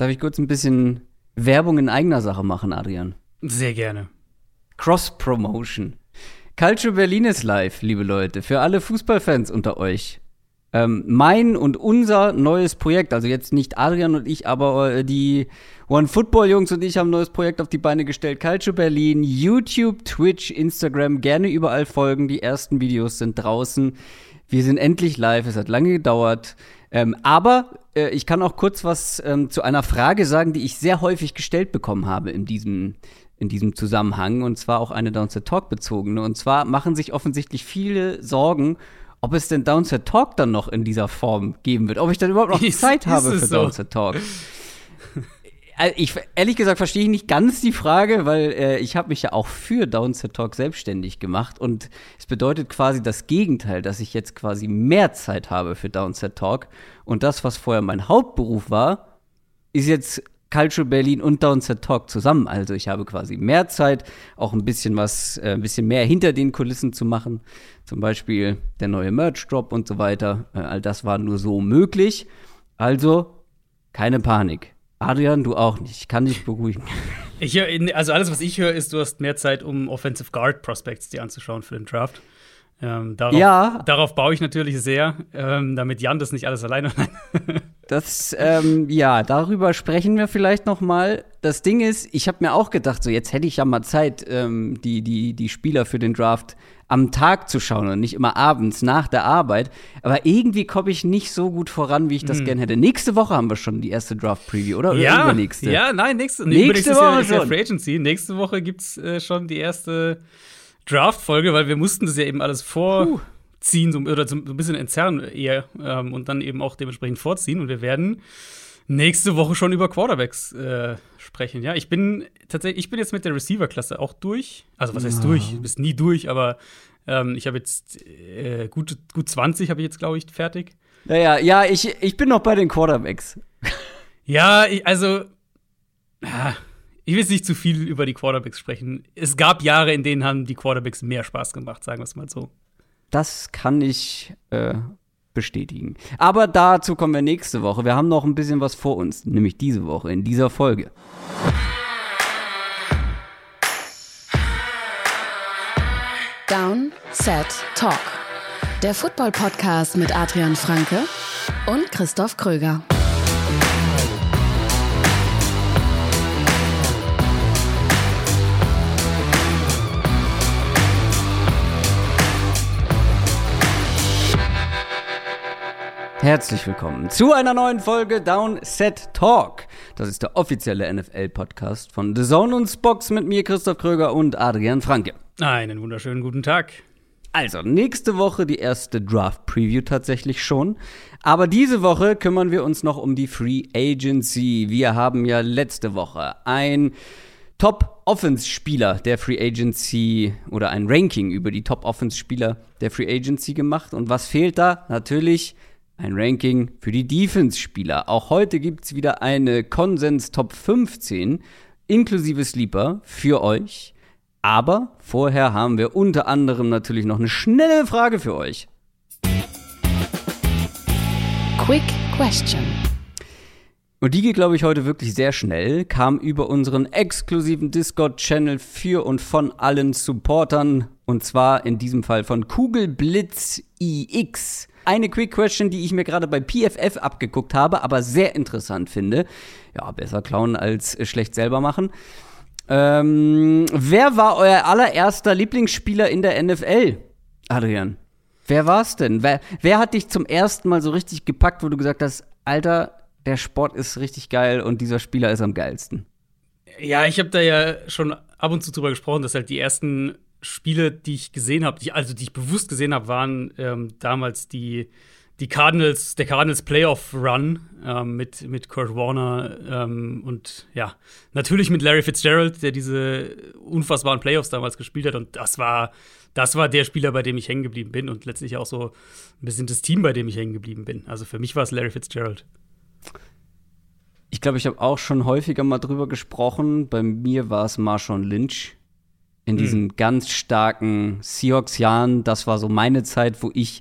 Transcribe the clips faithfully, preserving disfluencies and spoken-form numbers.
Darf ich kurz ein bisschen Werbung in eigener Sache machen, Adrian? Sehr gerne. Cross-Promotion. Calcio Berlin ist live, liebe Leute, für alle Fußballfans unter euch. Ähm, mein und unser neues Projekt, also jetzt nicht Adrian und ich, aber äh, die One-Football-Jungs und ich haben ein neues Projekt auf die Beine gestellt. Calcio Berlin, YouTube, Twitch, Instagram, gerne überall folgen. Die ersten Videos sind draußen. Wir sind endlich live, es hat lange gedauert. Ähm, aber äh, ich kann auch kurz was ähm, zu einer Frage sagen, die ich sehr häufig gestellt bekommen habe in diesem in diesem Zusammenhang. Und zwar auch eine Downset Talk bezogene. Und zwar machen sich offensichtlich viele Sorgen, ob es denn Downset Talk dann noch in dieser Form geben wird. Ob ich dann überhaupt noch ist, Zeit habe für so? Downset Talk. Ich, ehrlich gesagt verstehe ich nicht ganz die Frage, weil äh, ich habe mich ja auch für Downset Talk selbstständig gemacht. Und es bedeutet quasi das Gegenteil, dass ich jetzt quasi mehr Zeit habe für Downset Talk. Und das, was vorher mein Hauptberuf war, ist jetzt Calcio Berlin und Downset Talk zusammen. Also ich habe quasi mehr Zeit, auch ein bisschen was, äh, ein bisschen mehr hinter den Kulissen zu machen. Zum Beispiel der neue Merch-Drop und so weiter. Äh, all das war nur so möglich. Also keine Panik. Adrian, du auch nicht. Ich kann dich beruhigen. Ich hör, also alles, was ich höre, ist, du hast mehr Zeit, um Offensive Guard Prospects dir anzuschauen für den Draft. Ähm, darauf, ja. Darauf baue ich natürlich sehr, ähm, damit Jan das nicht alles alleine hat. Das, ähm, ja, darüber sprechen wir vielleicht noch mal. Das Ding ist, ich habe mir auch gedacht, so jetzt hätte ich ja mal Zeit, ähm, die, die, die Spieler für den Draft am Tag zu schauen und nicht immer abends nach der Arbeit. Aber irgendwie komme ich nicht so gut voran, wie ich das mm. gerne hätte. Nächste Woche haben wir schon die erste Draft-Preview, oder? Ja, oder übernächste? Ja, nein, nächste, nächste, nächste Woche Woche ist ja schon. Free Agency. Nächste Woche gibt's äh, schon die erste Draft-Folge, weil wir mussten das ja eben alles vorziehen, so, oder so ein bisschen entzerren eher ähm, und dann eben auch dementsprechend vorziehen. Und wir werden nächste Woche schon über Quarterbacks äh, sprechen. Ja, ich bin tatsächlich, ich bin jetzt mit der Receiver-Klasse auch durch. Also was heißt Ja. durch? Du bist nie durch, aber ähm, ich habe jetzt äh, gut, gut zwanzig habe ich jetzt, glaube ich, fertig. Ja, ja, ja, ich, ich bin noch bei den Quarterbacks. Ja, ich, also ja, ich will jetzt nicht zu viel über die Quarterbacks sprechen. Es gab Jahre, in denen haben die Quarterbacks mehr Spaß gemacht, sagen wir es mal so. Das kann ich äh, bestätigen. Aber dazu kommen wir nächste Woche. Wir haben noch ein bisschen was vor uns, nämlich diese Woche, in dieser Folge. Down, Set, Talk. Der Football-Podcast mit Adrian Franke und Christoph Kröger. Herzlich willkommen zu einer neuen Folge Down Set Talk. Das ist der offizielle N F L-Podcast von The Zone und Spox mit mir, Christoph Kröger und Adrian Franke. Einen wunderschönen guten Tag. Also, nächste Woche die erste Draft-Preview tatsächlich schon. Aber diese Woche kümmern wir uns noch um die Free Agency. Wir haben ja letzte Woche ein Top-Offense-Spieler der Free Agency oder ein Ranking über die Top-Offense-Spieler der Free Agency gemacht. Und was fehlt da? Natürlich ein Ranking für die Defense-Spieler. Auch heute gibt es wieder eine Konsens-Top fünfzehn inklusive Sleeper für euch. Aber vorher haben wir unter anderem natürlich noch eine schnelle Frage für euch. Quick Question. Und die geht, glaube ich, heute wirklich sehr schnell. Kam über unseren exklusiven Discord-Channel für und von allen Supportern. Und zwar in diesem Fall von Kugelblitz I X. Eine Quick Question, die ich mir gerade bei P F F abgeguckt habe, aber sehr interessant finde. Ja, besser klauen als schlecht selber machen. Ähm, wer war euer allererster Lieblingsspieler in der N F L, Adrian? Wer war's denn? Wer, wer hat dich zum ersten Mal so richtig gepackt, wo du gesagt hast, Alter, der Sport ist richtig geil und dieser Spieler ist am geilsten? Ja, ich habe da ja schon ab und zu drüber gesprochen, dass halt die ersten Spiele, die ich gesehen habe, die, also die ich bewusst gesehen habe, waren ähm, damals die, die Cardinals, der Cardinals Playoff Run ähm, mit, mit Kurt Warner ähm, und ja, natürlich mit Larry Fitzgerald, der diese unfassbaren Playoffs damals gespielt hat. Und das war, das war der Spieler, bei dem ich hängen geblieben bin und letztlich auch so ein bisschen das Team, bei dem ich hängen geblieben bin. Also für mich war es Larry Fitzgerald. Ich glaube, ich habe auch schon häufiger mal drüber gesprochen. Bei mir war es Marshawn Lynch. In diesen hm. ganz starken Seahawks-Jahren, das war so meine Zeit, wo ich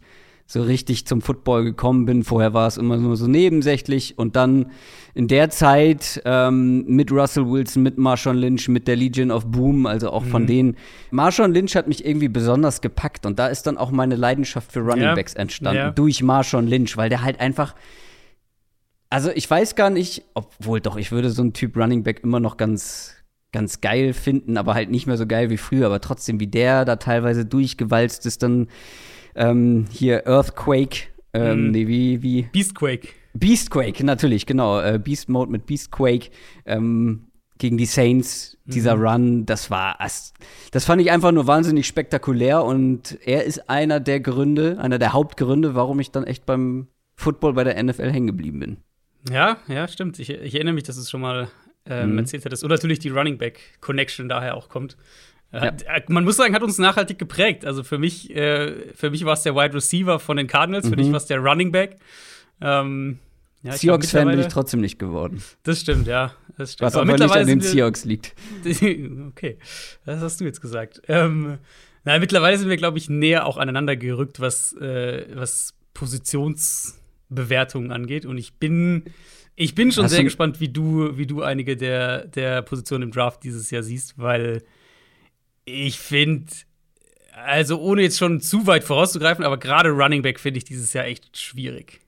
so richtig zum Football gekommen bin. Vorher war es immer nur so nebensächlich. Und dann in der Zeit ähm, mit Russell Wilson, mit Marshawn Lynch, mit der Legion of Boom, also auch mhm. von denen. Marshawn Lynch hat mich irgendwie besonders gepackt. Und da ist dann auch meine Leidenschaft für Running Backs ja. entstanden. Ja. Durch Marshawn Lynch, weil der halt einfach Also ich weiß gar nicht, obwohl doch, ich würde so einen Typ Running Back immer noch ganz, ganz geil finden, aber halt nicht mehr so geil wie früher, aber trotzdem, wie der da teilweise durchgewalzt ist, dann ähm, hier Earthquake, ähm, mm. nee, wie, wie? Beastquake. Beastquake, natürlich, genau, äh, Beast Mode mit Beastquake, ähm, gegen die Saints, dieser mhm. Run, das war, das fand ich einfach nur wahnsinnig spektakulär und er ist einer der Gründe, einer der Hauptgründe, warum ich dann echt beim Football bei der N F L hängen geblieben bin. Ja, ja, stimmt. Ich, ich erinnere mich, dass es schon mal ähm, mhm. erzählt hattest. Und natürlich die Running Back Connection daher auch kommt. Äh, ja. Man muss sagen, hat uns nachhaltig geprägt. Also für mich, äh, für mich war es der Wide Receiver von den Cardinals, mhm. für dich war es der Running Back. Ähm, ja, Seahawks-Fan bin ich trotzdem nicht geworden. Das stimmt, ja. Das stimmt. Was aber, aber nicht an den Seahawks liegt. Okay, das hast du jetzt gesagt. Ähm, na, mittlerweile sind wir, glaube ich, näher auch aneinander gerückt, was, äh, was Positionsbewertungen angeht. Und ich bin, ich bin schon Hast sehr gespannt, wie du, wie du einige der, der Positionen im Draft dieses Jahr siehst, weil ich finde, also ohne jetzt schon zu weit vorauszugreifen, aber gerade Running Back finde ich dieses Jahr echt schwierig.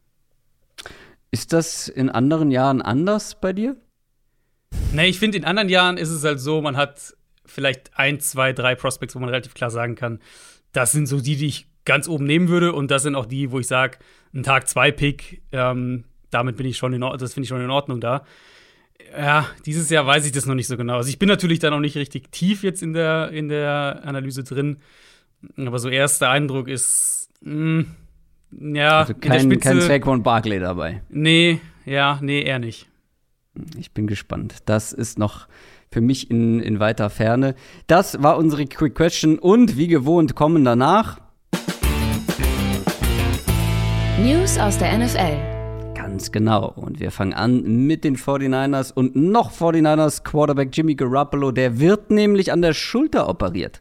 Ist das in anderen Jahren anders bei dir? Nee, ich finde, in anderen Jahren ist es halt so, man hat vielleicht ein, zwei, drei Prospects, wo man relativ klar sagen kann, das sind so die, die ich ganz oben nehmen würde. Und das sind auch die, wo ich sage, ein Tag zwei Pick, ähm, damit bin ich schon in Ordnung, das finde ich schon in Ordnung da. Ja, dieses Jahr weiß ich das noch nicht so genau. Also ich bin natürlich da noch nicht richtig tief jetzt in der, in der Analyse drin. Aber so erster Eindruck ist, mh, ja, also kein, in der Spitze, kein Saquon Barkley dabei. Nee, ja, nee, eher nicht. Ich bin gespannt. Das ist noch für mich in, in weiter Ferne. Das war unsere Quick Question und wie gewohnt kommen danach News aus der N F L. Ganz genau. Und wir fangen an mit den forty-niners und noch forty-niners Quarterback Jimmy Garoppolo. Der wird nämlich an der Schulter operiert.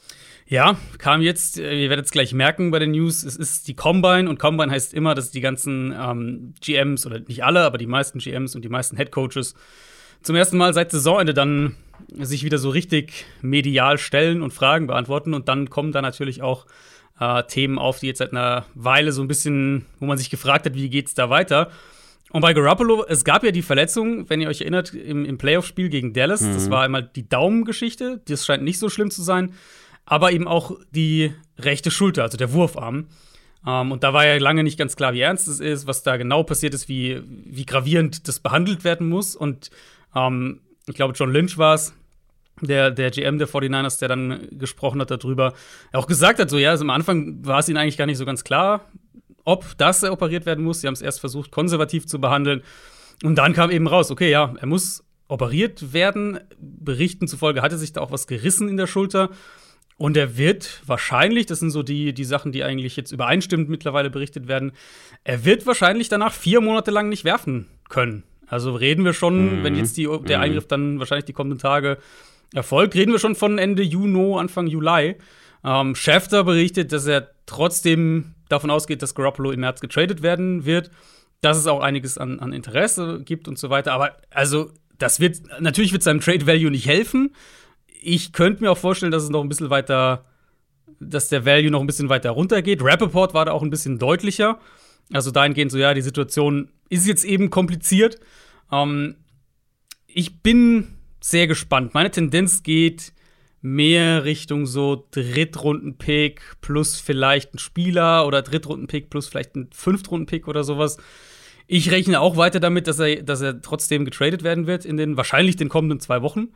Ja, kam jetzt, ihr werdet es gleich merken bei den News, es ist die Combine und Combine heißt immer, dass die ganzen ähm, G Ms, oder nicht alle, aber die meisten G Ms und die meisten Head Coaches zum ersten Mal seit Saisonende dann sich wieder so richtig medial stellen und Fragen beantworten und dann kommen da natürlich auch äh, Themen auf, die jetzt seit einer Weile so ein bisschen, wo man sich gefragt hat, wie geht's da weiter? Und bei Garoppolo, es gab ja die Verletzung, wenn ihr euch erinnert, im, im Playoff-Spiel gegen Dallas, mhm. das war einmal die Daumengeschichte, das scheint nicht so schlimm zu sein, aber eben auch die rechte Schulter, also der Wurfarm. Um, und da war ja lange nicht ganz klar, wie ernst es ist, was da genau passiert ist, wie, wie gravierend das behandelt werden muss. Und um, ich glaube, John Lynch war es, der, der G M der forty-niners, der dann gesprochen hat darüber, der auch gesagt hat, so ja, also am Anfang war es ihnen eigentlich gar nicht so ganz klar, ob das operiert werden muss. Sie haben es erst versucht, konservativ zu behandeln. Und dann kam eben raus, okay, ja, er muss operiert werden. Berichten zufolge hatte sich da auch was gerissen in der Schulter. Und er wird wahrscheinlich, das sind so die, die Sachen, die eigentlich jetzt übereinstimmend mittlerweile berichtet werden, er wird wahrscheinlich danach vier Monate lang nicht werfen können. Also reden wir schon, mhm. wenn jetzt die, der Eingriff dann wahrscheinlich die kommenden Tage erfolgt, reden wir schon von Ende Juni, Anfang Juli. Ähm, Schefter berichtet, dass er trotzdem davon ausgeht, dass Garoppolo im März getradet werden wird, dass es auch einiges an, an Interesse gibt und so weiter. Aber also, das wird, natürlich wird seinem Trade Value nicht helfen. Ich könnte mir auch vorstellen, dass es noch ein bisschen weiter, dass der Value noch ein bisschen weiter runtergeht. Rappaport war da auch ein bisschen deutlicher. Also dahingehend so, ja, die Situation ist jetzt eben kompliziert. Ähm, ich bin sehr gespannt. Meine Tendenz geht mehr Richtung so Drittrunden-Pick plus vielleicht ein Spieler oder Drittrunden-Pick plus vielleicht ein Fünftrunden-Pick oder sowas. Ich rechne auch weiter damit, dass er, dass er trotzdem getradet werden wird in den wahrscheinlich den kommenden zwei Wochen.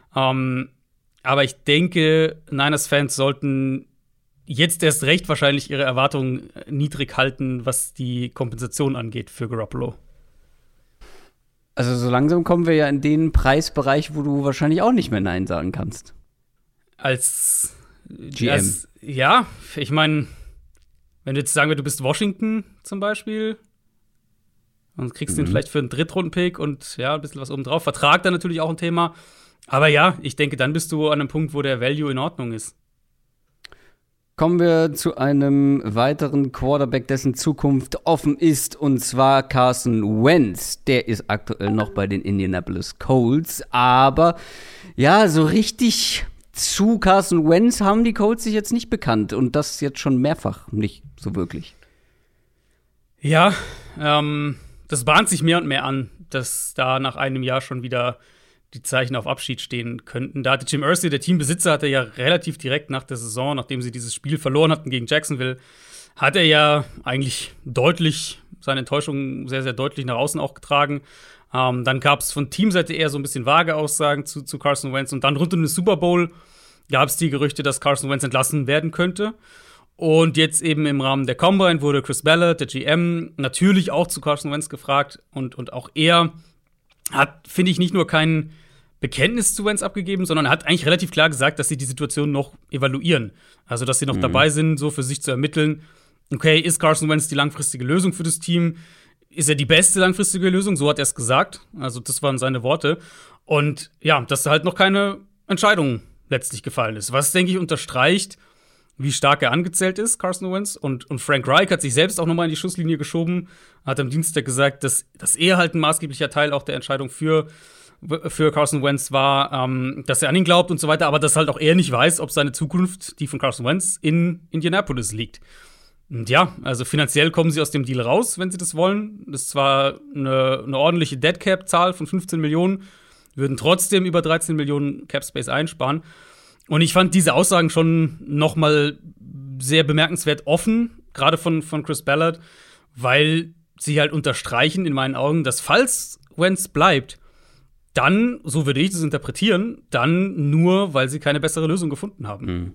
Ähm, Aber ich denke, Niners-Fans sollten jetzt erst recht wahrscheinlich ihre Erwartungen niedrig halten, was die Kompensation angeht für Garoppolo. Also so langsam kommen wir ja in den Preisbereich, wo du wahrscheinlich auch nicht mehr Nein sagen kannst. Als G M. Als, ja, ich meine, wenn du jetzt sagen wir, du bist Washington zum Beispiel und kriegst mhm. den vielleicht für einen Drittrunden-Pick und ja, ein bisschen was obendrauf. Vertrag dann natürlich auch ein Thema. Aber ja, ich denke, dann bist du an einem Punkt, wo der Value in Ordnung ist. Kommen wir zu einem weiteren Quarterback, dessen Zukunft offen ist, und zwar Carson Wentz. Der ist aktuell noch bei den Indianapolis Colts, aber ja, so richtig zu Carson Wentz haben die Colts sich jetzt nicht bekannt und das jetzt schon mehrfach nicht so wirklich. Ja, ähm, das bahnt sich mehr und mehr an, dass da nach einem Jahr schon wieder die Zeichen auf Abschied stehen könnten. Da hatte Jim Irsay, der Teambesitzer, hatte ja relativ direkt nach der Saison, nachdem sie dieses Spiel verloren hatten gegen Jacksonville, hat er ja eigentlich deutlich seine Enttäuschung sehr, sehr deutlich nach außen auch getragen. Ähm, dann gab es von Teamseite eher so ein bisschen vage Aussagen zu, zu Carson Wentz. Und dann rund um den Super Bowl gab es die Gerüchte, dass Carson Wentz entlassen werden könnte. Und jetzt eben im Rahmen der Combine wurde Chris Ballard, der G M, natürlich auch zu Carson Wentz gefragt. Und, und auch er hat, finde ich, nicht nur kein Bekenntnis zu Wentz abgegeben, sondern hat eigentlich relativ klar gesagt, dass sie die Situation noch evaluieren. Also, dass sie noch mhm. dabei sind, so für sich zu ermitteln, okay, ist Carson Wentz die langfristige Lösung für das Team? Ist er die beste langfristige Lösung? So hat er es gesagt. Also, das waren seine Worte. Und ja, dass da halt noch keine Entscheidung letztlich gefallen ist. Was, denke ich, unterstreicht, wie stark er angezählt ist, Carson Wentz. Und, und Frank Reich hat sich selbst auch nochmal in die Schusslinie geschoben, hat am Dienstag gesagt, dass, dass er halt ein maßgeblicher Teil auch der Entscheidung für, für Carson Wentz war, ähm, dass er an ihn glaubt und so weiter, aber dass halt auch er nicht weiß, ob seine Zukunft, die von Carson Wentz, in Indianapolis liegt. Und ja, also finanziell kommen sie aus dem Deal raus, wenn sie das wollen. Das ist zwar eine, eine ordentliche Dead-Cap-Zahl von fünfzehn Millionen, würden trotzdem über dreizehn Millionen Cap-Space einsparen. Und ich fand diese Aussagen schon noch mal sehr bemerkenswert offen, gerade von, von Chris Ballard, weil sie halt unterstreichen in meinen Augen, dass falls Wentz bleibt, dann, so würde ich das interpretieren, dann nur, weil sie keine bessere Lösung gefunden haben. Mhm.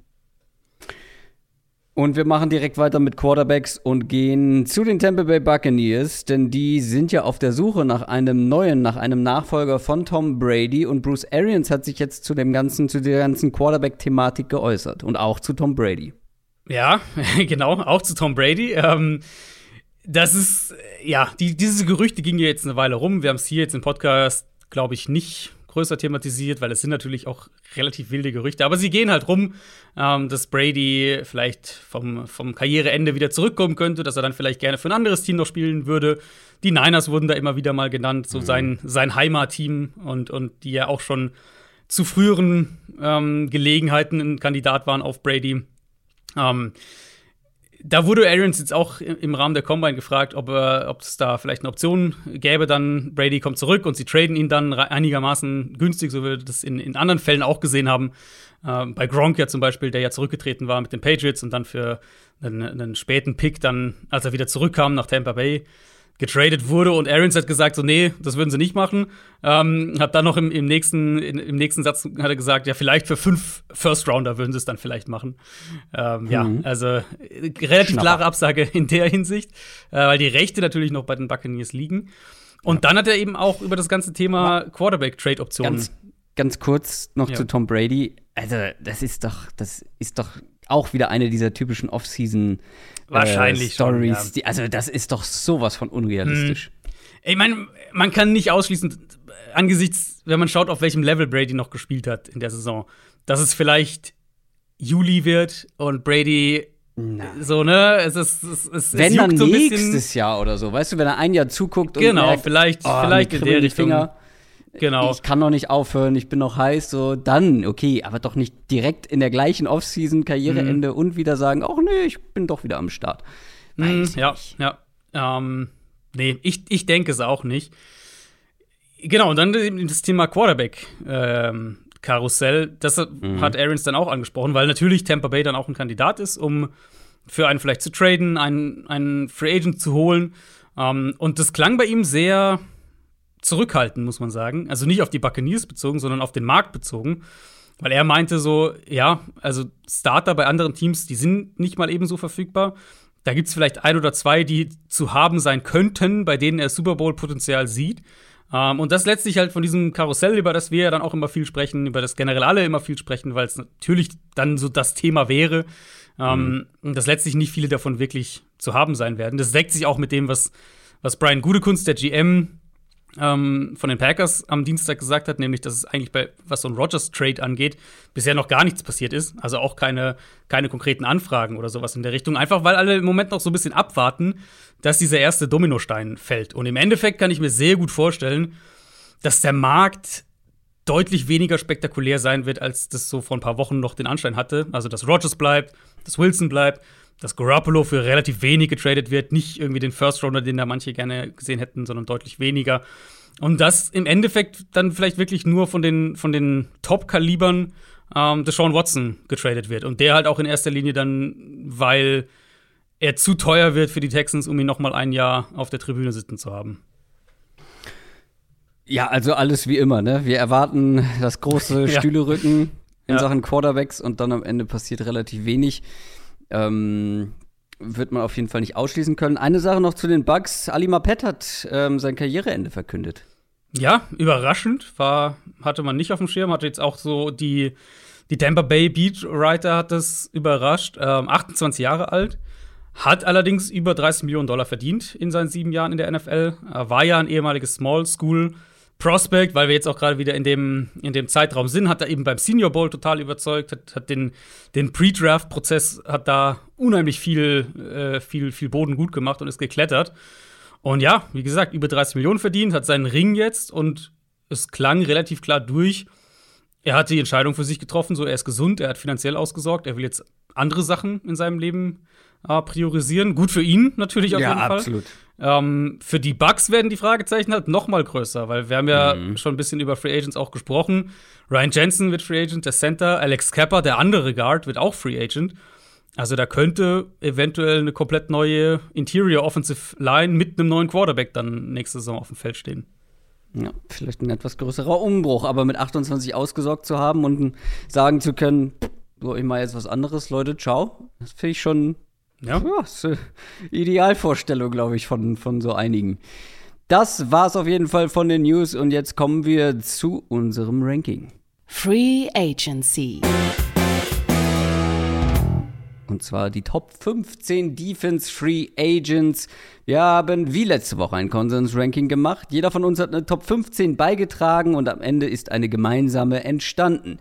Und wir machen direkt weiter mit Quarterbacks und gehen zu den Tampa Bay Buccaneers, denn die sind ja auf der Suche nach einem neuen, nach einem Nachfolger von Tom Brady, und Bruce Arians hat sich jetzt zu dem ganzen, zu der ganzen Quarterback-Thematik geäußert und auch zu Tom Brady. Ja, genau, auch zu Tom Brady. Ähm, das ist, ja, die, diese Gerüchte gingen ja jetzt eine Weile rum. Wir haben es hier jetzt im Podcast, glaube ich, nicht größer thematisiert, weil es sind natürlich auch relativ wilde Gerüchte. Aber sie gehen halt rum, ähm, dass Brady vielleicht vom, vom Karriereende wieder zurückkommen könnte, dass er dann vielleicht gerne für ein anderes Team noch spielen würde. Die Niners wurden da immer wieder mal genannt, so mhm. sein, sein Heimatteam, und, und die ja auch schon zu früheren ähm, Gelegenheiten ein Kandidat waren auf Brady. Ähm, Da wurde Arians jetzt auch im Rahmen der Combine gefragt, ob er, ob es da vielleicht eine Option gäbe, dann Brady kommt zurück und sie traden ihn dann einigermaßen günstig, so wie wir das in, in anderen Fällen auch gesehen haben. Äh, bei Gronk ja zum Beispiel, der ja zurückgetreten war mit den Patriots und dann für einen, einen späten Pick dann, als er wieder zurückkam nach Tampa Bay, getradet wurde, und Arians hat gesagt, so, nee, das würden sie nicht machen. Ähm, hat dann noch im, im, nächsten, in, im nächsten Satz hat er gesagt, ja, vielleicht für fünf First-Rounder würden sie es dann vielleicht machen. Ähm, mhm. Ja, also äh, relativ Schnapper. Klare Absage in der Hinsicht, äh, weil die Rechte natürlich noch bei den Buccaneers liegen. Und ja. dann hat er eben auch über das ganze Thema Quarterback-Trade-Optionen. Ganz, ganz kurz noch ja. zu Tom Brady. Also, das ist doch, das ist doch auch wieder eine dieser typischen Off-Season Wahrscheinlich äh, Stories. schon, ja. die, also, das ist doch sowas von unrealistisch. Hm. Ich meine, man kann nicht ausschließen, angesichts, wenn man schaut, auf welchem Level Brady noch gespielt hat in der Saison, dass es vielleicht Juli wird und Brady Na. so, ne? Es ist, es, es, wenn es dann so ein nächstes bisschen, Jahr oder so, weißt du, wenn er ein Jahr zuguckt und genau, merkt, vielleicht, oh, vielleicht in der Richtung. Finger, Genau. Ich kann noch nicht aufhören, ich bin noch heiß, so, dann, okay, aber doch nicht direkt in der gleichen Offseason, Karriereende mhm. und wieder sagen, ach nee, ich bin doch wieder am Start. Mhm, ja, nicht. ja. Ähm, nee, ich, ich denke es auch nicht. Genau, und dann das Thema Quarterback-Karussell, ähm, das mhm. hat Arians dann auch angesprochen, weil natürlich Tampa Bay dann auch ein Kandidat ist, um für einen vielleicht zu traden, einen, einen Free Agent zu holen. Ähm, und das klang bei ihm sehr zurückhaltend, muss man sagen. Also nicht auf die Buccaneers bezogen, sondern auf den Markt bezogen. Weil er meinte so, ja, also Starter bei anderen Teams, die sind nicht mal ebenso verfügbar. Da gibt es vielleicht ein oder zwei, die zu haben sein könnten, bei denen er Super Bowl-Potenzial sieht. Ähm, und das letztlich halt von diesem Karussell, über das wir ja dann auch immer viel sprechen, über das generell alle immer viel sprechen, weil es natürlich dann so das Thema wäre. Ähm, mhm. dass letztlich nicht viele davon wirklich zu haben sein werden. Das deckt sich auch mit dem, was, was Brian Gutekunst, der G M, ähm, von den Packers am Dienstag gesagt hat, nämlich, dass es eigentlich bei, was so ein Rodgers-Trade angeht, bisher noch gar nichts passiert ist. Also auch keine, keine konkreten Anfragen oder sowas in der Richtung. Einfach, weil alle im Moment noch so ein bisschen abwarten, dass dieser erste Dominostein fällt. Und im Endeffekt kann ich mir sehr gut vorstellen, dass der Markt deutlich weniger spektakulär sein wird, als das so vor ein paar Wochen noch den Anschein hatte. Also, dass Rodgers bleibt, dass Wilson bleibt, dass Garoppolo für relativ wenig getradet wird. Nicht irgendwie den First-Rounder, den da manche gerne gesehen hätten, sondern deutlich weniger. Und dass im Endeffekt dann vielleicht wirklich nur von den, von den Top-Kalibern ähm, Deshaun Watson getradet wird. Und der halt auch in erster Linie dann, weil er zu teuer wird für die Texans, um ihn noch mal ein Jahr auf der Tribüne sitzen zu haben. Ja, also alles wie immer, ne? Wir erwarten das große Ja. Stühlerücken in Ja. Sachen Quarterbacks und dann am Ende passiert relativ wenig. Ähm, wird man auf jeden Fall nicht ausschließen können. Eine Sache noch zu den Bucks. Ali Marpet hat ähm, sein Karriereende verkündet. Ja, überraschend. War, hatte man nicht auf dem Schirm. Hatte jetzt auch so die, die Tampa Bay Beatwriter hat das überrascht. Ähm, achtundzwanzig Jahre alt. Hat allerdings über dreißig Millionen Dollar verdient in seinen sieben Jahren in der N F L. Er war ja ein ehemaliges Small School Prospect, weil wir jetzt auch gerade wieder in dem, in dem Zeitraum sind, hat er eben beim Senior Bowl total überzeugt, hat, hat den, den Pre-Draft-Prozess, hat da unheimlich viel, äh, viel, viel Boden gut gemacht und ist geklettert. Und ja, wie gesagt, über dreißig Millionen verdient, hat seinen Ring jetzt und es klang relativ klar durch. Er hat die Entscheidung für sich getroffen, so er ist gesund, er hat finanziell ausgesorgt, er will jetzt andere Sachen in seinem Leben äh, priorisieren. Gut für ihn natürlich auf Ja, jeden Fall. absolut. Ähm, für die Bucks werden die Fragezeichen halt noch mal größer, weil wir haben ja Mhm. schon ein bisschen über Free Agents auch gesprochen. Ryan Jensen wird Free Agent, der Center. Alex Cappa, der andere Guard, wird auch Free Agent. Also da könnte eventuell eine komplett neue Interior Offensive Line mit einem neuen Quarterback dann nächste Saison auf dem Feld stehen. Ja, vielleicht ein etwas größerer Umbruch, aber mit achtundzwanzig ausgesorgt zu haben und sagen zu können, so, ich mache jetzt was anderes, Leute, ciao. Das finde ich schon Ja. Ja, ist eine Idealvorstellung, glaube ich, von, von so einigen. Das war's auf jeden Fall von den News und jetzt kommen wir zu unserem Ranking. Free Agency. Und zwar die Top fünfzehn Defense Free Agents. Wir haben wie letzte Woche ein Konsens-Ranking gemacht. Jeder von uns hat eine Top fünfzehn beigetragen und am Ende ist eine gemeinsame entstanden.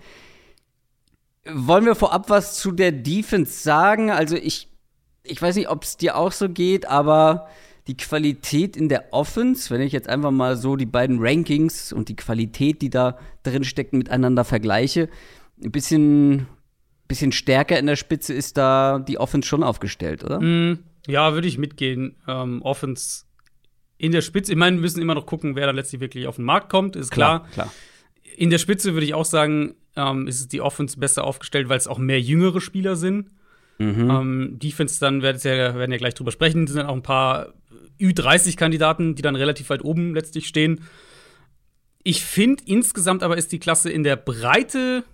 Wollen wir vorab was zu der Defense sagen? Also ich Ich weiß nicht, ob es dir auch so geht, aber die Qualität in der Offense, wenn ich jetzt einfach mal so die beiden Rankings und die Qualität, die da drin stecken, miteinander vergleiche, ein bisschen, bisschen stärker in der Spitze ist da die Offense schon aufgestellt, oder? Mm, ja, würde ich mitgehen. Ähm, Offense in der Spitze. Ich meine, wir müssen immer noch gucken, wer dann letztlich wirklich auf den Markt kommt, ist klar. Klar. In der Spitze würde ich auch sagen, ähm, ist die Offense besser aufgestellt, weil es auch mehr jüngere Spieler sind. Mhm. Ähm, Defense, dann werden ja, werden ja gleich drüber sprechen, sind dann auch ein paar Ü dreißig Kandidaten, die dann relativ weit oben letztlich stehen. Ich finde insgesamt aber ist die Klasse in der Breite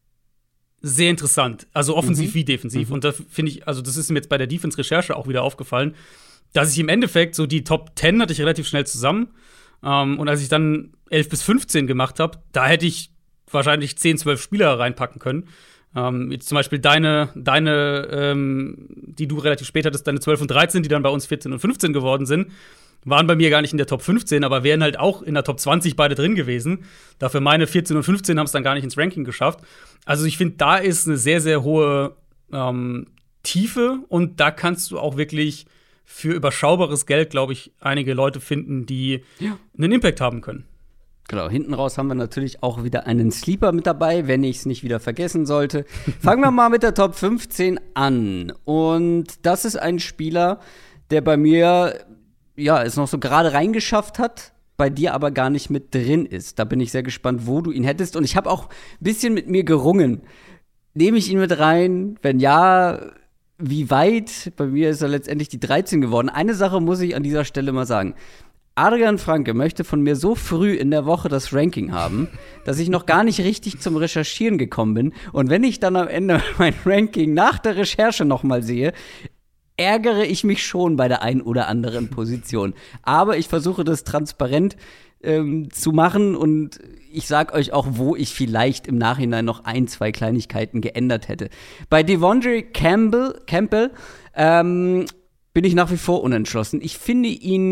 sehr interessant. Also offensiv Mhm. wie defensiv. Mhm. Und da finde ich, also das ist mir jetzt bei der Defense-Recherche auch wieder aufgefallen, dass ich im Endeffekt so die Top zehn hatte ich relativ schnell zusammen. Ähm, und als ich dann elf bis fünfzehn gemacht habe, da hätte ich wahrscheinlich zehn, zwölf Spieler reinpacken können. Ähm, jetzt zum Beispiel deine, deine ähm, die du relativ spät hattest, deine zwölf und dreizehn, die dann bei uns vierzehn und fünfzehn geworden sind, waren bei mir gar nicht in der Top fünfzehn, aber wären halt auch in der Top zwanzig beide drin gewesen. Dafür meine vierzehn und fünfzehn haben es dann gar nicht ins Ranking geschafft. Also ich finde, da ist eine sehr, sehr hohe ähm, Tiefe und da kannst du auch wirklich für überschaubares Geld, glaube ich, einige Leute finden, die Ja. einen Impact haben können. Genau, hinten raus haben wir natürlich auch wieder einen Sleeper mit dabei, wenn ich es nicht wieder vergessen sollte. Fangen wir mal mit der Top fünfzehn an. Und das ist ein Spieler, der bei mir, ja, es noch so gerade reingeschafft hat, bei dir aber gar nicht mit drin ist. Da bin ich sehr gespannt, wo du ihn hättest. Und ich habe auch ein bisschen mit mir gerungen. Nehme ich ihn mit rein? Wenn ja, wie weit? Bei mir ist er letztendlich die dreizehn geworden. Eine Sache muss ich an dieser Stelle mal sagen. Adrian Franke möchte von mir so früh in der Woche das Ranking haben, dass ich noch gar nicht richtig zum Recherchieren gekommen bin. Und wenn ich dann am Ende mein Ranking nach der Recherche noch mal sehe, ärgere ich mich schon bei der ein oder anderen Position. Aber ich versuche das transparent ähm, zu machen und ich sag euch auch, wo ich vielleicht im Nachhinein noch ein, zwei Kleinigkeiten geändert hätte. Bei Devondre Campbell, Campbell ähm, bin ich nach wie vor unentschlossen. Ich finde ihn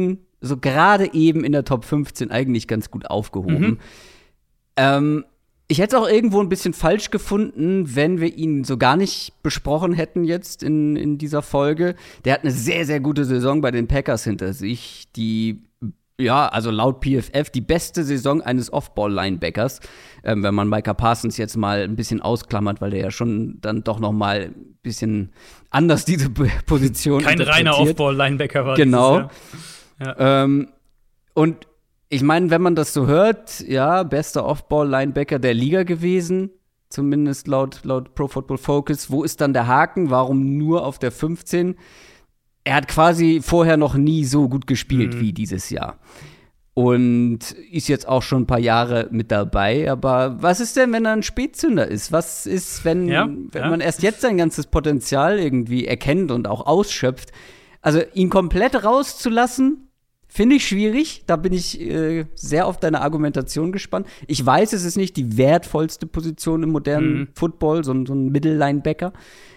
so gerade eben in der Top fünfzehn eigentlich ganz gut aufgehoben. Mhm. Ähm, ich hätte es auch irgendwo ein bisschen falsch gefunden, wenn wir ihn so gar nicht besprochen hätten jetzt in, in dieser Folge. Der hat eine sehr, sehr gute Saison bei den Packers hinter sich, die ja, also laut P F F die beste Saison eines Off-Ball-Linebackers, ähm, wenn man Micah Parsons jetzt mal ein bisschen ausklammert, weil der ja schon dann doch noch mal ein bisschen anders diese Position Kein reiner Off-Ball-Linebacker war genau. dieses Jahr. Ja. Ähm, und ich meine, wenn man das so hört, ja, bester Off-Ball-Linebacker der Liga gewesen, zumindest laut, laut Pro Football Focus. Wo ist dann der Haken? Warum nur auf der fünfzehn? Er hat quasi vorher noch nie so gut gespielt mhm. wie dieses Jahr. Und ist jetzt auch schon ein paar Jahre mit dabei. Aber was ist denn, wenn er ein Spätzünder ist? Was ist, wenn, ja, wenn ja. man erst jetzt sein ganzes Potenzial irgendwie erkennt und auch ausschöpft? Also ihn komplett rauszulassen, finde ich schwierig. Da bin ich äh, sehr auf deine Argumentation gespannt. Ich weiß, es ist nicht die wertvollste Position im modernen mhm. Football, so, so ein Middle-Linebacker.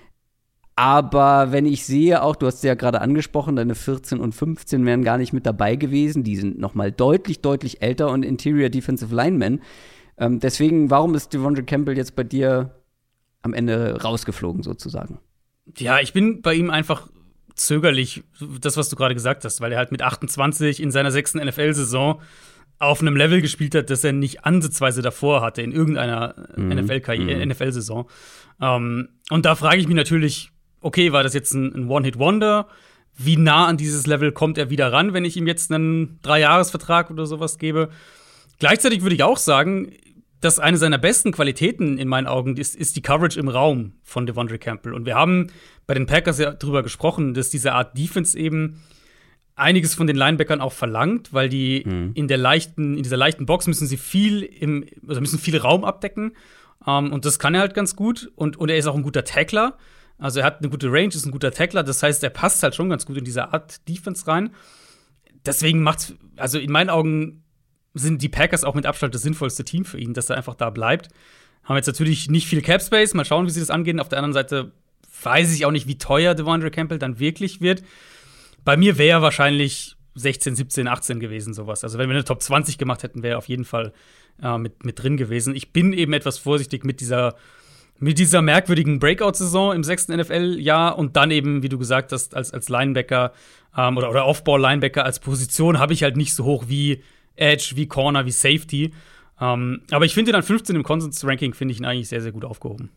Aber wenn ich sehe, auch, du hast ja gerade angesprochen, deine vierzehn und fünfzehn wären gar nicht mit dabei gewesen. Die sind noch mal deutlich, deutlich älter und Interior Defensive Linemen. Ähm, deswegen, warum ist Devondre Campbell jetzt bei dir am Ende rausgeflogen, sozusagen? Ja, ich bin bei ihm einfach zögerlich, das, was du gerade gesagt hast, weil er halt mit achtundzwanzig in seiner sechsten N F L-Saison auf einem Level gespielt hat, das er nicht ansatzweise davor hatte in irgendeiner mhm. N F L-Karriere, mhm. N F L-Saison. Ähm, und da frage ich mich natürlich, okay, war das jetzt ein, ein One-Hit-Wonder? Wie nah an dieses Level kommt er wieder ran, wenn ich ihm jetzt einen Dreijahresvertrag oder sowas gebe? Gleichzeitig würde ich auch sagen, dass eine seiner besten Qualitäten in meinen Augen ist, ist die Coverage im Raum von Devondre Campbell. Und wir haben bei den Packers ja drüber gesprochen, dass diese Art Defense eben einiges von den Linebackern auch verlangt, weil die mhm. in der leichten, in dieser leichten Box müssen sie viel im, also müssen viel Raum abdecken. Um, und das kann er halt ganz gut. Und, und er ist auch ein guter Tackler. Also er hat eine gute Range, ist ein guter Tackler. Das heißt, er passt halt schon ganz gut in diese Art Defense rein. Deswegen macht's, also in meinen Augen sind die Packers auch mit Abstand das sinnvollste Team für ihn, dass er einfach da bleibt. Haben jetzt natürlich nicht viel Cap Space. Mal schauen, wie sie das angehen. Auf der anderen Seite weiß ich auch nicht, wie teuer Devondre Campbell dann wirklich wird. Bei mir wäre er wahrscheinlich sechzehn, siebzehn, achtzehn gewesen, sowas. Also wenn wir eine Top zwanzig gemacht hätten, wäre er auf jeden Fall äh, mit, mit drin gewesen. Ich bin eben etwas vorsichtig mit dieser Mit dieser merkwürdigen Breakout-Saison im sechsten N F L-Jahr und dann eben, wie du gesagt hast, als, als Linebacker ähm, oder, oder Off-Ball-Linebacker als Position habe ich halt nicht so hoch wie Edge, wie Corner, wie Safety. Ähm, aber ich finde ihn an fünfzehn im Consensus-Ranking, finde ich ihn eigentlich sehr, sehr gut aufgehoben.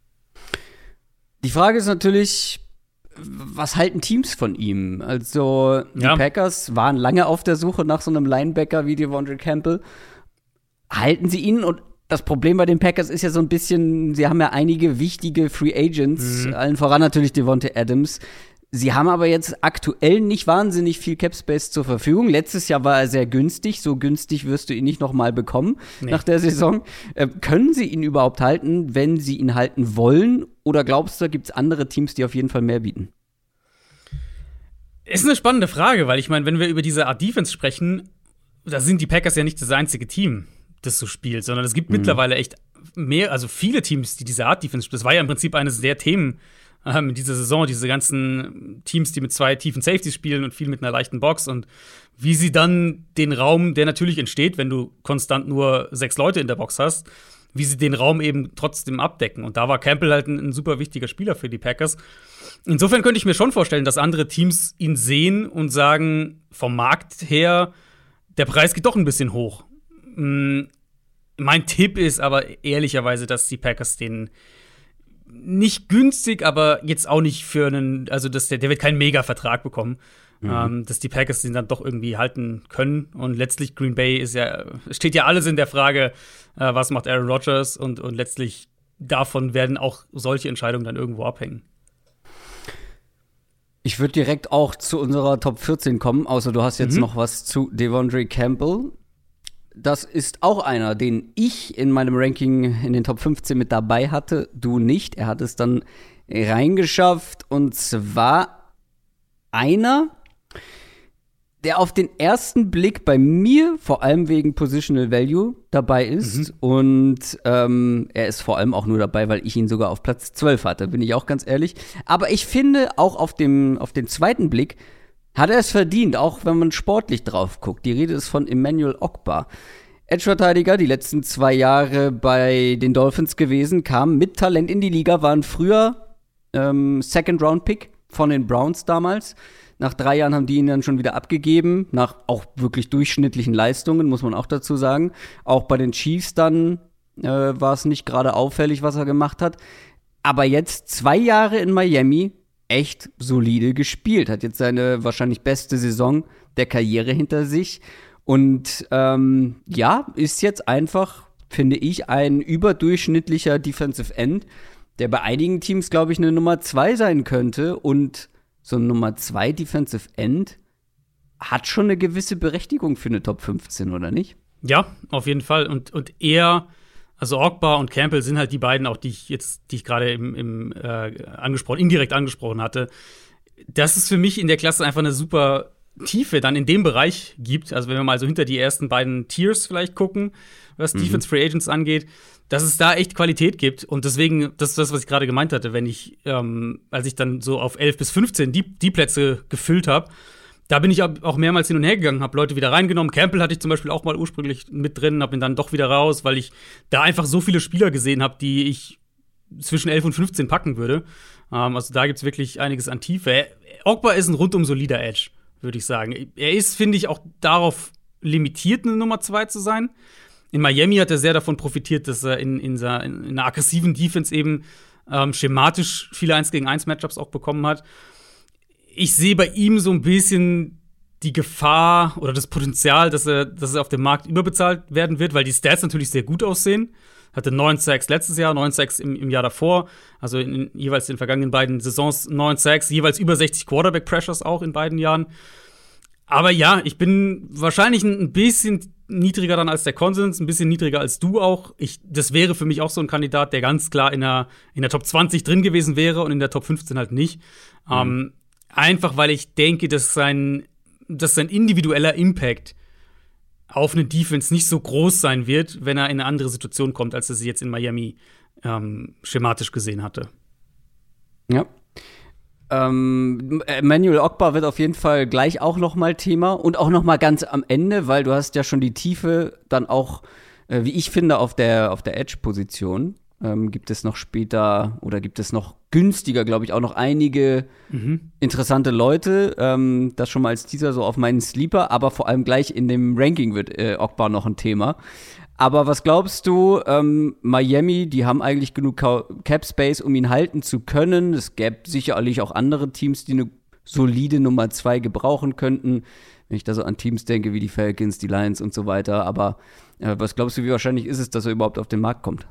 Die Frage ist natürlich, was halten Teams von ihm? Also, die ja. Packers waren lange auf der Suche nach so einem Linebacker wie Devondre Campbell. Halten sie ihn? Und das Problem bei den Packers ist ja so ein bisschen, sie haben ja einige wichtige Free Agents, mhm. allen voran natürlich Devontae Adams. Sie haben aber jetzt aktuell nicht wahnsinnig viel Cap Space zur Verfügung. Letztes Jahr war er sehr günstig. So günstig wirst du ihn nicht noch mal bekommen nee. nach der Saison. Äh, können sie ihn überhaupt halten, wenn sie ihn halten wollen? Oder glaubst du, da gibt es andere Teams, die auf jeden Fall mehr bieten? Ist eine spannende Frage, weil ich meine, wenn wir über diese Art Defense sprechen, da sind die Packers ja nicht das einzige Team, das so spielt, sondern es gibt mhm. mittlerweile echt mehr, also viele Teams, die diese Art Defense spielen. Das war ja im Prinzip eines der Themen ähm, in dieser Saison, diese ganzen Teams, die mit zwei tiefen Safeties spielen und viel mit einer leichten Box und wie sie dann den Raum, der natürlich entsteht, wenn du konstant nur sechs Leute in der Box hast, wie sie den Raum eben trotzdem abdecken. Und da war Campbell halt ein, ein super wichtiger Spieler für die Packers. Insofern könnte ich mir schon vorstellen, dass andere Teams ihn sehen und sagen, vom Markt her, der Preis geht doch ein bisschen hoch. Mein Tipp ist aber ehrlicherweise, dass die Packers den nicht günstig, aber jetzt auch nicht für einen, also dass der, der wird keinen Mega-Vertrag bekommen, mhm. ähm, dass die Packers den dann doch irgendwie halten können. Und letztlich Green Bay ist ja, steht ja alles in der Frage, äh, was macht Aaron Rodgers und, und letztlich davon werden auch solche Entscheidungen dann irgendwo abhängen. Ich würde direkt auch zu unserer Top vierzehn kommen, außer du hast jetzt mhm. noch was zu Devondre Campbell. Das ist auch einer, den ich in meinem Ranking in den Top fünfzehn mit dabei hatte, du nicht. Er hat es dann reingeschafft und zwar einer, der auf den ersten Blick bei mir vor allem wegen Positional Value dabei ist. Mhm. Und ähm, er ist vor allem auch nur dabei, weil ich ihn sogar auf Platz zwölf hatte, bin ich auch ganz ehrlich. Aber ich finde, auch auf dem, auf den zweiten Blick Hat er es verdient, auch wenn man sportlich drauf guckt. Die Rede ist von Emmanuel Ogbah. Edge-Verteidiger, die letzten zwei Jahre bei den Dolphins gewesen, kam mit Talent in die Liga, waren früher ähm, Second-Round-Pick von den Browns damals. Nach drei Jahren haben die ihn dann schon wieder abgegeben, nach auch wirklich durchschnittlichen Leistungen, muss man auch dazu sagen. Auch bei den Chiefs dann äh, war es nicht gerade auffällig, was er gemacht hat. Aber jetzt zwei Jahre in Miami, echt solide gespielt. Hat jetzt seine wahrscheinlich beste Saison der Karriere hinter sich. Und ähm, ja, ist jetzt einfach, finde ich, ein überdurchschnittlicher Defensive End, der bei einigen Teams, glaube ich, eine Nummer zwei sein könnte. Und so ein Nummer zwei Defensive End hat schon eine gewisse Berechtigung für eine Top fünfzehn, oder nicht? Ja, auf jeden Fall. Und, und er, also Ogbah und Campbell sind halt die beiden, auch die ich jetzt, die ich gerade im, im äh, angesprochen, indirekt angesprochen hatte. Das ist für mich in der Klasse einfach eine super Tiefe dann in dem Bereich gibt, also wenn wir mal so hinter die ersten beiden Tiers vielleicht gucken, was mhm. Defense Free Agents angeht, dass es da echt Qualität gibt. Und deswegen, das ist das, was ich gerade gemeint hatte, wenn ich, ähm, als ich dann so auf elf bis fünfzehn die, die Plätze gefüllt habe, da bin ich auch mehrmals hin und her gegangen, habe Leute wieder reingenommen. Campbell hatte ich zum Beispiel auch mal ursprünglich mit drin, habe ihn dann doch wieder raus, weil ich da einfach so viele Spieler gesehen habe, die ich zwischen elf und fünfzehn packen würde. Ähm, also da gibt's wirklich einiges an Tiefe. Ogbah ist ein rundum solider Edge, würde ich sagen. Er ist, finde ich, auch darauf limitiert, eine Nummer zwei zu sein. In Miami hat er sehr davon profitiert, dass er in, in, in einer aggressiven Defense eben ähm, schematisch viele eins gegen eins Matchups auch bekommen hat. Ich sehe bei ihm so ein bisschen die Gefahr oder das Potenzial, dass er, dass er auf dem Markt überbezahlt werden wird, weil die Stats natürlich sehr gut aussehen. Hatte neun Sacks letztes Jahr, neun Sacks im, im Jahr davor, also in, in, jeweils in den vergangenen beiden Saisons neun Sacks, jeweils über sechzig Quarterback-Pressures auch in beiden Jahren. Aber ja, ich bin wahrscheinlich ein bisschen niedriger dann als der Konsens, ein bisschen niedriger als du auch. Ich, das wäre für mich auch so ein Kandidat, der ganz klar in der, in der Top zwanzig drin gewesen wäre und in der Top fünfzehn halt nicht. Mhm. Ähm, einfach, weil ich denke, dass sein, dass sein individueller Impact auf eine Defense nicht so groß sein wird, wenn er in eine andere Situation kommt, als er sie jetzt in Miami ähm, schematisch gesehen hatte. Ja. Ähm, Emmanuel Ogbah wird auf jeden Fall gleich auch noch mal Thema und auch noch mal ganz am Ende, weil du hast ja schon die Tiefe dann auch, äh, wie ich finde, auf der, auf der Edge-Position. Ähm, gibt es noch später oder gibt es noch günstiger, glaube ich, auch noch einige mhm. interessante Leute. Ähm, das schon mal als Teaser so auf meinen Sleeper, aber vor allem gleich in dem Ranking wird äh, Ogbah noch ein Thema. Aber was glaubst du, ähm, Miami, die haben eigentlich genug Cap Space, um ihn halten zu können. Es gäbe sicherlich auch andere Teams, die eine solide Nummer zwei gebrauchen könnten. Wenn ich da so an Teams denke, wie die Falcons, die Lions und so weiter. Aber äh, was glaubst du, wie wahrscheinlich ist es, dass er überhaupt auf den Markt kommt?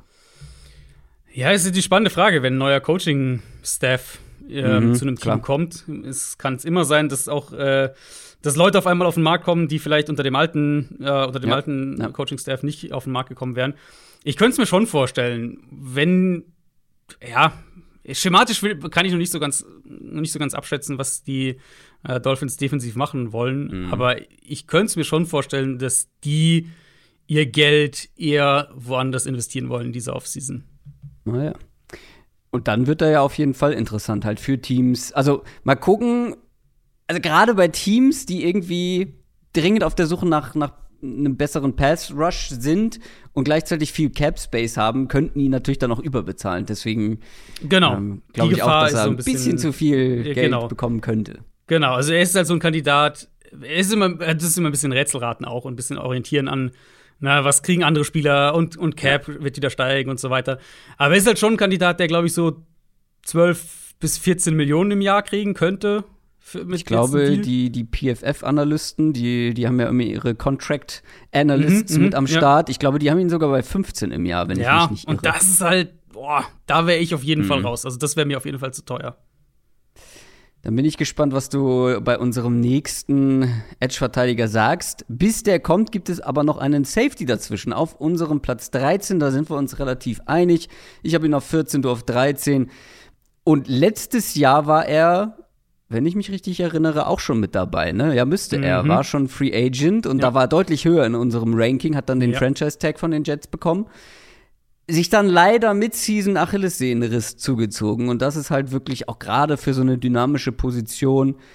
Ja, es ist die spannende Frage, wenn ein neuer Coaching-Staff ähm, mhm, zu einem Team klar. kommt. Es kann es immer sein, dass auch äh, dass Leute auf einmal auf den Markt kommen, die vielleicht unter dem alten, äh, unter dem ja, alten ja. Coaching-Staff nicht auf den Markt gekommen wären. Ich könnte es mir schon vorstellen, wenn, ja, schematisch will, kann ich noch nicht so ganz, noch nicht so ganz abschätzen, was die äh, Dolphins defensiv machen wollen. Mhm. Aber ich könnte es mir schon vorstellen, dass die ihr Geld eher woanders investieren wollen in dieser Offseason. Naja. Und dann wird er ja auf jeden Fall interessant halt für Teams. Also mal gucken. Also gerade bei Teams, die irgendwie dringend auf der Suche nach, nach einem besseren Pass-Rush sind und gleichzeitig viel Cap-Space haben, könnten die natürlich dann auch überbezahlen. Deswegen genau. ähm, glaube ich auch, dass er so ein bisschen, bisschen zu viel Geld genau. bekommen könnte. Genau, also er ist halt so ein Kandidat, er ist immer, das ist immer ein bisschen Rätselraten auch und ein bisschen orientieren an, na, was kriegen andere Spieler und, und Cap ja. wird wieder steigen und so weiter. Aber er ist halt schon ein Kandidat, der, glaube ich, so zwölf bis vierzehn Millionen im Jahr kriegen könnte. Ich glaube, die, die P F F-Analysten, die, die haben ja immer ihre Contract-Analysts mhm, mit am Start. Ja. Ich glaube, die haben ihn sogar bei fünfzehn im Jahr, wenn ja, ich mich nicht irre. Und das ist halt, boah, da wäre ich auf jeden mhm. Fall raus. Also das wäre mir auf jeden Fall zu teuer. Dann bin ich gespannt, was du bei unserem nächsten Edge-Verteidiger sagst. Bis der kommt, gibt es aber noch einen Safety dazwischen. Auf unserem Platz dreizehn, da sind wir uns relativ einig. Ich habe ihn auf vierzehn, du auf dreizehn. Und letztes Jahr war er, wenn ich mich richtig erinnere, auch schon mit dabei, ne? Ja, müsste mhm. er. War schon Free Agent und ja. da war er deutlich höher in unserem Ranking, hat dann den ja. Franchise-Tag von den Jets bekommen. Sich dann leider mit Season Achillessehnenriss zugezogen und das ist halt wirklich auch gerade für so eine dynamische Position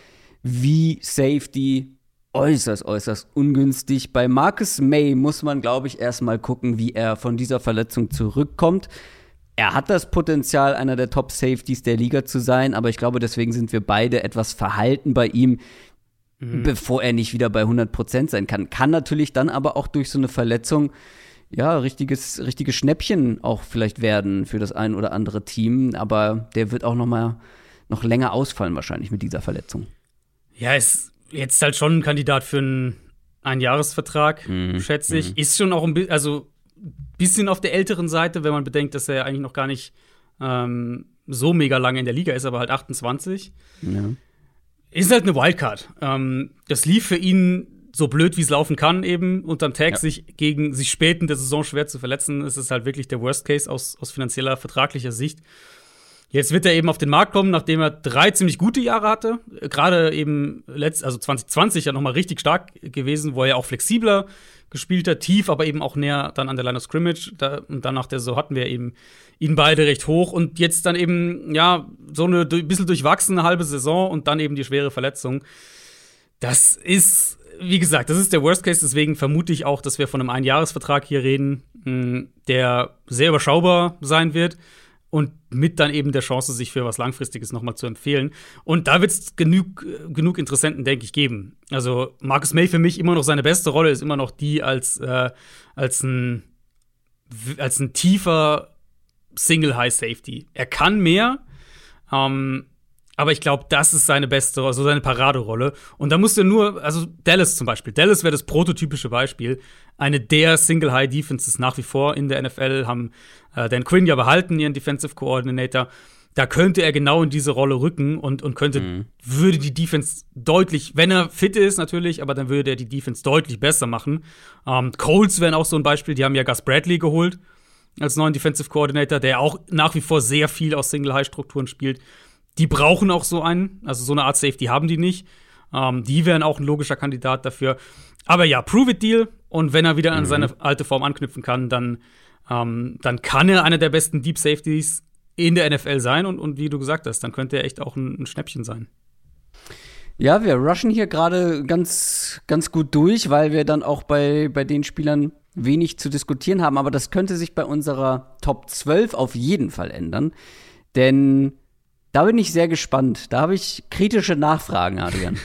wie Safety äußerst, äußerst ungünstig. Bei Marcus May muss man, glaube ich, erstmal gucken, wie er von dieser Verletzung zurückkommt. Er hat das Potenzial, einer der Top-Safeties der Liga zu sein, aber ich glaube, deswegen sind wir beide etwas verhalten bei ihm, mhm. bevor er nicht wieder bei hundert Prozent sein kann. Kann natürlich dann aber auch durch so eine Verletzung ja, richtiges, richtiges Schnäppchen auch vielleicht werden für das ein oder andere Team, aber der wird auch noch mal noch länger ausfallen wahrscheinlich mit dieser Verletzung. Ja, ist jetzt halt schon ein Kandidat für einen Einjahresvertrag, mhm. schätze ich. Mhm. Ist schon auch ein bisschen, also bisschen auf der älteren Seite, wenn man bedenkt, dass er eigentlich noch gar nicht ähm, so mega lange in der Liga ist, aber halt achtundzwanzig. Ja. Ist halt eine Wildcard. Ähm, das lief für ihn so blöd, wie es laufen kann, eben unterm Tag, ja. sich gegen sich spät in der Saison schwer zu verletzen. Es ist halt wirklich der Worst Case aus, aus finanzieller, vertraglicher Sicht. Jetzt wird er eben auf den Markt kommen, nachdem er drei ziemlich gute Jahre hatte. Gerade eben letzt, also zwanzig zwanzig ja noch mal richtig stark gewesen, wo er auch flexibler gespielt hat, tief, aber eben auch näher dann an der Line of Scrimmage. Da, und dann nach der Saison hatten wir eben ihn beide recht hoch. Und jetzt dann eben, ja, so eine ein bisschen durchwachsene halbe Saison und dann eben die schwere Verletzung. Das ist, wie gesagt, das ist der Worst Case. Deswegen vermute ich auch, dass wir von einem Einjahresvertrag hier reden, der sehr überschaubar sein wird. Und mit dann eben der Chance, sich für was Langfristiges noch mal zu empfehlen. Und da wird es genug, genug Interessenten, denke ich, geben. Also Marcus May für mich immer noch seine beste Rolle, ist immer noch die als, äh, als, ein, als ein tiefer Single-High-Safety. Er kann mehr, ähm, aber ich glaube, das ist seine beste, also seine Paraderolle. Und da musst du nur, also Dallas zum Beispiel, Dallas wäre das prototypische Beispiel. Eine der Single-High-Defenses nach wie vor in der N F L, haben äh, Dan Quinn ja behalten, ihren Defensive Coordinator. Da könnte er genau in diese Rolle rücken und, und könnte, mhm. würde die Defense deutlich, wenn er fit ist natürlich, aber dann würde er die Defense deutlich besser machen. Ähm, Colts wären auch so ein Beispiel, die haben ja Gus Bradley geholt als neuen Defensive Coordinator, der auch nach wie vor sehr viel aus Single-High-Strukturen spielt. Die brauchen auch so einen, also so eine Art Safety haben die nicht. Ähm, die wären auch ein logischer Kandidat dafür. Aber ja, Prove-It-Deal. Und wenn er wieder an mhm. seine alte Form anknüpfen kann, dann, ähm, dann kann er einer der besten Deep Safeties in der N F L sein. Und, und wie du gesagt hast, dann könnte er echt auch ein, ein Schnäppchen sein. Ja, wir rushen hier gerade ganz, ganz gut durch, weil wir dann auch bei, bei den Spielern wenig zu diskutieren haben. Aber das könnte sich bei unserer Top zwölf auf jeden Fall ändern. Denn da bin ich sehr gespannt. Da habe ich kritische Nachfragen, Adrian.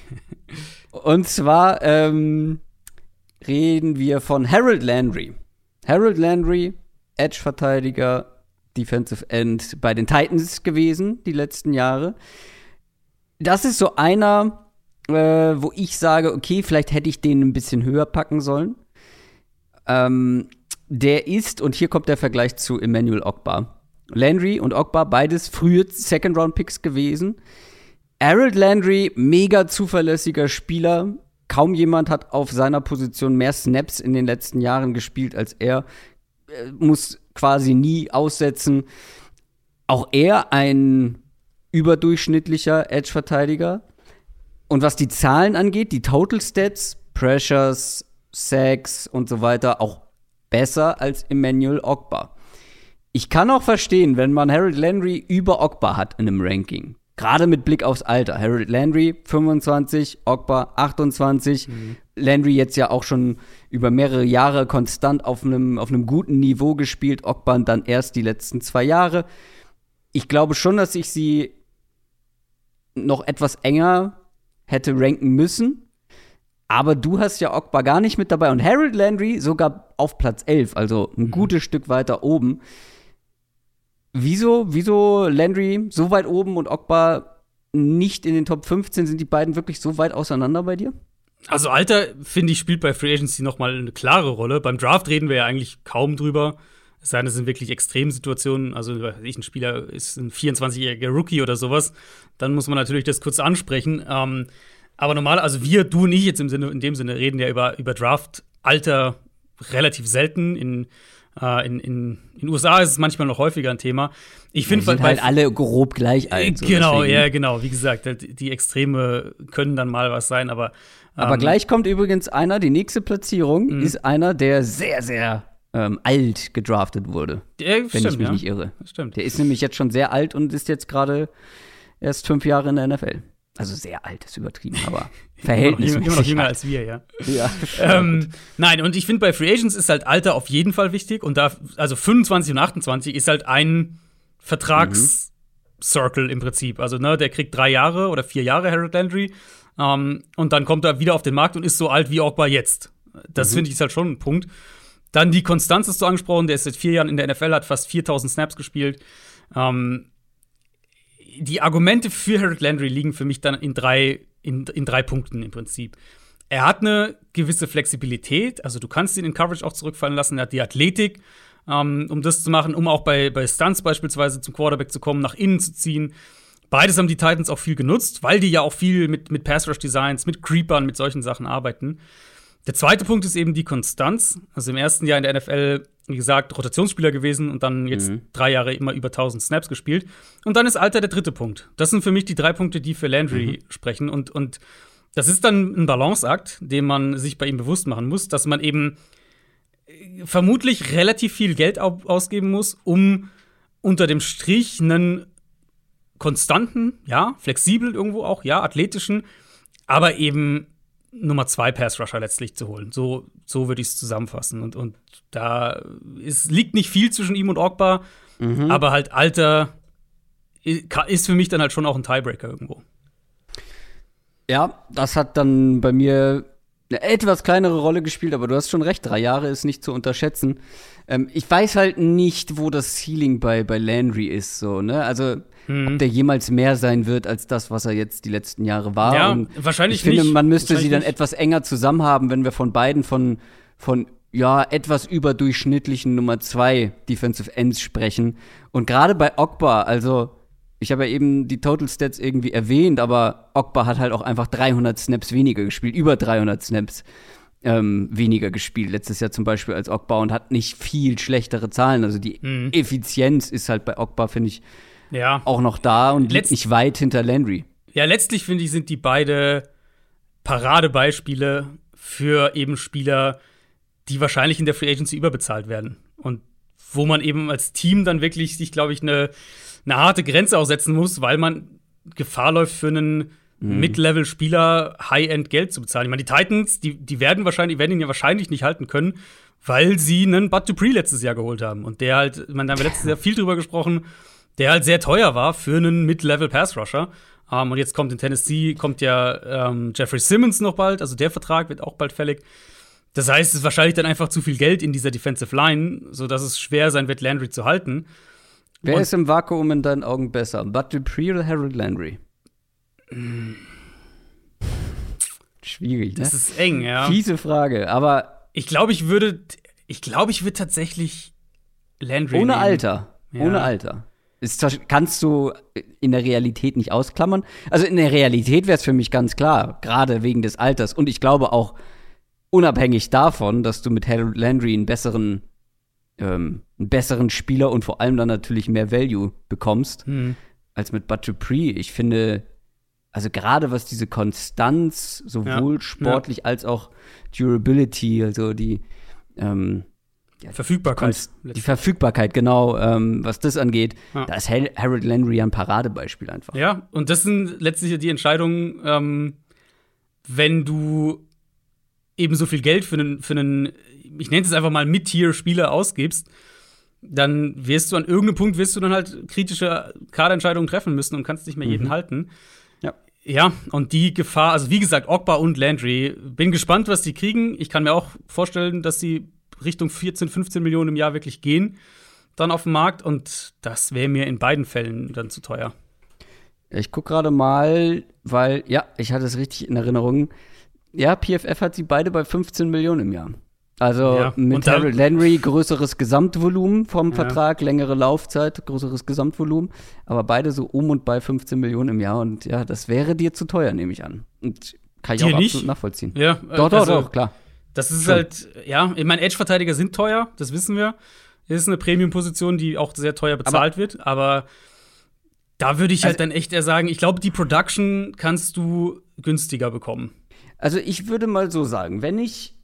Und zwar ähm, reden wir von Harold Landry. Harold Landry, Edge-Verteidiger, Defensive End bei den Titans gewesen, die letzten Jahre. Das ist so einer, äh, wo ich sage, okay, vielleicht hätte ich den ein bisschen höher packen sollen. Ähm, der ist, und hier kommt der Vergleich zu Emmanuel Ogbah. Landry und Ogbah, beides frühe Second-Round-Picks gewesen. Harold Landry, mega zuverlässiger Spieler. Kaum jemand hat auf seiner Position mehr Snaps in den letzten Jahren gespielt als er. Er muss quasi nie aussetzen. Auch er ein überdurchschnittlicher Edge-Verteidiger. Und was die Zahlen angeht, die Total Stats, Pressures, Sacks und so weiter, auch besser als Emmanuel Ogbah. Ich kann auch verstehen, wenn man Harold Landry über Ogbah hat in einem Ranking. Gerade mit Blick aufs Alter. Harold Landry fünfundzwanzig, Ogbah achtundzwanzig. Mhm. Landry jetzt ja auch schon über mehrere Jahre konstant auf einem, auf einem guten Niveau gespielt. Ogbah dann erst die letzten zwei Jahre. Ich glaube schon, dass ich sie noch etwas enger hätte ranken müssen. Aber du hast ja Ogbah gar nicht mit dabei. Und Harold Landry sogar auf Platz elf, also ein mhm. gutes Stück weiter oben. Wieso, wieso Landry so weit oben und Ogbah nicht in den Top fünfzehn? Sind die beiden wirklich so weit auseinander bei dir? Also Alter, finde ich, spielt bei Free Agency noch mal eine klare Rolle. Beim Draft reden wir ja eigentlich kaum drüber. Es sei denn, es sind wirklich Extremsituationen. Also, wenn ein Spieler ist ein vierundzwanzigjähriger Rookie oder sowas, dann muss man natürlich das kurz ansprechen. Ähm, aber normal, also wir, du und ich jetzt im Sinne, in dem Sinne reden ja über, über Draft-Alter relativ selten. In Uh, in, in, in den U S A ist es manchmal noch häufiger ein Thema. Ich finde, ja, sind halt alle grob gleich alt. So genau, deswegen. Ja, genau. Wie gesagt, die Extreme können dann mal was sein, aber ähm, Aber gleich kommt übrigens einer, die nächste Platzierung mhm. ist einer, der sehr, sehr ähm, alt gedraftet wurde. Der, wenn stimmt, ich mich ja. nicht irre. Das stimmt. Der ist nämlich jetzt schon sehr alt und ist jetzt gerade erst fünf Jahre in der N F L. Also sehr alt ist übertrieben, aber verhältnismäßig. verhältnismäßig. Immer noch jünger als wir, ja. Ja. ähm, nein, und ich finde, bei Free Agents ist halt Alter auf jeden Fall wichtig. Und da, also fünfundzwanzig und achtundzwanzig ist halt ein Vertragscircle im Prinzip. Also, ne, der kriegt drei Jahre oder vier Jahre, Harold Landry. Um, und dann kommt er wieder auf den Markt und ist so alt wie Ogba jetzt. Das mhm. finde ich ist halt schon ein Punkt. Dann die Konstanz hast du angesprochen. Der ist seit vier Jahren in der N F L, hat fast viertausend Snaps gespielt. Um, die Argumente für Harold Landry liegen für mich dann in drei, in, in drei Punkten im Prinzip. Er hat eine gewisse Flexibilität. Also du kannst ihn in Coverage auch zurückfallen lassen. Er hat die Athletik, um, um das zu machen, um auch bei, bei Stunts beispielsweise zum Quarterback zu kommen, nach innen zu ziehen. Beides haben die Titans auch viel genutzt, weil die ja auch viel mit, mit Pass-Rush-Designs, mit Creepern, mit solchen Sachen arbeiten. Der zweite Punkt ist eben die Konstanz. Also im ersten Jahr in der N F L, wie gesagt, Rotationsspieler gewesen und dann jetzt mhm. drei Jahre immer über tausend Snaps gespielt. Und dann ist Alter der dritte Punkt. Das sind für mich die drei Punkte, die für Landry mhm. sprechen. Und, und das ist dann ein Balanceakt, den man sich bei ihm bewusst machen muss, dass man eben vermutlich relativ viel Geld ausgeben muss, um unter dem Strich einen konstanten, ja, flexibel irgendwo auch, ja, athletischen, aber eben Nummer zwei Pass-Rusher letztlich zu holen. So, so würde ich es zusammenfassen. Und, und da ist, liegt nicht viel zwischen ihm und Ogba, mhm. aber halt Alter ist für mich dann halt schon auch ein Tiebreaker irgendwo. Ja, das hat dann bei mir eine etwas kleinere Rolle gespielt, aber du hast schon recht, drei Jahre ist nicht zu unterschätzen. Ähm, ich weiß halt nicht, wo das Ceiling bei, bei Landry ist, so, ne? Also, hm. ob der jemals mehr sein wird als das, was er jetzt die letzten Jahre war. Ja, und wahrscheinlich ich finde, nicht. man müsste sie dann nicht. etwas enger zusammen haben, wenn wir von beiden von, von ja, etwas überdurchschnittlichen Nummer zwei Defensive Ends sprechen. Und gerade bei Ogba, also ich habe ja eben die Total Stats irgendwie erwähnt, aber Ogba hat halt auch einfach dreihundert Snaps weniger gespielt, über dreihundert Snaps ähm, weniger gespielt. Letztes Jahr zum Beispiel als Ogba und hat nicht viel schlechtere Zahlen. Also die mhm. Effizienz ist halt bei Ogba, finde ich, ja. auch noch da und liegt nicht weit hinter Landry. Ja, letztlich, finde ich, sind die beide Paradebeispiele für eben Spieler, die wahrscheinlich in der Free Agency überbezahlt werden. Und wo man eben als Team dann wirklich sich, glaube ich, eine eine harte Grenze aussetzen muss, weil man Gefahr läuft, für einen mhm. Mid-Level-Spieler High-End Geld zu bezahlen. Ich meine, die Titans, die, die werden wahrscheinlich, werden ihn ja wahrscheinlich nicht halten können, weil sie einen Bud Dupree letztes Jahr geholt haben. Und der halt, ich meine, da haben wir letztes Jahr viel drüber gesprochen, der halt sehr teuer war für einen Mid-Level-Pass-Rusher. Um, und jetzt kommt in Tennessee, kommt ja ähm, Jeffrey Simmons noch bald, also der Vertrag wird auch bald fällig. Das heißt, es ist wahrscheinlich dann einfach zu viel Geld in dieser Defensive Line, sodass es schwer sein wird, Landry zu halten. Wer Und ist im Vakuum in deinen Augen besser? Bud Dupree oder Harold Landry? Schwierig, ne? Das ist eng, ja. Fiese Frage, aber ich glaube, ich würde ich glaube, ich würde tatsächlich Landry ohne nehmen. Alter, Ja. ohne Alter. Ist, kannst du in der Realität nicht ausklammern? Also in der Realität wäre es für mich ganz klar, gerade wegen des Alters. Und ich glaube auch unabhängig davon, dass du mit Harold Landry einen besseren Ähm, einen besseren Spieler und vor allem dann natürlich mehr Value bekommst, mhm. als mit Bud Dupree. Ich finde, also gerade was diese Konstanz, sowohl ja. sportlich ja. als auch Durability, also die ähm, ja, Verfügbarkeit. Die, die Verfügbarkeit, genau, ähm, was das angeht, ja. da ist Harold Landry ein Paradebeispiel einfach. Ja, und das sind letztlich die Entscheidungen, ähm, wenn du eben so viel Geld für einen, für einen ich nenne es einfach mal Mid-Tier-Spieler ausgibst, dann wirst du an irgendeinem Punkt wirst du dann halt kritische Kaderentscheidungen treffen müssen und kannst nicht mehr jeden mhm. halten. Ja. Ja, und die Gefahr, also wie gesagt, Ogba und Landry, bin gespannt, was die kriegen. Ich kann mir auch vorstellen, dass sie Richtung vierzehn, fünfzehn Millionen im Jahr wirklich gehen, dann auf dem Markt. Und das wäre mir in beiden Fällen dann zu teuer. Ich guck gerade mal, weil, ja, ich hatte es richtig in Erinnerung. Ja, P F F hat sie beide bei fünfzehn Millionen im Jahr. Also ja. mit Harold Landry größeres Gesamtvolumen vom ja. Vertrag, längere Laufzeit, größeres Gesamtvolumen, aber beide so um und bei fünfzehn Millionen im Jahr und ja, das wäre dir zu teuer, nehme ich an. Und kann ich dir auch nicht? absolut nachvollziehen. Ja, doch, doch, also, doch, klar. Das ist Schon. halt, ja, ich meine, Edge-Verteidiger sind teuer, das wissen wir. Das ist eine Premium-Position, die auch sehr teuer bezahlt aber, wird, aber da würde ich halt also, dann echt eher sagen, ich glaube, die Production kannst du günstiger bekommen. Also ich würde mal so sagen, wenn ich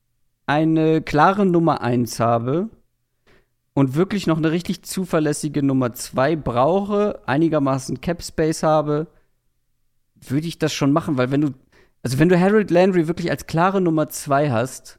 eine klare Nummer eins habe und wirklich noch eine richtig zuverlässige Nummer zwei brauche, einigermaßen Cap Space habe, würde ich das schon machen, weil wenn du, also wenn du Harold Landry wirklich als klare Nummer zwei hast,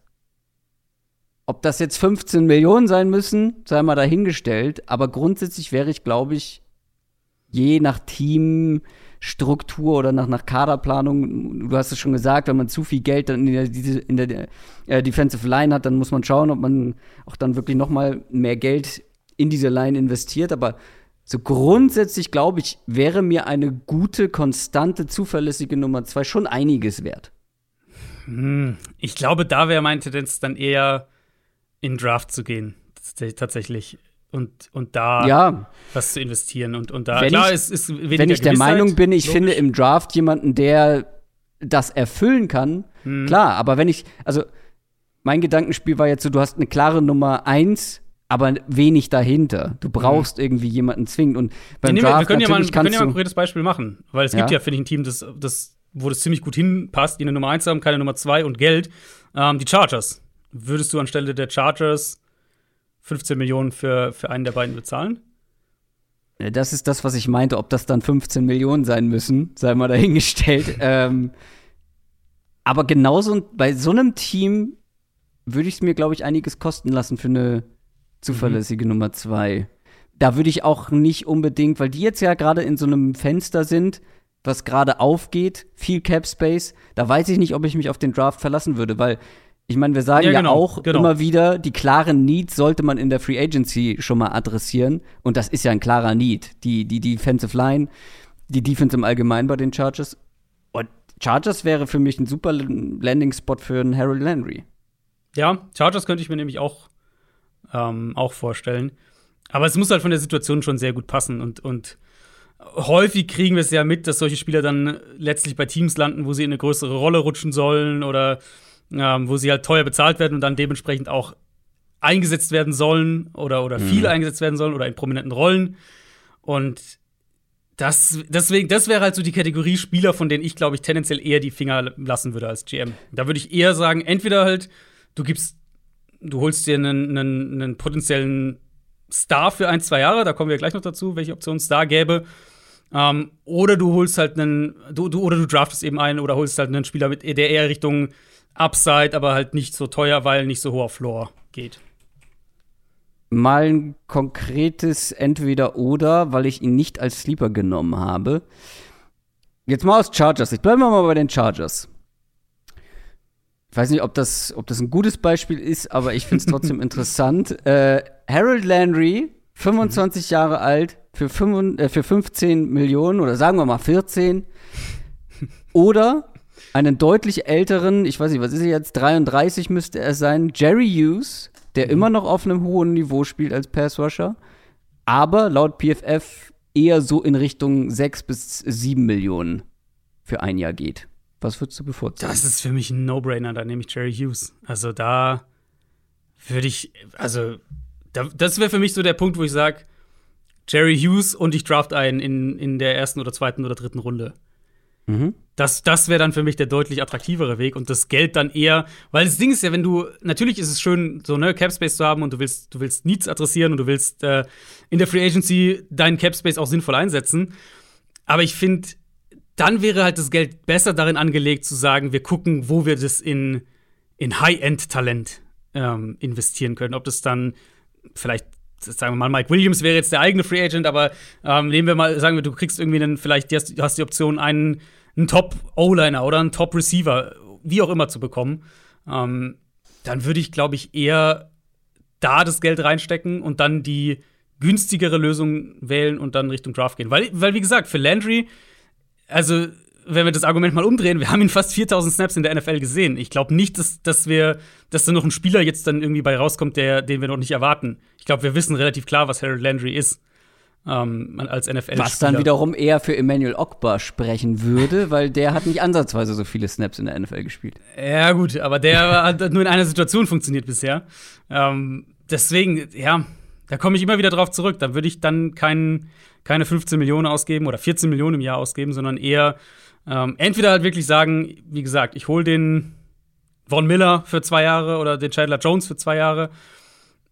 ob das jetzt fünfzehn Millionen sein müssen, sei mal dahingestellt, aber grundsätzlich wäre ich, glaube ich, je nach Teamstruktur oder nach, nach Kaderplanung, du hast es schon gesagt, wenn man zu viel Geld dann in der, in der äh, Defensive Line hat, dann muss man schauen, ob man auch dann wirklich noch mal mehr Geld in diese Line investiert, aber so grundsätzlich, glaube ich, wäre mir eine gute, konstante, zuverlässige Nummer zwei schon einiges wert. Hm, ich glaube, da wäre meine Tendenz dann eher in Draft zu gehen, tatsächlich. Und, und da ja. was zu investieren. Und, und da, wenn klar, ich, es ist weniger Wenn ich der Gewissheit, Meinung bin, ich logisch. finde im Draft jemanden, der das erfüllen kann, hm. klar, aber wenn ich, also mein Gedankenspiel war jetzt so, du hast eine klare Nummer eins, aber wenig dahinter. Du brauchst hm. irgendwie jemanden zwingend. Und beim nee, nee, Draft wir können ja mal, wir können ja mal ein du konkretes Beispiel machen. Weil es ja? gibt ja, finde ich, ein Team, das, das, wo das ziemlich gut hinpasst, die eine Nummer eins haben, keine Nummer zwei und Geld. Ähm, die Chargers. Würdest du anstelle der Chargers fünfzehn Millionen für, für einen der beiden bezahlen? Das ist das, was ich meinte. Ob das dann fünfzehn Millionen sein müssen, sei mal dahingestellt. ähm, aber genauso bei so einem Team würde ich es mir, glaube ich, einiges kosten lassen für eine zuverlässige mhm. Nummer zwei. Da würde ich auch nicht unbedingt, weil die jetzt ja gerade in so einem Fenster sind, was gerade aufgeht, viel Cap Space, da weiß ich nicht, ob ich mich auf den Draft verlassen würde, weil ich meine, wir sagen ja, ja genau, ja auch genau. immer wieder, die klaren Needs sollte man in der Free Agency schon mal adressieren. Und das ist ja ein klarer Need. Die, die Defensive Line, die Defense im Allgemeinen bei den Chargers. Und Chargers wäre für mich ein super Landing-Spot für einen Harold Landry. Ja, Chargers könnte ich mir nämlich auch, ähm, auch vorstellen. Aber es muss halt von der Situation schon sehr gut passen. Und, und häufig kriegen wir es ja mit, dass solche Spieler dann letztlich bei Teams landen, wo sie in eine größere Rolle rutschen sollen oder Ähm, wo sie halt teuer bezahlt werden und dann dementsprechend auch eingesetzt werden sollen oder, oder mhm. viel eingesetzt werden sollen oder in prominenten Rollen. Und das, deswegen, das wäre halt so die Kategorie Spieler, von denen ich, glaube ich, tendenziell eher die Finger lassen würde als G M. Da würde ich eher sagen, entweder halt, du gibst, du holst dir einen, einen, einen potenziellen Star für ein, zwei Jahre, da kommen wir gleich noch dazu, welche Optionen es da gäbe. Ähm, oder du holst halt einen, du, du, oder du draftest eben einen oder holst halt einen Spieler, mit, der eher Richtung Upside, aber halt nicht so teuer, weil nicht so hoher Floor geht. Mal ein konkretes Entweder-Oder, weil ich ihn nicht als Sleeper genommen habe. Jetzt mal aus Chargers. Ich bleibe mal bei den Chargers. Ich weiß nicht, ob das, ob das ein gutes Beispiel ist, aber ich finde es trotzdem interessant. Äh, Harold Landry, fünfundzwanzig mhm. Jahre alt, für, fünf, äh, für fünfzehn Millionen oder sagen wir mal vierzehn. Oder einen deutlich älteren, ich weiß nicht, was ist er jetzt, dreiunddreißig müsste er sein, Jerry Hughes, der mhm. immer noch auf einem hohen Niveau spielt als Pass-Rusher, aber laut P F F eher so in Richtung sechs bis sieben Millionen für ein Jahr geht. Was würdest du bevorzugen? Das ist für mich ein No-Brainer, da nehme ich Jerry Hughes. Also da würde ich, also da, das wäre für mich so der Punkt, wo ich sage, Jerry Hughes und ich draft einen in, in der ersten oder zweiten oder dritten Runde. Mhm. Das, das wäre dann für mich der deutlich attraktivere Weg und das Geld dann eher, weil das Ding ist ja, wenn du, natürlich ist es schön, so ne, Capspace zu haben und du willst, du willst Needs adressieren und du willst äh, in der Free Agency deinen Capspace auch sinnvoll einsetzen. Aber ich finde, dann wäre halt das Geld besser darin angelegt zu sagen, wir gucken, wo wir das in, in High-End-Talent ähm, investieren können. Ob das dann vielleicht, sagen wir mal, Mike Williams wäre jetzt der eigene Free Agent, aber ähm, nehmen wir mal, sagen wir, du kriegst irgendwie einen, vielleicht hast, hast die Option, einen, einen Top-O-Liner oder einen Top-Receiver, wie auch immer, zu bekommen. Ähm, dann würde ich, glaube ich, eher da das Geld reinstecken und dann die günstigere Lösung wählen und dann Richtung Draft gehen. Weil, weil wie gesagt, für Landry, also wenn wir das Argument mal umdrehen, wir haben ihn fast viertausend Snaps in der N F L gesehen. Ich glaube nicht, dass, dass wir, dass da noch ein Spieler jetzt dann irgendwie bei rauskommt, der, den wir noch nicht erwarten. Ich glaube, wir wissen relativ klar, was Harold Landry ist ähm, als N F L-Spieler. Was dann wiederum eher für Emmanuel Ogbah sprechen würde, weil der hat nicht ansatzweise so viele Snaps in der N F L gespielt. Ja gut, aber der hat nur in einer Situation funktioniert bisher. Ähm, deswegen, ja, da komme ich immer wieder drauf zurück. Da würde ich dann kein, keine fünfzehn Millionen ausgeben oder vierzehn Millionen im Jahr ausgeben, sondern eher Ähm, entweder halt wirklich sagen, wie gesagt, ich hole den Von Miller für zwei Jahre oder den Chandler Jones für zwei Jahre.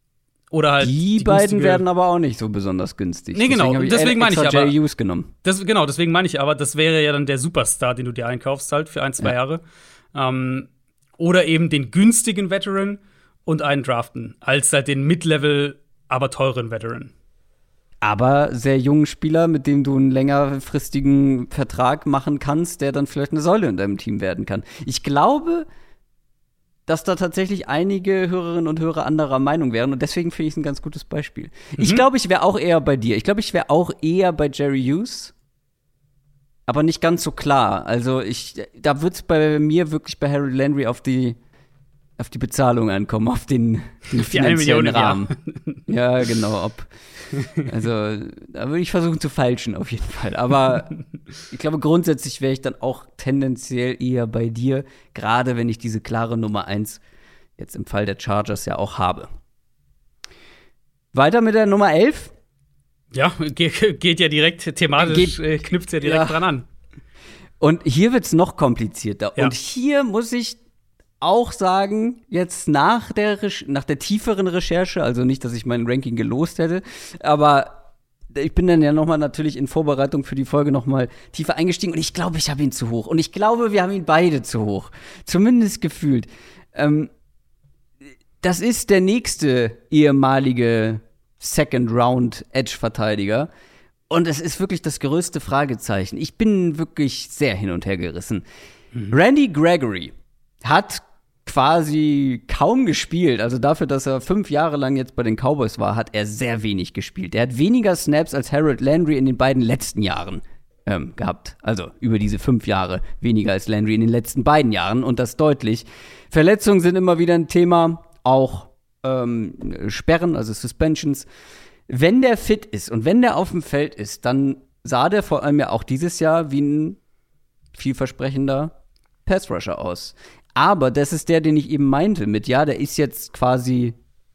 Oder halt die, die beiden günstige, werden aber auch nicht so besonders günstig. Nee, genau, deswegen, deswegen meine ich aber, Jerry Hughes genommen. Das, genau, deswegen meine ich aber, das wäre ja dann der Superstar, den du dir einkaufst halt für ein, zwei ja. Jahre. Ähm, oder eben den günstigen Veteran und einen draften, als halt den Mid-Level, aber teuren Veteran. Aber sehr jungen Spieler, mit dem du einen längerfristigen Vertrag machen kannst, der dann vielleicht eine Säule in deinem Team werden kann. Ich glaube, dass da tatsächlich einige Hörerinnen und Hörer anderer Meinung wären. Und deswegen finde ich es ein ganz gutes Beispiel. Mhm. Ich glaube, ich wäre auch eher bei dir. Ich glaube, ich wäre auch eher bei Jerry Hughes. Aber nicht ganz so klar. Also, ich, da wird es bei mir wirklich bei Harold Landry auf die, auf die Bezahlung ankommen, auf den, den finanziellen Rahmen. Ja, genau. Ob, also, da würde ich versuchen zu falschen, auf jeden Fall. Aber ich glaube, grundsätzlich wäre ich dann auch tendenziell eher bei dir, gerade wenn ich diese klare Nummer eins jetzt im Fall der Chargers ja auch habe. Weiter mit der Nummer elf. Ja, geht, geht ja direkt, thematisch geht, äh, knüpft ja direkt ja. dran an. Und hier wird's noch komplizierter. Ja. Und hier muss ich auch sagen, jetzt nach der, Re- nach der tieferen Recherche, also nicht, dass ich mein Ranking gelost hätte, aber ich bin dann ja nochmal natürlich in Vorbereitung für die Folge nochmal tiefer eingestiegen und ich glaube, ich habe ihn zu hoch. Und ich glaube, wir haben ihn beide zu hoch. Zumindest gefühlt. Ähm, das ist der nächste ehemalige Second-Round-Edge-Verteidiger. Und es ist wirklich das größte Fragezeichen. Ich bin wirklich sehr hin und her gerissen. Mhm. Randy Gregory hat quasi kaum gespielt. Also dafür, dass er fünf Jahre lang jetzt bei den Cowboys war, hat er sehr wenig gespielt. Er hat weniger Snaps als Harold Landry in den beiden letzten Jahren ähm, gehabt. Also über diese fünf Jahre weniger als Landry in den letzten beiden Jahren. Und das deutlich. Verletzungen sind immer wieder ein Thema. Auch ähm, Sperren, also Suspensions. Wenn der fit ist und wenn der auf dem Feld ist, dann sah der vor allem ja auch dieses Jahr wie ein vielversprechender Pass-Rusher aus. Aber das ist der, den ich eben meinte mit, ja, der ist jetzt quasi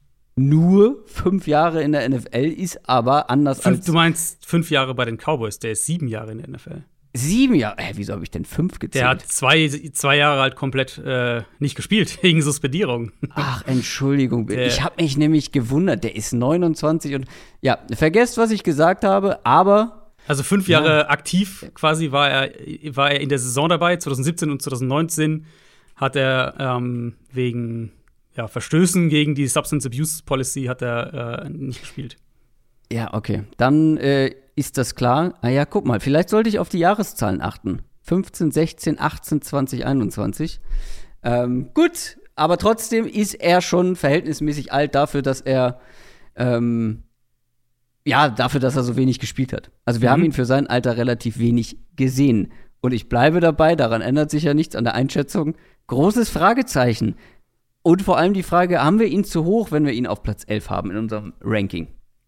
nur fünf Jahre in der N F L, ist aber anders fünf, als Du meinst fünf Jahre bei den Cowboys, der ist sieben Jahre in der N F L. Sieben Jahre? Hä, wieso habe ich denn fünf gezählt? Der hat zwei, zwei Jahre halt komplett äh, nicht gespielt, wegen Suspendierung. Ach, Entschuldigung. Der ich habe mich nämlich gewundert. Der ist neunundzwanzig und ja, vergesst, was ich gesagt habe, aber Also fünf Jahre ja. aktiv quasi war er, war er in der Saison dabei. zwanzig siebzehn und zwanzig neunzehn hat er ähm, wegen ja, Verstößen gegen die Substance Abuse Policy hat er äh, nicht gespielt. Ja, okay. Dann äh, ist das klar. Ah ja, guck mal, vielleicht sollte ich auf die Jahreszahlen achten. fünfzehn, sechzehn, achtzehn, zwanzig, einundzwanzig. Ähm, gut, aber trotzdem ist er schon verhältnismäßig alt dafür, dass er ähm, ja, dafür, dass er so wenig gespielt hat. Also wir mhm. haben ihn für sein Alter relativ wenig gesehen. Und ich bleibe dabei, daran ändert sich ja nichts an der Einschätzung. Großes Fragezeichen. Und vor allem die Frage, haben wir ihn zu hoch, wenn wir ihn auf Platz elf haben in unserem Ranking?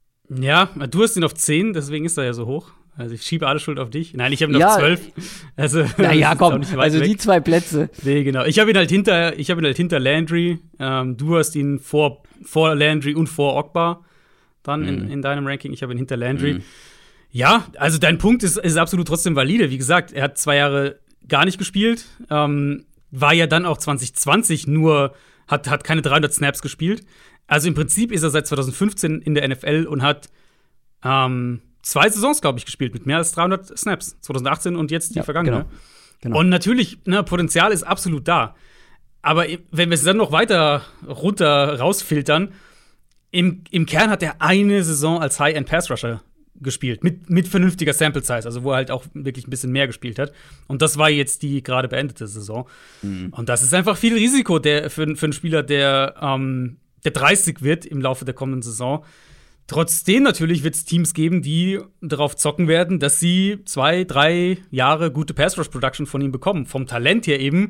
Ja, du hast ihn auf zehn, deswegen ist er ja so hoch. Also ich schiebe alle Schuld auf dich. Nein, ich habe ihn ja, auf zwölf. Also, naja, komm, also weg. die zwei Plätze. Nee, genau. Ich habe ihn halt hinter, ich habe ihn halt hinter Landry. Ähm, du hast ihn vor, vor Landry und vor Ogba dann mm. in, in deinem Ranking. Ich habe ihn hinter Landry. Mm. Ja, also dein Punkt ist, ist absolut trotzdem valide. Wie gesagt, er hat zwei Jahre gar nicht gespielt. Ähm, war ja dann auch zwanzig zwanzig nur, hat, hat keine dreihundert Snaps gespielt. Also im Prinzip ist er seit zwanzig fünfzehn in der N F L und hat ähm, zwei Saisons, glaube ich, gespielt mit mehr als dreihundert Snaps. zwanzig achtzehn und jetzt die ja, vergangene. Genau. Genau. Und natürlich, ne, Potenzial ist absolut da. Aber wenn wir es dann noch weiter runter rausfiltern, im, im Kern hat er eine Saison als High-End-Pass-Rusher gespielt, mit, mit vernünftiger Sample-Size, also wo er halt auch wirklich ein bisschen mehr gespielt hat. Und das war jetzt die gerade beendete Saison. Mhm. Und das ist einfach viel Risiko der, für, für einen Spieler, der, ähm, der dreißig wird im Laufe der kommenden Saison. Trotzdem natürlich wird es Teams geben, die darauf zocken werden, dass sie zwei, drei Jahre gute Pass-Rush-Production von ihm bekommen. Vom Talent her eben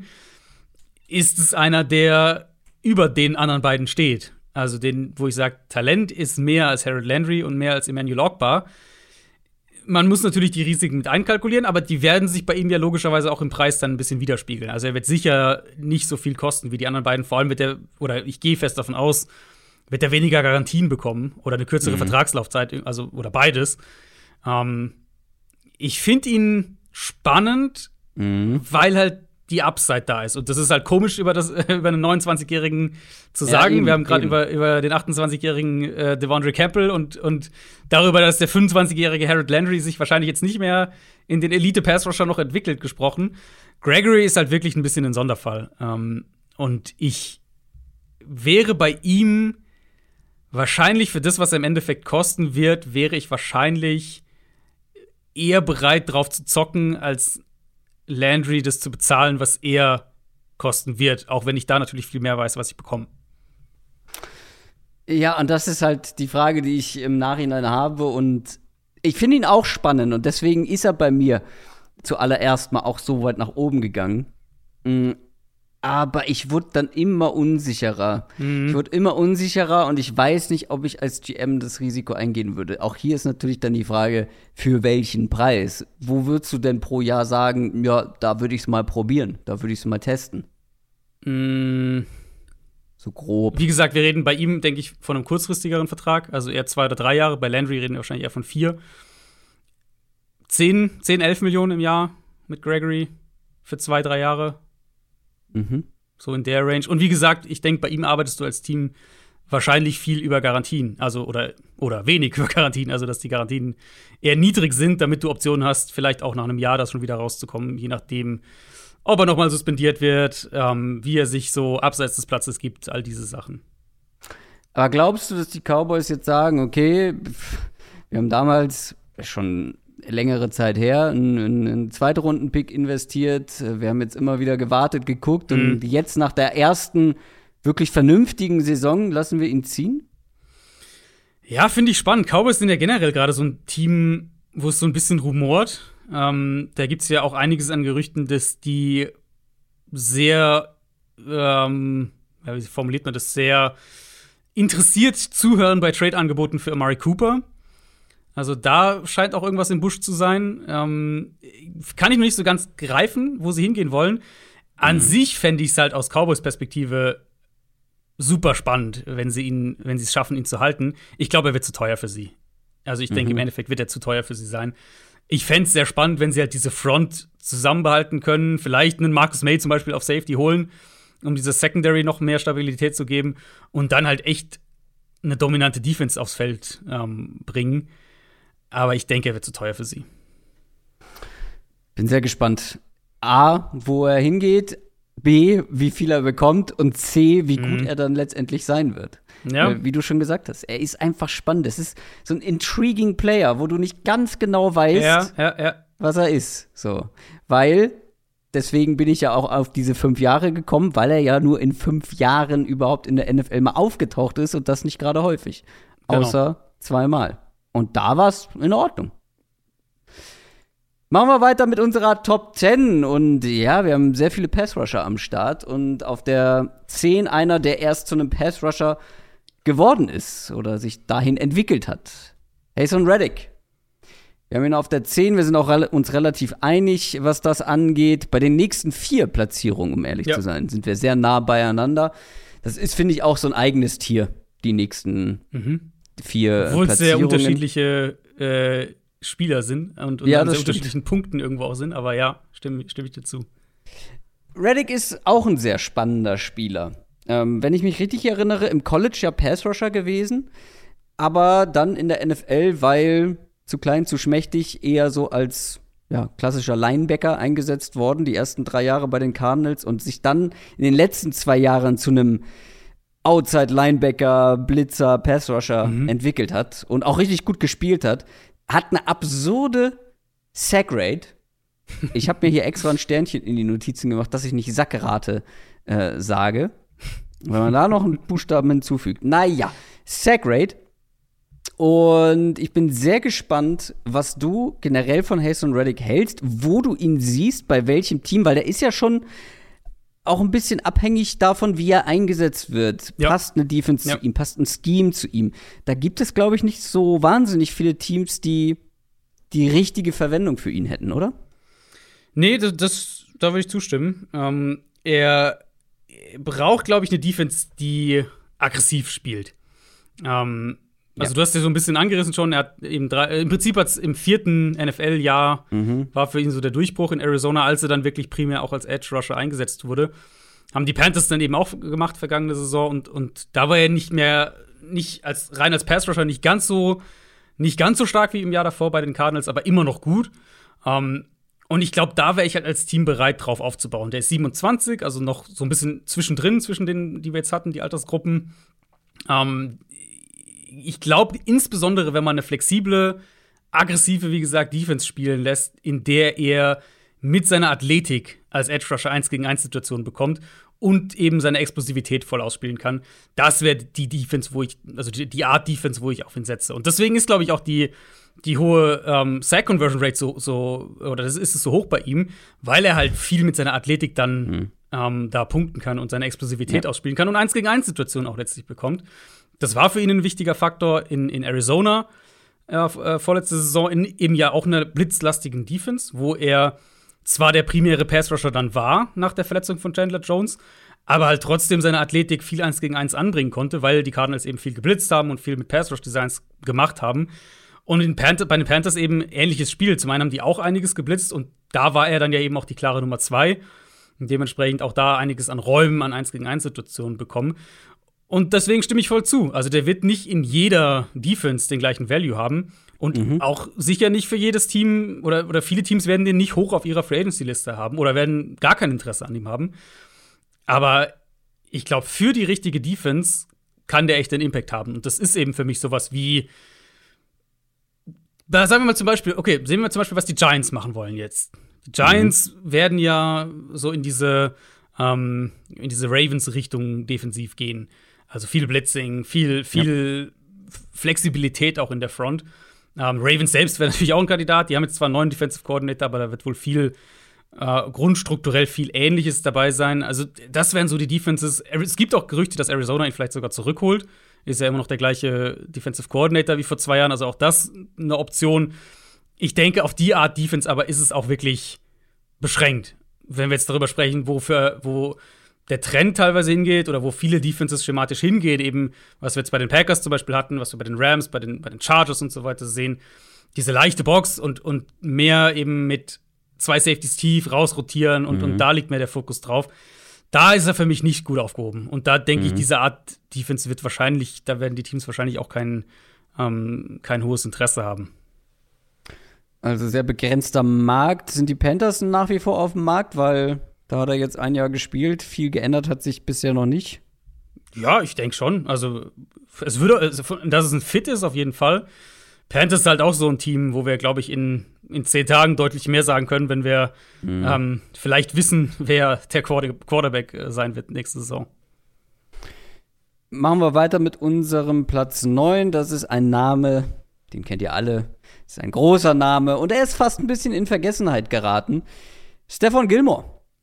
ist es einer, der über den anderen beiden steht. Also den, wo ich sage, Talent ist mehr als Harold Landry und mehr als Emmanuel Ogba. Man muss natürlich die Risiken mit einkalkulieren, aber die werden sich bei ihm ja logischerweise auch im Preis dann ein bisschen widerspiegeln. Also er wird sicher nicht so viel kosten wie die anderen beiden. Vor allem wird er, oder ich gehe fest davon aus, wird er weniger Garantien bekommen oder eine kürzere mhm. Vertragslaufzeit, also oder beides. Ähm, ich finde ihn spannend, mhm. weil halt die Upside da ist. Und das ist halt komisch, über, das, über einen neunundzwanzigjährigen zu sagen. Ja, eben, Wir haben gerade eben. über, über den achtundzwanzigjährigen äh, Devondre Campbell und, und darüber, dass der fünfundzwanzigjährige Harold Landry sich wahrscheinlich jetzt nicht mehr in den Elite-Pass-Rusher noch entwickelt, gesprochen. Gregory ist halt wirklich ein bisschen ein Sonderfall. Ähm, und ich wäre bei ihm wahrscheinlich für das, was er im Endeffekt kosten wird, wäre ich wahrscheinlich eher bereit, drauf zu zocken, als Landry das zu bezahlen, was er kosten wird, auch wenn ich da natürlich viel mehr weiß, was ich bekomme. Ja, und das ist halt die Frage, die ich im Nachhinein habe. Und ich finde ihn auch spannend. Und deswegen ist er bei mir zuallererst mal auch so weit nach oben gegangen. Aber ich wurde dann immer unsicherer. Mhm. Ich wurde immer unsicherer und ich weiß nicht, ob ich als G M das Risiko eingehen würde. Auch hier ist natürlich dann die Frage, für welchen Preis? Wo würdest du denn pro Jahr sagen, ja, da würde ich es mal probieren, da würde ich es mal testen? Mhm. So grob. Wie gesagt, wir reden bei ihm, denke ich, von einem kurzfristigeren Vertrag, also eher zwei oder drei Jahre. Bei Landry reden wir wahrscheinlich eher von vier. Zehn, zehn, elf Millionen im Jahr mit Gregory für zwei, drei Jahre. Mhm. So in der Range. Und wie gesagt, ich denke, bei ihm arbeitest du als Team wahrscheinlich viel über Garantien. Also, oder, oder wenig über Garantien. Also, dass die Garantien eher niedrig sind, damit du Optionen hast, vielleicht auch nach einem Jahr das schon wieder rauszukommen, je nachdem, ob er noch mal suspendiert wird, ähm, wie er sich so abseits des Platzes gibt, all diese Sachen. Aber glaubst du, dass die Cowboys jetzt sagen, okay, wir haben damals schon längere Zeit her einen, einen Zweitrunden-Pick investiert, wir haben jetzt immer wieder gewartet, geguckt mhm. und jetzt nach der ersten wirklich vernünftigen Saison lassen wir ihn ziehen? Ja, finde ich spannend. Cowboys sind ja generell gerade so ein Team, wo es so ein bisschen rumort. Ähm, da gibt es ja auch einiges an Gerüchten, dass die sehr, ähm, wie formuliert man das, sehr interessiert zuhören bei Trade-Angeboten für Amari Cooper. Also da scheint auch irgendwas im Busch zu sein. Ähm, kann ich noch nicht so ganz greifen, wo sie hingehen wollen. An mhm. sich fände ich es halt aus Cowboys Perspektive super spannend, wenn sie ihn, wenn sie es schaffen, ihn zu halten. Ich glaube, er wird zu teuer für sie. Also ich mhm. denke, im Endeffekt wird er zu teuer für sie sein. Ich fände es sehr spannend, wenn sie halt diese Front zusammenbehalten können. Vielleicht einen Marcus May zum Beispiel auf Safety holen, um diese Secondary noch mehr Stabilität zu geben. Und dann halt echt eine dominante Defense aufs Feld ähm, bringen. Aber ich denke, er wird zu teuer für sie. Bin sehr gespannt. A, wo er hingeht. B, wie viel er bekommt. Und C, wie mhm. gut er dann letztendlich sein wird. Ja. Wie du schon gesagt hast. Er ist einfach spannend. Es ist so ein intriguing Player, wo du nicht ganz genau weißt, ja, ja, ja. was er ist. So. Weil, deswegen bin ich ja auch auf diese fünf Jahre gekommen, weil er ja nur in fünf Jahren überhaupt in der N F L mal aufgetaucht ist und das nicht gerade häufig. Genau. Außer zweimal. Und da war es in Ordnung. Machen wir weiter mit unserer Top zehn. Und ja, wir haben sehr viele Pass-Rusher am Start. Und auf der zehn einer, der erst zu einem Pass-Rusher geworden ist oder sich dahin entwickelt hat. Haason Reddick. Wir haben ihn auf der zehn. Wir sind auch re- uns relativ einig, was das angeht. Bei den nächsten vier Platzierungen, um ehrlich ja. zu sein, sind wir sehr nah beieinander. Das ist, finde ich, auch so ein eigenes Tier, die nächsten mhm. vier Obwohl es sehr Platzierungen. unterschiedliche äh, Spieler sind und, und ja, an sehr stimmt. unterschiedlichen Punkten irgendwo auch sind. Aber ja, stimme, stimme ich dir zu. Reddick ist auch ein sehr spannender Spieler. Ähm, wenn ich mich richtig erinnere, im College ja Pass-Rusher gewesen, aber dann in der N F L, weil zu klein, zu schmächtig, eher so als ja, klassischer Linebacker eingesetzt worden, die ersten drei Jahre bei den Cardinals und sich dann in den letzten zwei Jahren zu einem Outside-Linebacker, Blitzer, Pass-Rusher mhm. entwickelt hat und auch richtig gut gespielt hat, hat eine absurde Sack-Rate. Ich habe mir hier extra ein Sternchen in die Notizen gemacht, dass ich nicht Sackrate äh, sage. Wenn man da noch einen Buchstaben hinzufügt. Naja, Sack-Rate. Und ich bin sehr gespannt, was du generell von Haason Reddick hältst, wo du ihn siehst, bei welchem Team, weil der ist ja schon auch ein bisschen abhängig davon, wie er eingesetzt wird. Ja. Passt eine Defense ja. zu ihm, passt ein Scheme zu ihm. Da gibt es, glaube ich, nicht so wahnsinnig viele Teams, die die richtige Verwendung für ihn hätten, oder? Nee, das, das da würde ich zustimmen. Ähm, er braucht, glaube ich, eine Defense, die aggressiv spielt. Ähm, Also Ja. du hast ja so ein bisschen angerissen schon, er hat eben drei, äh, im Prinzip hat's im vierten N F L-Jahr Mhm. war für ihn so der Durchbruch in Arizona, als er dann wirklich primär auch als Edge-Rusher eingesetzt wurde. Haben die Panthers dann eben auch gemacht, vergangene Saison, und, und da war er nicht mehr, nicht als rein als Pass-Rusher nicht ganz so, nicht ganz so stark wie im Jahr davor bei den Cardinals, aber immer noch gut. Ähm, und ich glaube, da wäre ich halt als Team bereit, drauf aufzubauen. Der ist siebenundzwanzig, also noch so ein bisschen zwischendrin, zwischen denen, die wir jetzt hatten, die Altersgruppen. Ähm, ich glaube, insbesondere, wenn man eine flexible, aggressive, wie gesagt, Defense spielen lässt, in der er mit seiner Athletik als Edge-Rusher eins gegen eins Situationen bekommt und eben seine Explosivität voll ausspielen kann. Das wäre die Defense, wo ich, also die, die Art Defense, wo ich auf ihn setze. Und deswegen ist, glaube ich, auch die, die hohe ähm, Sack-Conversion-Rate so, so, oder das ist es so hoch bei ihm, weil er halt viel mit seiner Athletik dann mhm. ähm, da punkten kann und seine Explosivität ja. ausspielen kann und eins gegen eins Situationen auch letztlich bekommt. Das war für ihn ein wichtiger Faktor in, in Arizona äh, vorletzte Saison, in eben ja auch einer blitzlastigen Defense, wo er zwar der primäre Pass-Rusher dann war nach der Verletzung von Chandler Jones, aber halt trotzdem seine Athletik viel eins gegen eins anbringen konnte, weil die Cardinals eben viel geblitzt haben und viel mit Pass-Rush-Designs gemacht haben. Und in Panther, bei den Panthers eben ähnliches Spiel. Zum einen haben die auch einiges geblitzt und da war er dann ja eben auch die klare Nummer zwei und dementsprechend auch da einiges an Räumen, an eins gegen eins Situationen bekommen. Und deswegen stimme ich voll zu. Also der wird nicht in jeder Defense den gleichen Value haben. Und mhm. auch sicher nicht für jedes Team oder, oder viele Teams werden den nicht hoch auf ihrer Free Agency Liste haben oder werden gar kein Interesse an ihm haben. Aber ich glaube, für die richtige Defense kann der echt einen Impact haben. Und das ist eben für mich sowas wie, da sagen wir mal zum Beispiel, okay, sehen wir zum Beispiel, was die Giants machen wollen jetzt. Die Giants mhm. werden ja so in diese, ähm, in diese Ravens-Richtung defensiv gehen. Also viel Blitzing, viel, viel ja. Flexibilität auch in der Front. Ähm, Ravens selbst wäre natürlich auch ein Kandidat. Die haben jetzt zwar einen neuen Defensive Coordinator, aber da wird wohl viel äh, grundstrukturell viel Ähnliches dabei sein. Also das wären so die Defenses. Es gibt auch Gerüchte, dass Arizona ihn vielleicht sogar zurückholt. Ist ja immer noch der gleiche Defensive Coordinator wie vor zwei Jahren. Also auch das eine Option. Ich denke, auf die Art Defense aber ist es auch wirklich beschränkt. Wenn wir jetzt darüber sprechen, wofür, wo der Trend teilweise hingeht oder wo viele Defenses schematisch hingehen, eben, was wir jetzt bei den Packers zum Beispiel hatten, was wir bei den Rams, bei den, bei den Chargers und so weiter sehen, diese leichte Box und, und mehr eben mit zwei Safeties tief rausrotieren und, mhm. und da liegt mehr der Fokus drauf. Da ist er für mich nicht gut aufgehoben. Und da denke mhm. ich, diese Art Defense wird wahrscheinlich, da werden die Teams wahrscheinlich auch kein, ähm, kein hohes Interesse haben. Also sehr begrenzter Markt. Sind die Panthers nach wie vor auf dem Markt, weil da hat er jetzt ein Jahr gespielt. Viel geändert hat sich bisher noch nicht. Ja, ich denke schon. Also, es würde, also, dass es ein Fit ist, auf jeden Fall. Panthers ist halt auch so ein Team, wo wir, glaube ich, in, in zehn Tagen deutlich mehr sagen können, wenn wir mhm. ähm, vielleicht wissen, wer der Quarterback sein wird nächste Saison. Machen wir weiter mit unserem Platz neun. Das ist ein Name, den kennt ihr alle. Das ist ein großer Name und er ist fast ein bisschen in Vergessenheit geraten. Stephon Gilmore.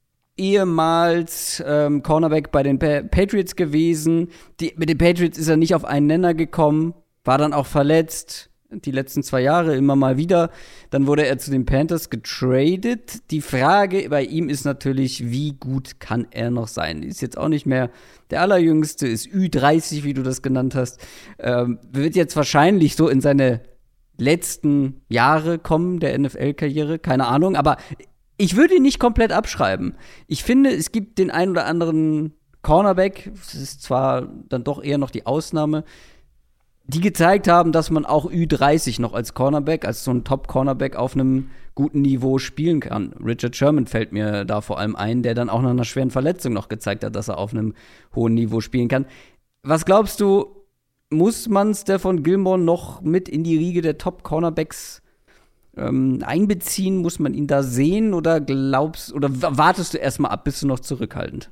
Ehemals ähm, Cornerback bei den pa- Patriots gewesen. Die, mit den Patriots ist er nicht auf einen Nenner gekommen, war dann auch verletzt, die letzten zwei Jahre immer mal wieder. Dann wurde er zu den Panthers getradet. Die Frage bei ihm ist natürlich, wie gut kann er noch sein? Ist jetzt auch nicht mehr der Allerjüngste, ist Ü dreißig, wie du das genannt hast. Ähm, wird jetzt wahrscheinlich so in seine letzten Jahre kommen, der N F L-Karriere, keine Ahnung, aber ich würde ihn nicht komplett abschreiben. Ich finde, es gibt den einen oder anderen Cornerback, das ist zwar dann doch eher noch die Ausnahme, die gezeigt haben, dass man auch Ü dreißig noch als Cornerback, als so ein Top-Cornerback auf einem guten Niveau spielen kann. Richard Sherman fällt mir da vor allem ein, der dann auch nach einer schweren Verletzung noch gezeigt hat, dass er auf einem hohen Niveau spielen kann. Was glaubst du, muss man Stephon Gilmore noch mit in die Riege der Top-Cornerbacks ähm, einbeziehen? Muss man ihn da sehen oder glaubst oder wartest du erstmal ab, bist du noch zurückhaltend?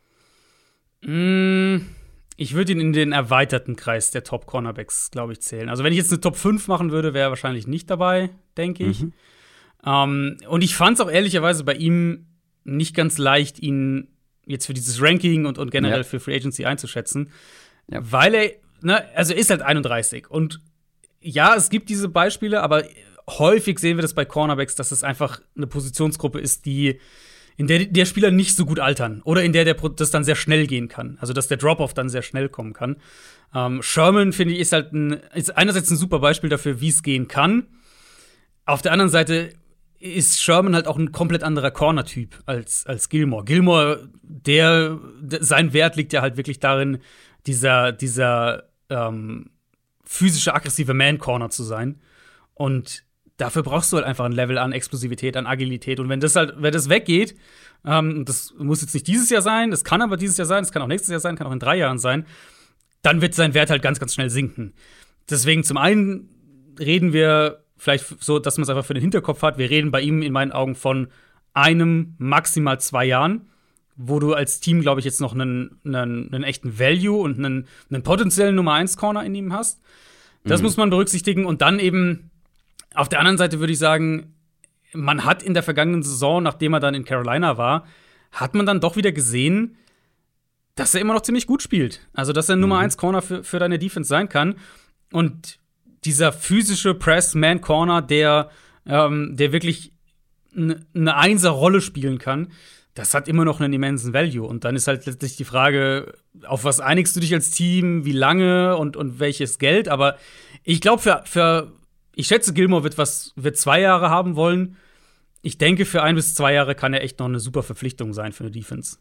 Mm, ich würde ihn in den erweiterten Kreis der Top-Cornerbacks, glaube ich, zählen. Also wenn ich jetzt eine Top fünf machen würde, wäre er wahrscheinlich nicht dabei, denke ich. Mhm. Ähm, und ich fand es auch ehrlicherweise bei ihm nicht ganz leicht, ihn jetzt für dieses Ranking und, und generell ja. für Free Agency einzuschätzen. Ja. Weil er, ne, also er ist halt einunddreißig. Und ja, es gibt diese Beispiele, aber häufig sehen wir das bei Cornerbacks, dass es einfach eine Positionsgruppe ist, die in der der Spieler nicht so gut altern oder in der der das dann sehr schnell gehen kann. Also dass der Drop-off dann sehr schnell kommen kann. Ähm, Sherman, finde ich, ist halt ein, ist einerseits ein super Beispiel dafür, wie es gehen kann. Auf der anderen Seite ist Sherman halt auch ein komplett anderer Corner-Typ als, als Gilmore. Gilmore, der, der, sein Wert liegt ja halt wirklich darin, dieser, dieser ähm, physische, aggressive Man-Corner zu sein. Und dafür brauchst du halt einfach ein Level an Explosivität, an Agilität. Und wenn das halt, wenn das weggeht, ähm, das muss jetzt nicht dieses Jahr sein, das kann aber dieses Jahr sein, das kann auch nächstes Jahr sein, kann auch in drei Jahren sein, dann wird sein Wert halt ganz, ganz schnell sinken. Deswegen zum einen reden wir vielleicht so, dass man es einfach für den Hinterkopf hat. Wir reden bei ihm in meinen Augen von einem, maximal zwei Jahren, wo du als Team, glaube ich, jetzt noch einen, einen, einen echten Value und einen, einen potenziellen Nummer eins Corner in ihm hast. Das mhm. muss man berücksichtigen. Und dann eben auf der anderen Seite würde ich sagen, man hat in der vergangenen Saison, nachdem er dann in Carolina war, hat man dann doch wieder gesehen, dass er immer noch ziemlich gut spielt. Also, dass er mhm. Nummer eins Corner für, für deine Defense sein kann. Und dieser physische Press-Man-Corner, der, ähm, der wirklich eine Einser-Rolle spielen kann, das hat immer noch einen immensen Value. Und dann ist halt letztlich die Frage, auf was einigst du dich als Team, wie lange und, und welches Geld. Aber ich glaube, für, für ich schätze, Gilmore wird was, wird zwei Jahre haben wollen. Ich denke, für ein bis zwei Jahre kann er echt noch eine super Verpflichtung sein für eine Defense.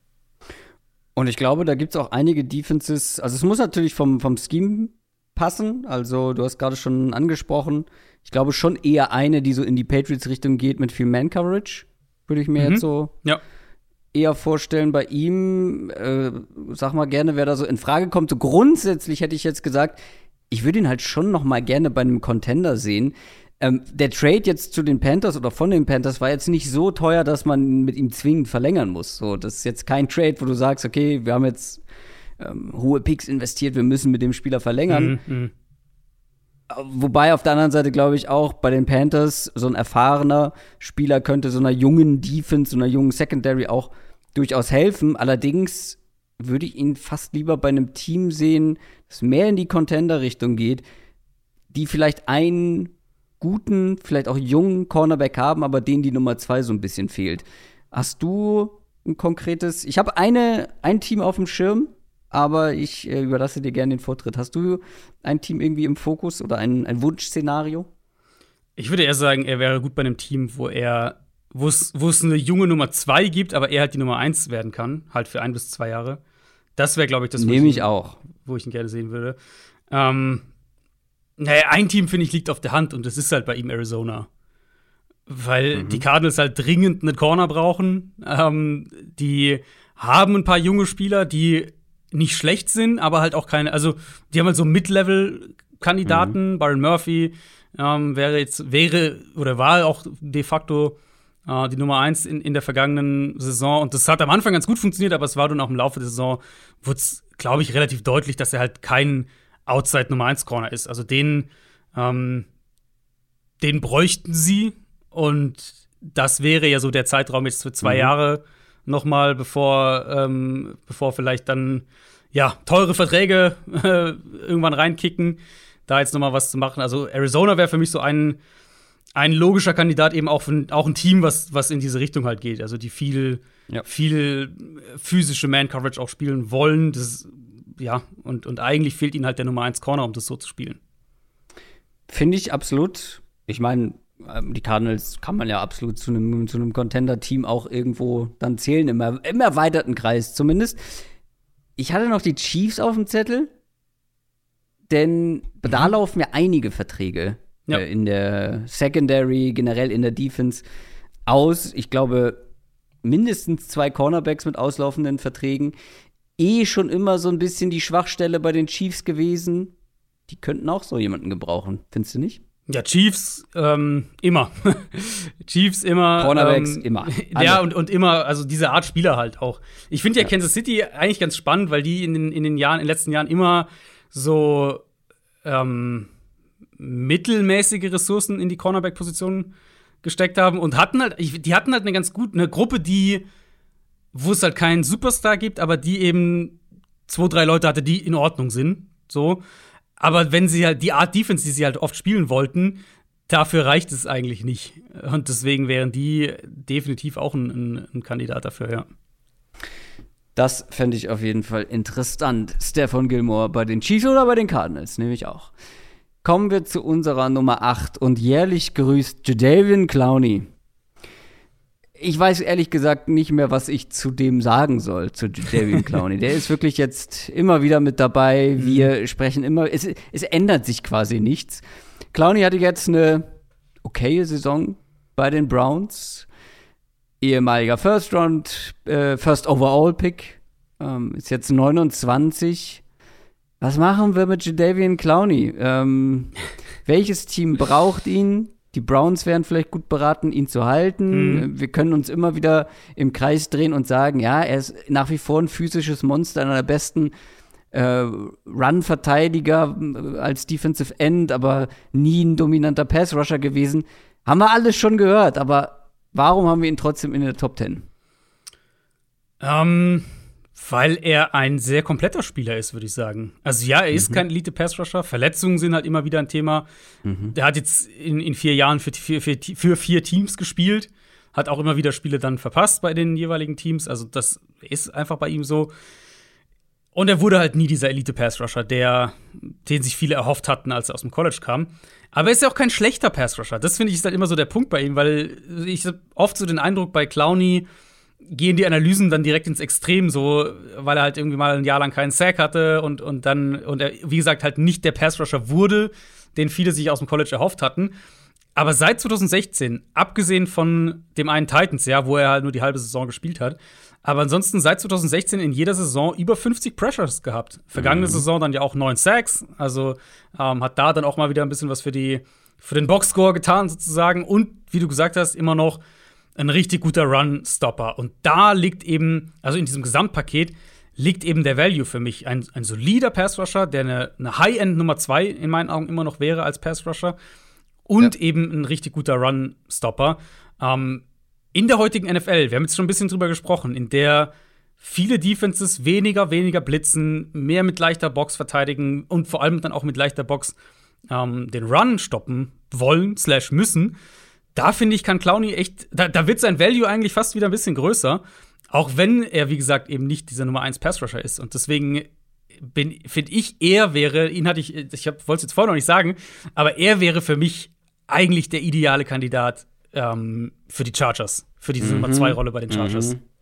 Und ich glaube, da gibt es auch einige Defenses. Also, es muss natürlich vom, vom Scheme passen. Also, du hast gerade schon angesprochen. Ich glaube schon eher eine, die so in die Patriots-Richtung geht mit viel Man-Coverage. Würde ich mir mhm. jetzt so ja. eher vorstellen bei ihm. Äh, sag mal gerne, wer da so in Frage kommt. So grundsätzlich hätte ich jetzt gesagt, ich würde ihn halt schon noch mal gerne bei einem Contender sehen. Ähm, der Trade jetzt zu den Panthers oder von den Panthers war jetzt nicht so teuer, dass man mit ihm zwingend verlängern muss. So, das ist jetzt kein Trade, wo du sagst, okay, wir haben jetzt ähm, hohe Picks investiert, wir müssen mit dem Spieler verlängern. Mhm. Wobei auf der anderen Seite, glaube ich, auch bei den Panthers so ein erfahrener Spieler könnte so einer jungen Defense, so einer jungen Secondary auch durchaus helfen. Allerdings würde ich ihn fast lieber bei einem Team sehen, das mehr in die Contender-Richtung geht, die vielleicht einen guten, vielleicht auch jungen Cornerback haben, aber denen die Nummer zwei so ein bisschen fehlt. Hast du ein konkretes, ich habe eine ein Team auf dem Schirm, aber ich äh, überlasse dir gerne den Vortritt. Hast du ein Team irgendwie im Fokus oder ein, ein Wunschszenario? Ich würde eher sagen, er wäre gut bei einem Team, wo er wo es wo es eine junge Nummer zwei gibt, aber er halt die Nummer eins werden kann, halt für ein bis zwei Jahre. Das wäre, glaube ich, das, wo Nehme ich, ich auch. wo ich ihn gerne sehen würde. Ähm, naja, ein Team, finde ich, liegt auf der Hand und das ist halt bei ihm Arizona. Weil mhm. die Cardinals halt dringend einen Corner brauchen. Ähm, die haben ein paar junge Spieler, die nicht schlecht sind, aber halt auch keine, also die haben halt so Mid-Level-Kandidaten. Mhm. Byron Murphy ähm, wäre jetzt, wäre oder war auch de facto äh, die Nummer eins in, in der vergangenen Saison. Und das hat am Anfang ganz gut funktioniert, aber es war dann auch im Laufe der Saison, wurde es, glaube ich, relativ deutlich, dass er halt kein Outside-Nummer eins Corner ist. Also den, ähm, den bräuchten sie. Und das wäre ja so der Zeitraum jetzt für zwei mhm. Jahre noch mal, bevor, ähm, bevor vielleicht dann ja teure Verträge äh, irgendwann reinkicken, da jetzt noch mal was zu machen. Also Arizona wäre für mich so ein, ein logischer Kandidat, eben auch, für, auch ein Team, was, was in diese Richtung halt geht. Also die viel, ja. viel physische Man-Coverage auch spielen wollen. Das, ja, und, und eigentlich fehlt ihnen halt der Nummer eins Corner, um das so zu spielen. Finde ich absolut. Ich meine, die Cardinals kann man ja absolut zu einem, zu einem Contender-Team auch irgendwo dann zählen, im, im erweiterten Kreis zumindest. Ich hatte noch die Chiefs auf dem Zettel, denn mhm. da laufen ja einige Verträge ja. äh, in der Secondary, generell in der Defense aus. Ich glaube, mindestens zwei Cornerbacks mit auslaufenden Verträgen. Eh schon immer so ein bisschen die Schwachstelle bei den Chiefs gewesen. Die könnten auch so jemanden gebrauchen, findest du nicht? Ja, Chiefs ähm, immer. Chiefs immer. Cornerbacks ähm, immer. Ja, und, und immer, also diese Art Spieler halt auch. Ich finde ja, ja Kansas City eigentlich ganz spannend, weil die in den, in den Jahren, in den letzten Jahren immer so ähm, mittelmäßige Ressourcen in die Cornerback-Position gesteckt haben und hatten halt, die hatten halt eine ganz gute, eine Gruppe, die, wo es halt keinen Superstar gibt, aber die eben zwei, drei Leute hatte, die in Ordnung sind. So. Aber wenn sie halt die Art Defense, die sie halt oft spielen wollten, dafür reicht es eigentlich nicht. Und deswegen wären die definitiv auch ein, ein, ein Kandidat dafür, ja. Das fände ich auf jeden Fall interessant. Stephon Gilmore bei den Chiefs oder bei den Cardinals, nehme ich auch. Kommen wir zu unserer Nummer acht und jährlich grüßt Jadeveon Clowney. Ich weiß ehrlich gesagt nicht mehr, was ich zu dem sagen soll, zu Jadeveon Clowney. Der ist wirklich jetzt immer wieder mit dabei. Wir mhm. sprechen immer, es, es ändert sich quasi nichts. Clowney hatte jetzt eine okaye Saison bei den Browns. Ehemaliger First Round, äh, First Overall Pick. Ähm, ist jetzt neunundzwanzig. Was machen wir mit Jadeveon Clowney? Ähm, welches Team braucht ihn? Die Browns wären vielleicht gut beraten, ihn zu halten. Mhm. Wir können uns immer wieder im Kreis drehen und sagen, ja, er ist nach wie vor ein physisches Monster, einer der besten äh, Run-Verteidiger als Defensive End, aber nie ein dominanter Pass-Rusher gewesen. Haben wir alles schon gehört, aber warum haben wir ihn trotzdem in der Top Ten? Ähm, weil er ein sehr kompletter Spieler ist, würde ich sagen. Also ja, er ist mhm. kein Elite-Pass-Rusher. Verletzungen sind halt immer wieder ein Thema. Mhm. Der hat jetzt in, in vier Jahren für, für, für, für vier Teams gespielt. Hat auch immer wieder Spiele dann verpasst bei den jeweiligen Teams. Also das ist einfach bei ihm so. Und er wurde halt nie dieser Elite-Pass-Rusher, der, den sich viele erhofft hatten, als er aus dem College kam. Aber er ist ja auch kein schlechter Pass-Rusher. Das finde ich ist halt immer so der Punkt bei ihm, weil ich hab oft so den Eindruck, bei Clowney gehen die Analysen dann direkt ins Extrem, so, weil er halt irgendwie mal ein Jahr lang keinen Sack hatte und, und dann, und er, wie gesagt, halt nicht der Pass-Rusher wurde, den viele sich aus dem College erhofft hatten. Aber seit zwanzig sechzehn, abgesehen von dem einen Titans, ja, wo er halt nur die halbe Saison gespielt hat, aber ansonsten seit zwanzig sechzehn in jeder Saison über fünfzig Pressures gehabt. Vergangene mhm. Saison dann ja auch neun Sacks, also ähm, hat da dann auch mal wieder ein bisschen was für die für den Boxscore getan sozusagen und wie du gesagt hast, immer noch ein richtig guter Run-Stopper. Und da liegt eben, also in diesem Gesamtpaket, liegt eben der Value für mich. Ein, ein solider Pass-Rusher, der eine, eine High-End Nummer zwei in meinen Augen immer noch wäre als Pass-Rusher. Und ja. eben ein richtig guter Run-Stopper. Ähm, in der heutigen N F L, wir haben jetzt schon ein bisschen drüber gesprochen, in der viele Defenses weniger, weniger blitzen, mehr mit leichter Box verteidigen und vor allem dann auch mit leichter Box ähm, den Run stoppen wollen, slash müssen. Da finde ich, kann Clowney echt, da, da wird sein Value eigentlich fast wieder ein bisschen größer. Auch wenn er, wie gesagt, eben nicht dieser Nummer eins Pass-Rusher ist. Und deswegen finde ich, er wäre, ihn hatte ich, ich wollte es jetzt vorher noch nicht sagen, aber er wäre für mich eigentlich der ideale Kandidat ähm, für die Chargers, für diese mhm. Nummer zwei Rolle bei den Chargers. Mhm.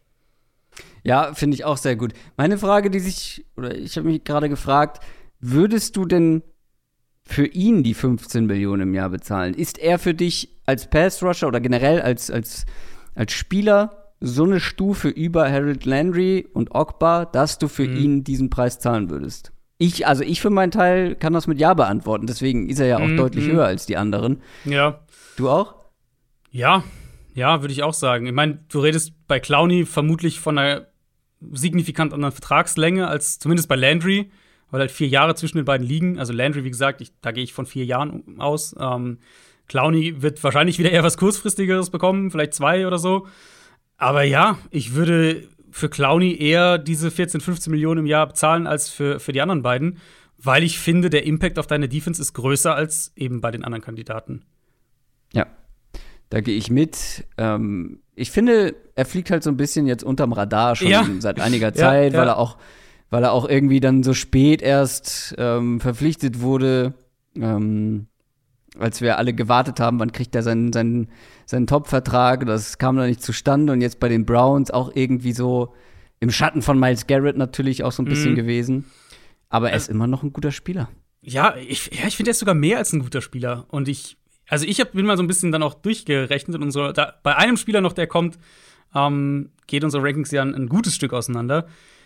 Ja, finde ich auch sehr gut. Meine Frage, die sich, oder ich habe mich gerade gefragt, würdest du denn für ihn die fünfzehn Millionen im Jahr bezahlen? Ist er für dich als Pass-Rusher oder generell als, als, als Spieler so eine Stufe über Harold Landry und Ogba, dass du für mhm. ihn diesen Preis zahlen würdest? Ich, also ich für meinen Teil kann das mit Ja beantworten, deswegen ist er ja auch mhm. deutlich höher als die anderen. Ja. Du auch? Ja, ja, würde ich auch sagen. Ich meine, du redest bei Clowney vermutlich von einer signifikant anderen Vertragslänge als zumindest bei Landry, weil halt vier Jahre zwischen den beiden liegen. Also Landry, wie gesagt, ich, da gehe ich von vier Jahren aus. Ähm, Clowney wird wahrscheinlich wieder eher was Kurzfristigeres bekommen, vielleicht zwei oder so. Aber ja, ich würde für Clowney eher diese vierzehn, fünfzehn Millionen im Jahr bezahlen als für, für die anderen beiden, weil ich finde, der Impact auf deine Defense ist größer als eben bei den anderen Kandidaten. Ja, da gehe ich mit. Ähm, ich finde, er fliegt halt so ein bisschen jetzt unterm Radar schon ja. seit einiger Zeit, ja, ja. weil er auch weil er auch irgendwie dann so spät erst ähm, verpflichtet wurde, ähm, als wir alle gewartet haben, wann kriegt er seinen, seinen, seinen Top-Vertrag. Das kam dann nicht zustande und jetzt bei den Browns auch irgendwie so im Schatten von Myles Garrett natürlich auch so ein bisschen mm. gewesen. Aber er ist also, immer noch ein guter Spieler. Ja, ich, ja, ich finde, er ist sogar mehr als ein guter Spieler. Und ich, also ich hab, bin mal so ein bisschen dann auch durchgerechnet und unsere, da, bei einem Spieler noch, der kommt, ähm, geht unsere Rankings ja ein, ein gutes Stück auseinander.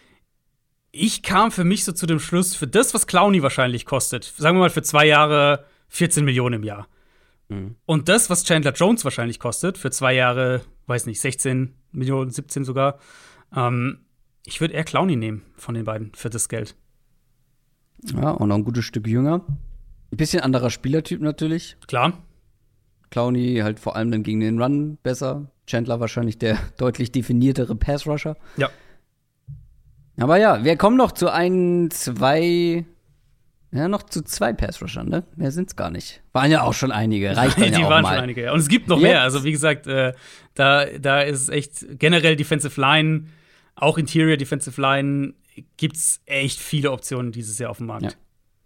Ich kam für mich so zu dem Schluss, für das, was Clowney wahrscheinlich kostet, sagen wir mal für zwei Jahre vierzehn Millionen im Jahr. Mhm. Und das, was Chandler Jones wahrscheinlich kostet, für zwei Jahre, weiß nicht, sechzehn Millionen, siebzehn sogar, ähm, ich würde eher Clowney nehmen von den beiden für das Geld. Ja, und noch ein gutes Stück jünger. Ein bisschen anderer Spielertyp natürlich. Klar. Clowney halt vor allem dann gegen den Run besser. Chandler wahrscheinlich der deutlich definiertere Pass-Rusher. Ja. Aber ja, wir kommen noch zu ein, zwei Ja, noch zu zwei Pass-Rushern, ne? Mehr sind's gar nicht. Waren ja auch schon einige, reicht dann Die ja auch waren mal. schon einige, ja. Und es gibt noch Jetzt. mehr. Also, wie gesagt, äh, da, da ist echt generell Defensive Line, auch Interior Defensive Line, gibt's echt viele Optionen dieses Jahr auf dem Markt. Ja.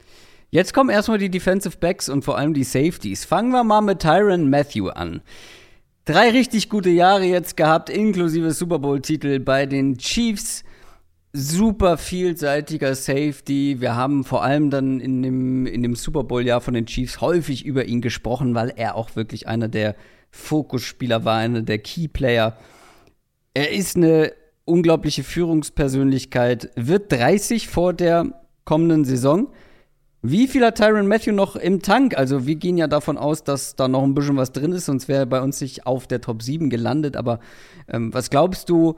Jetzt kommen erstmal die Defensive Backs und vor allem die Safeties. Fangen wir mal mit Tyrann Mathieu an. Drei richtig gute Jahre jetzt gehabt, inklusive Super Bowl-Titel bei den Chiefs. Super vielseitiger Safety. Wir haben vor allem dann in dem, in dem Super Bowl-Jahr von den Chiefs häufig über ihn gesprochen, weil er auch wirklich einer der Fokusspieler war, einer der Keyplayer. Er ist eine unglaubliche Führungspersönlichkeit, wird dreißig vor der kommenden Saison. Wie viel hat Tyrann Mathieu noch im Tank? Also wir gehen ja davon aus, dass da noch ein bisschen was drin ist, sonst wäre er bei uns nicht auf der Top sieben gelandet. Aber ähm, was glaubst du,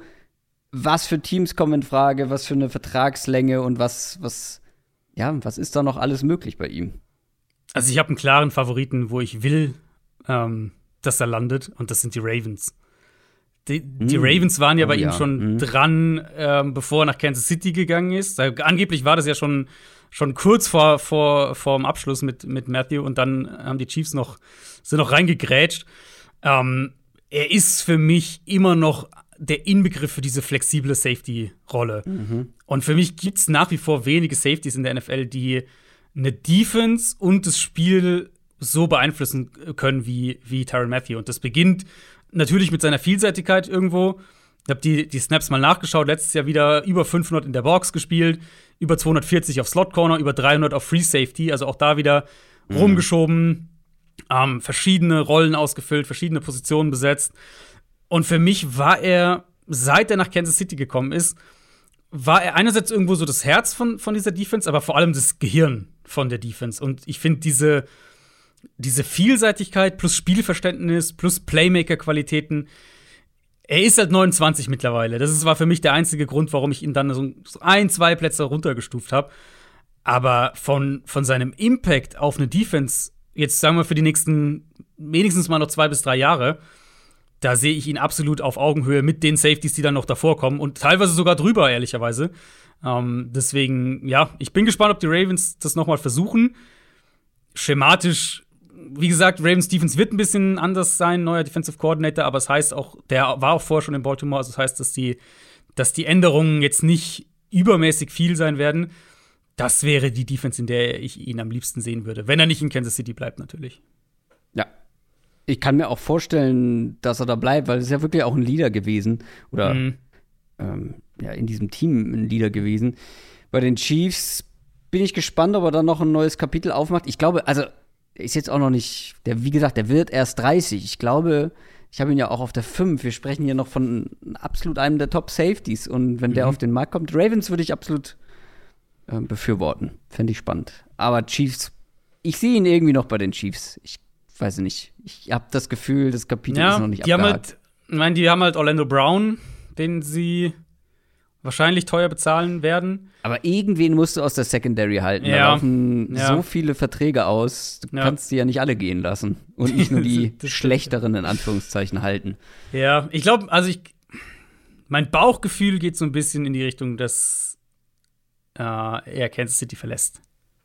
was für Teams kommen in Frage, was für eine Vertragslänge und was, was, ja, was ist da noch alles möglich bei ihm? Also ich habe einen klaren Favoriten, wo ich will, ähm, dass er landet, und das sind die Ravens. Die, mm. die Ravens waren ja oh, bei ja. ihm schon mm. dran, ähm, bevor er nach Kansas City gegangen ist. Also, angeblich war das ja schon, schon kurz vor, vor, vor dem Abschluss mit, mit Mathieu, und dann haben die Chiefs noch, sind noch reingegrätscht. Ähm, er ist für mich immer noch der Inbegriff für diese flexible Safety-Rolle. Mhm. Und für mich gibt es nach wie vor wenige Safeties in der N F L, die eine Defense und das Spiel so beeinflussen können wie, wie Tyrann Mathieu. Und das beginnt natürlich mit seiner Vielseitigkeit irgendwo. Ich habe die, die Snaps mal nachgeschaut. Letztes Jahr wieder über fünfhundert in der Box gespielt, über zweihundertvierzig auf Slot Corner, über dreihundert auf Free Safety. Also auch da wieder mhm. rumgeschoben, ähm, verschiedene Rollen ausgefüllt, verschiedene Positionen besetzt. Und für mich war er, seit er nach Kansas City gekommen ist, war er einerseits irgendwo so das Herz von, von dieser Defense, aber vor allem das Gehirn von der Defense. Und ich finde diese, diese Vielseitigkeit plus Spielverständnis plus Playmaker-Qualitäten, er ist halt neunundzwanzig mittlerweile. Das ist, war für mich der einzige Grund, warum ich ihn dann so ein, zwei Plätze runtergestuft habe. Aber von, von seinem Impact auf eine Defense, jetzt sagen wir für die nächsten wenigstens mal noch zwei bis drei Jahre, da sehe ich ihn absolut auf Augenhöhe mit den Safeties, die dann noch davor kommen, und teilweise sogar drüber, ehrlicherweise. Ähm, deswegen, ja, ich bin gespannt, ob die Ravens das noch mal versuchen. Schematisch, wie gesagt, Ravens Defense wird ein bisschen anders sein, neuer Defensive Coordinator, aber es das heißt auch, der war auch vorher schon in Baltimore, also das heißt, dass die, dass die Änderungen jetzt nicht übermäßig viel sein werden. Das wäre die Defense, in der ich ihn am liebsten sehen würde, wenn er nicht in Kansas City bleibt, natürlich. Ja. Ich kann mir auch vorstellen, dass er da bleibt, weil es ist ja wirklich auch ein Leader gewesen. Oder mhm. ähm, ja, in diesem Team ein Leader gewesen. Bei den Chiefs bin ich gespannt, ob er dann noch ein neues Kapitel aufmacht. Ich glaube, also, er ist jetzt auch noch nicht, der, wie gesagt, der wird erst dreißig. Ich glaube, ich habe ihn ja auch auf der fünf. Wir sprechen hier noch von absolut einem der Top-Safeties. Und wenn mhm. der auf den Markt kommt, Ravens würde ich absolut äh, befürworten. Fände ich spannend. Aber Chiefs, ich sehe ihn irgendwie noch bei den Chiefs. Ich weiß ich nicht. Ich habe das Gefühl, das Kapitel ja, ist noch nicht die abgehakt. Haben halt, ich meine, die haben halt Orlando Brown, den sie wahrscheinlich teuer bezahlen werden. Aber irgendwen musst du aus der Secondary halten. Ja. Da laufen ja. so viele Verträge aus. Du ja. kannst die ja nicht alle gehen lassen. Und nicht nur die schlechteren, in Anführungszeichen, halten. Ja, ich glaube, also ich mein Bauchgefühl geht so ein bisschen in die Richtung, dass äh, er Kansas City verlässt.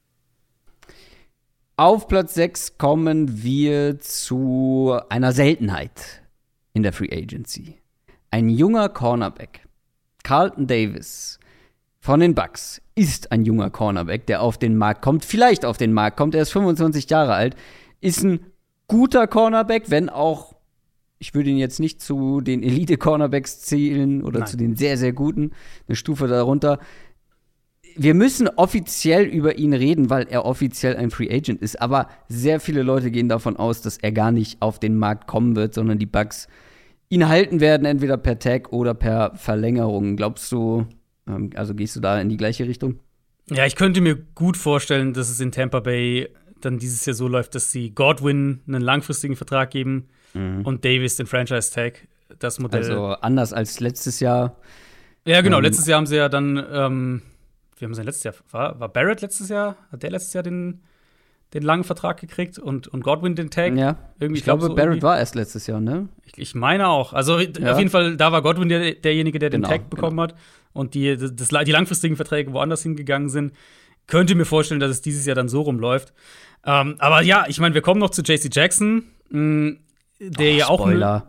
Auf Platz sechs kommen wir zu einer Seltenheit in der Free Agency. Ein junger Cornerback, Carlton Davis von den Bucks, ist ein junger Cornerback, der auf den Markt kommt, vielleicht auf den Markt kommt. Er ist fünfundzwanzig Jahre alt, ist ein guter Cornerback, wenn auch, ich würde ihn jetzt nicht zu den Elite-Cornerbacks zählen oder Nein. zu den sehr, sehr guten, eine Stufe darunter. Wir müssen offiziell über ihn reden, weil er offiziell ein Free Agent ist. Aber sehr viele Leute gehen davon aus, dass er gar nicht auf den Markt kommen wird, sondern die Bucks ihn halten werden, entweder per Tag oder per Verlängerung. Glaubst du, ähm, also gehst du da in die gleiche Richtung? Ja, ich könnte mir gut vorstellen, dass es in Tampa Bay dann dieses Jahr so läuft, dass sie Godwin einen langfristigen Vertrag geben mhm. und Davis den Franchise-Tag. Das Modell. Also anders als letztes Jahr. Ja, genau. Ähm, letztes Jahr haben sie ja dann ähm Wir haben sein letztes Jahr, war, war Barrett letztes Jahr? Hat der letztes Jahr den, den langen Vertrag gekriegt und, und Godwin den Tag? Ja, irgendwie, ich glaube, glaub, so Barrett irgendwie. war erst letztes Jahr, ne? Ich, ich meine auch. Also ja. auf jeden Fall, da war Godwin der, derjenige, der den genau, Tag bekommen genau. hat und die, das, die langfristigen Verträge woanders hingegangen sind. könnte mir vorstellen, dass es dieses Jahr dann so rumläuft. Ähm, aber ja, ich meine, wir kommen noch zu J C Jackson, mh, der oh, ja auch Spoiler.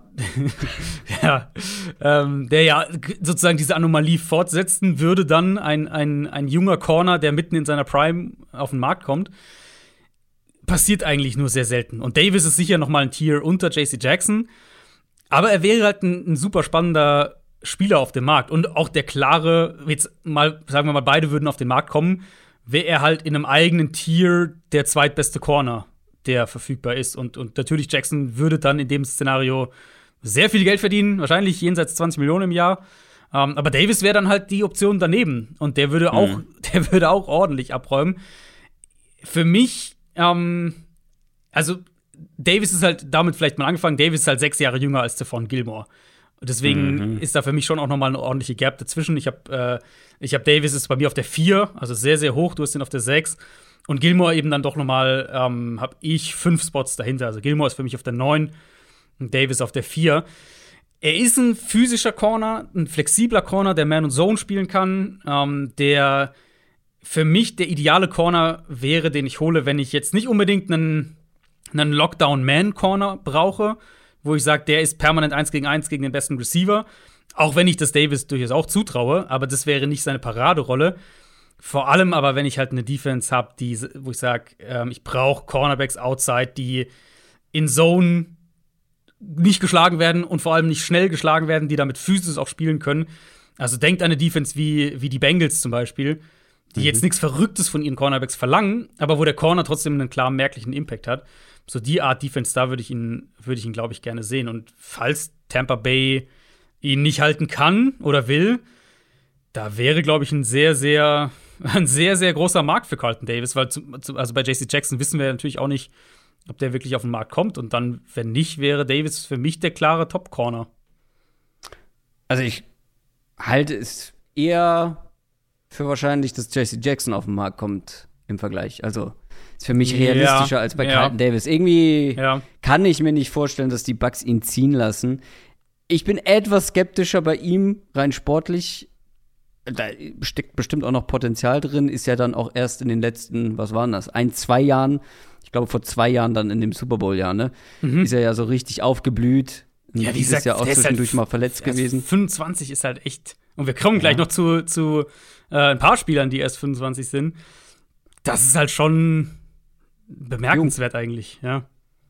ja, ähm, der ja sozusagen diese Anomalie fortsetzen würde, dann ein, ein, ein junger Corner, der mitten in seiner Prime auf den Markt kommt. Passiert eigentlich nur sehr selten. Und Davis ist sicher noch mal ein Tier unter J C Jackson. Aber er wäre halt ein, ein super spannender Spieler auf dem Markt. Und auch der klare, jetzt mal, sagen wir mal, beide würden auf den Markt kommen, wäre er halt in einem eigenen Tier der zweitbeste Corner, der verfügbar ist. Und, und natürlich, Jackson würde dann in dem Szenario sehr viel Geld verdienen, wahrscheinlich jenseits zwanzig Millionen im Jahr. Ähm, aber Davis wäre dann halt die Option daneben. Und der würde auch, mhm. der würde auch ordentlich abräumen. Für mich, ähm, also Davis ist halt damit vielleicht mal angefangen. Davis ist halt sechs Jahre jünger als Stephon Gilmore. Und deswegen mhm. ist da für mich schon auch noch mal eine ordentliche Gap dazwischen. Ich habe äh, ich hab Davis ist bei mir auf der vier, also sehr, sehr hoch. Du hast ihn auf der sechs. Und Gilmore eben dann doch noch mal, ähm, habe ich fünf Spots dahinter. Also Gilmore ist für mich auf der neun und Davis auf der vier. Er ist ein physischer Corner, ein flexibler Corner, der Man und Zone spielen kann, ähm, der für mich der ideale Corner wäre, den ich hole, wenn ich jetzt nicht unbedingt einen, einen Lockdown-Man-Corner brauche, wo ich sage, der ist permanent eins gegen eins gegen den besten Receiver. Auch wenn ich das Davis durchaus auch zutraue, aber das wäre nicht seine Paraderolle. Vor allem aber, wenn ich halt eine Defense habe, die, wo ich sage, ähm, ich brauche Cornerbacks outside, die in Zone nicht geschlagen werden und vor allem nicht schnell geschlagen werden, die damit physisch auch spielen können. Also denkt an eine Defense wie, wie die Bengals zum Beispiel, die mhm. jetzt nichts Verrücktes von ihren Cornerbacks verlangen, aber wo der Corner trotzdem einen klaren merklichen Impact hat. So die Art Defense, da würde ich ihn, würde ich ihn, glaube ich, gerne sehen. Und falls Tampa Bay ihn nicht halten kann oder will, da wäre, glaube ich, ein sehr, sehr, ein sehr, sehr großer Markt für Carlton Davis, weil zu, also bei J C Jackson wissen wir natürlich auch nicht, ob der wirklich auf den Markt kommt. Und dann, wenn nicht, wäre Davis für mich der klare Top-Corner. Also ich halte es eher für wahrscheinlich, dass J C Jackson auf den Markt kommt im Vergleich. Also ist für mich realistischer ja, als bei ja. Carlton Davis. Irgendwie ja. kann ich mir nicht vorstellen, dass die Bucks ihn ziehen lassen. Ich bin etwas skeptischer bei ihm, rein sportlich. Da steckt bestimmt auch noch Potenzial drin. Ist ja dann auch erst in den letzten, was waren das, ein, zwei Jahren, ich glaube vor zwei Jahren dann in dem Super Bowl-Jahr, ne? Mhm. Ist er ja so richtig aufgeblüht. Ja, wie gesagt, ist ja auch zwischendurch halt, mal verletzt gewesen. fünfundzwanzig ist halt echt. Und wir kommen gleich ja. noch zu, zu äh, ein paar Spielern, die erst fünfundzwanzig sind. Das ist halt schon bemerkenswert Jung. eigentlich, ja.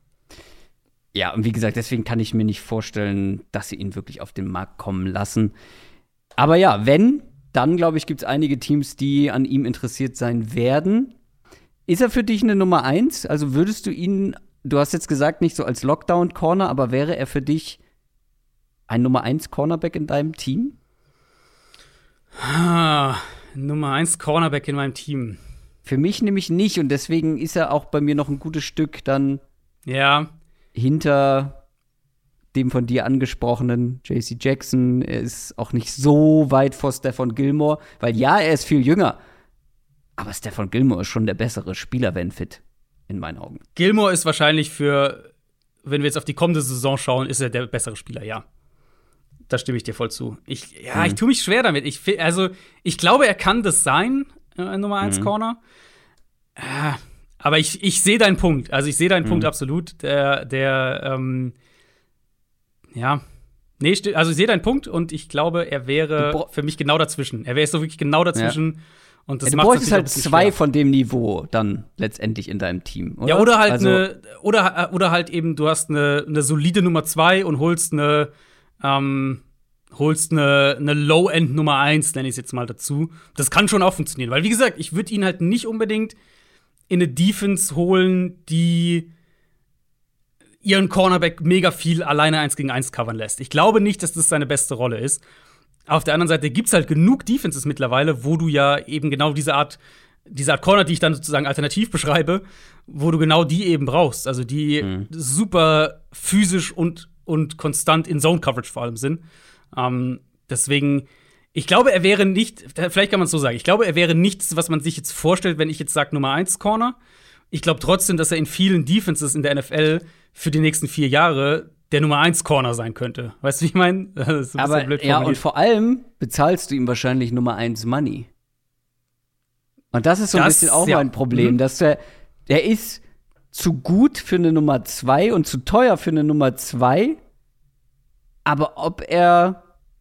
Ja, und wie gesagt, deswegen kann ich mir nicht vorstellen, dass sie ihn wirklich auf den Markt kommen lassen. Aber ja, wenn, dann, glaube ich, gibt es einige Teams, die an ihm interessiert sein werden. Ist er für dich eine Nummer eins? Also würdest du ihn, du hast jetzt gesagt, nicht so als Lockdown-Corner, aber wäre er für dich ein Nummer eins Cornerback in deinem Team? Ah, Nummer eins Cornerback in meinem Team. Für mich nämlich nicht und deswegen ist er auch bei mir noch ein gutes Stück dann ja. hinter dem von dir angesprochenen J C Jackson. Er ist auch nicht so weit vor Stephon Gilmore, weil ja, er ist viel jünger, aber Stephon Gilmore ist schon der bessere Spieler, wenn fit, in meinen Augen. Gilmore ist wahrscheinlich für, wenn wir jetzt auf die kommende Saison schauen, ist er der bessere Spieler, ja. Da stimme ich dir voll zu. Ich, ja, mhm. ich tue mich schwer damit. Ich, also, ich glaube, er kann das sein, äh, Nummer eins mhm. Corner. Äh, aber ich, ich sehe deinen Punkt. Also, ich sehe deinen mhm. Punkt absolut. Der, der, ähm, ja. Nee, also, ich sehe deinen Punkt und ich glaube, er wäre für mich genau dazwischen. Er wäre so wirklich genau dazwischen. Ja. Und das ja, du bräuchtest halt zwei schwer. Von dem Niveau dann letztendlich in deinem Team, oder? Ja, oder halt also, eine, oder, oder halt eben, du hast eine, eine solide Nummer zwei und holst eine Ähm, holst eine, eine Low-End Nummer eins, nenne ich es jetzt mal dazu. Das kann schon auch funktionieren. Weil, wie gesagt, ich würde ihn halt nicht unbedingt in eine Defense holen, die ihren Cornerback mega viel alleine eins gegen eins covern lässt. Ich glaube nicht, dass das seine beste Rolle ist. Auf der anderen Seite gibt's halt genug Defenses mittlerweile, wo du ja eben genau diese Art, diese Art Corner, die ich dann sozusagen alternativ beschreibe, wo du genau die eben brauchst. Also die mhm. super physisch und und konstant in Zone-Coverage vor allem sind. Ähm, deswegen, ich glaube, er wäre nicht, vielleicht kann man es so sagen, ich glaube, er wäre nichts, was man sich jetzt vorstellt, wenn ich jetzt sage Nummer eins Corner. Ich glaube trotzdem, dass er in vielen Defenses in der N F L für die nächsten vier Jahre der Nummer eins Corner sein könnte. Weißt du, wie ich meine? Aber ja, und vor allem bezahlst du ihm wahrscheinlich Nummer eins Money. Und das ist so ein Das, bisschen auch ja. mein Problem, Mhm. dass der, der ist zu gut für eine Nummer zwei und zu teuer für eine Nummer zwei. Aber ob er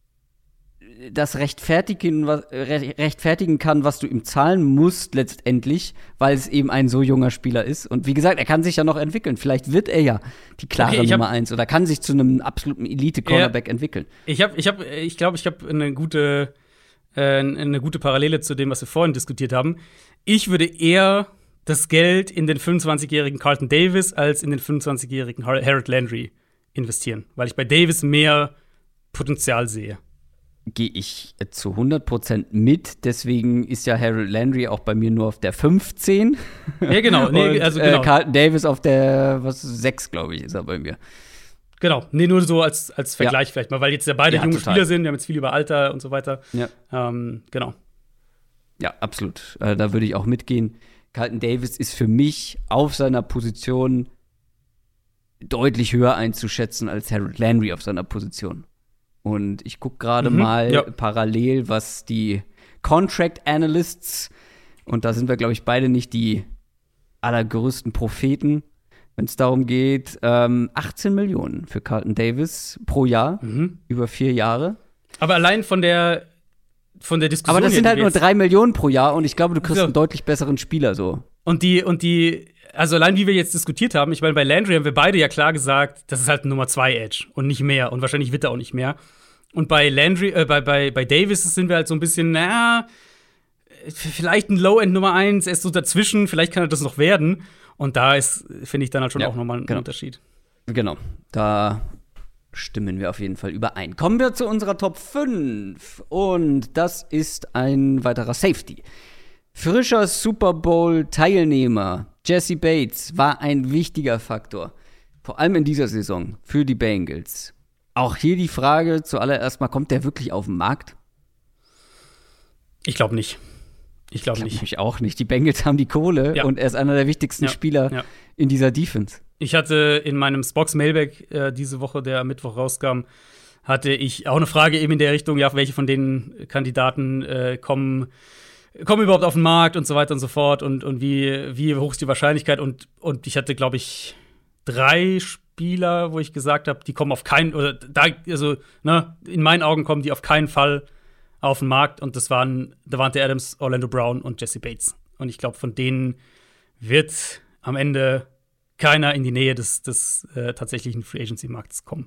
das rechtfertigen, was, re- rechtfertigen kann, was du ihm zahlen musst letztendlich, weil es eben ein so junger Spieler ist. Und wie gesagt, er kann sich ja noch entwickeln. Vielleicht wird er ja die klare Okay, ich hab- Nummer eins oder kann sich zu einem absoluten Elite-Cornerback entwickeln. Ich habe, ich habe, ich glaube, ich habe eine gute, äh, eine gute Parallele zu dem, was wir vorhin diskutiert haben. Ich würde eher das Geld in den fünfundzwanzigjährigen Carlton Davis als in den fünfundzwanzigjährigen Har- Harold Landry investieren, weil ich bei Davis mehr Potenzial sehe. Gehe ich zu hundert Prozent mit. Deswegen ist ja Harold Landry auch bei mir nur auf der fünfzehn. Ja, genau. Nee, Und, also äh, genau. Carlton Davis auf der was sechs, glaube ich, ist er bei mir. Genau. Nee, nur so als, als Vergleich vielleicht mal, weil jetzt ja beide Ja, junge total. Spieler sind, wir haben jetzt viel über Alter und so weiter. Ja, Ähm, genau. ja absolut. Äh, da würde ich auch mitgehen. Carlton Davis ist für mich auf seiner Position deutlich höher einzuschätzen als Harold Landry auf seiner Position. Und ich gucke gerade Mhm, mal ja. parallel, was die Contract Analysts, und da sind wir, glaube ich, beide nicht die allergrößten Propheten, wenn es darum geht, ähm, achtzehn Millionen für Carlton Davis pro Jahr, Mhm. über vier Jahre. Aber allein von der, von der Diskussion. Aber das her, sind die halt wir nur jetzt- drei Millionen pro Jahr und ich glaube, du kriegst Ja. einen deutlich besseren Spieler so. Und die, und die, also allein wie wir jetzt diskutiert haben, ich meine, bei Landry haben wir beide ja klar gesagt, das ist halt ein Nummer zwei Edge und nicht mehr. Und wahrscheinlich wird er auch nicht mehr. Und bei Landry, äh, bei, bei, bei Davis sind wir halt so ein bisschen, naja, vielleicht ein Low-End Nummer eins, er ist so dazwischen, vielleicht kann er das noch werden. Und da ist, finde ich, dann halt schon Ja, auch nochmal ein genau. Unterschied. Genau, da stimmen wir auf jeden Fall überein. Kommen wir zu unserer Top fünf. Und das ist ein weiterer Safety. Frischer Super Bowl-Teilnehmer Jesse Bates war ein wichtiger Faktor. Vor allem in dieser Saison für die Bengals. Auch hier die Frage zuallererst mal, kommt der wirklich auf den Markt? Ich glaube nicht. Ich glaube Glaub nicht. ich auch nicht. Die Bengals haben die Kohle Ja. und er ist einer der wichtigsten Ja, Spieler ja. in dieser Defense. Ich hatte in meinem Spox Mailback äh, diese Woche, der am Mittwoch rauskam, hatte ich auch eine Frage eben in der Richtung, ja, welche von den Kandidaten äh, kommen, kommen überhaupt auf den Markt und so weiter und so fort und, und wie, wie hoch ist die Wahrscheinlichkeit und, und ich hatte, glaube ich, drei Spieler, wo ich gesagt habe, die kommen auf keinen, oder da, also, ne, in meinen Augen kommen die auf keinen Fall auf den Markt und das waren Davante Adams, Orlando Brown und Jesse Bates. Und ich glaube, von denen wird am Ende keiner in die Nähe des, des äh, tatsächlichen Free Agency Markts kommen.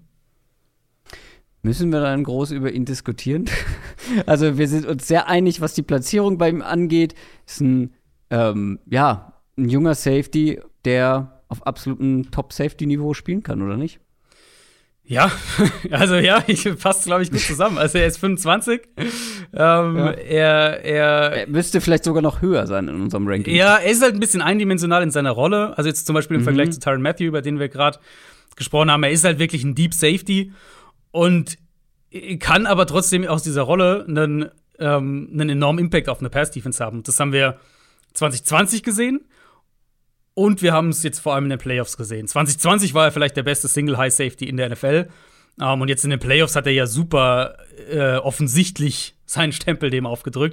Müssen wir dann groß über ihn diskutieren? Also wir sind uns sehr einig, was die Platzierung bei ihm angeht. Ist ein, ähm, ja, ein junger Safety, der auf absolutem Top-Safety-Niveau spielen kann, oder nicht? Ja, also ja, ich passt, glaube ich, gut zusammen. Also er ist fünfundzwanzig. Ähm, Ja. er, er, Er müsste vielleicht sogar noch höher sein in unserem Ranking. ja, er ist halt ein bisschen eindimensional in seiner Rolle. Also jetzt zum Beispiel im Mhm. Vergleich zu Tyrann Mathieu, über den wir gerade gesprochen haben. Er ist halt wirklich ein Deep Safety und kann aber trotzdem aus dieser Rolle einen, ähm, einen enormen Impact auf eine Pass-Defense haben. Das haben wir zwanzig zwanzig gesehen. Und wir haben es jetzt vor allem in den Playoffs gesehen. zwanzig zwanzig war er vielleicht der beste Single-High-Safety in der N F L. Um, und jetzt in den Playoffs hat er ja super äh, offensichtlich seinen Stempel dem aufgedrückt.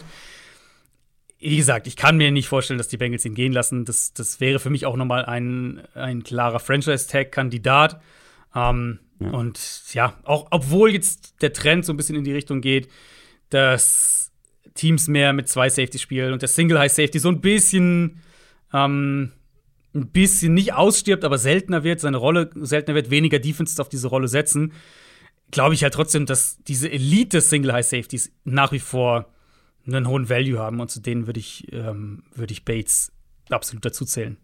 Wie gesagt, ich kann mir nicht vorstellen, dass die Bengals ihn gehen lassen. Das, das wäre für mich auch noch mal ein, ein klarer Franchise-Tag-Kandidat. Um, ja. Und ja, auch obwohl jetzt der Trend so ein bisschen in die Richtung geht, dass Teams mehr mit zwei Safety spielen und der Single-High-Safety so ein bisschen ähm, ein bisschen nicht ausstirbt, aber seltener wird, seine Rolle seltener wird, weniger Defense auf diese Rolle setzen, glaube ich halt trotzdem, dass diese Elite-Single-High-Safeties nach wie vor einen hohen Value haben und zu denen würde ich, ähm, würde ich Bates absolut dazu zählen.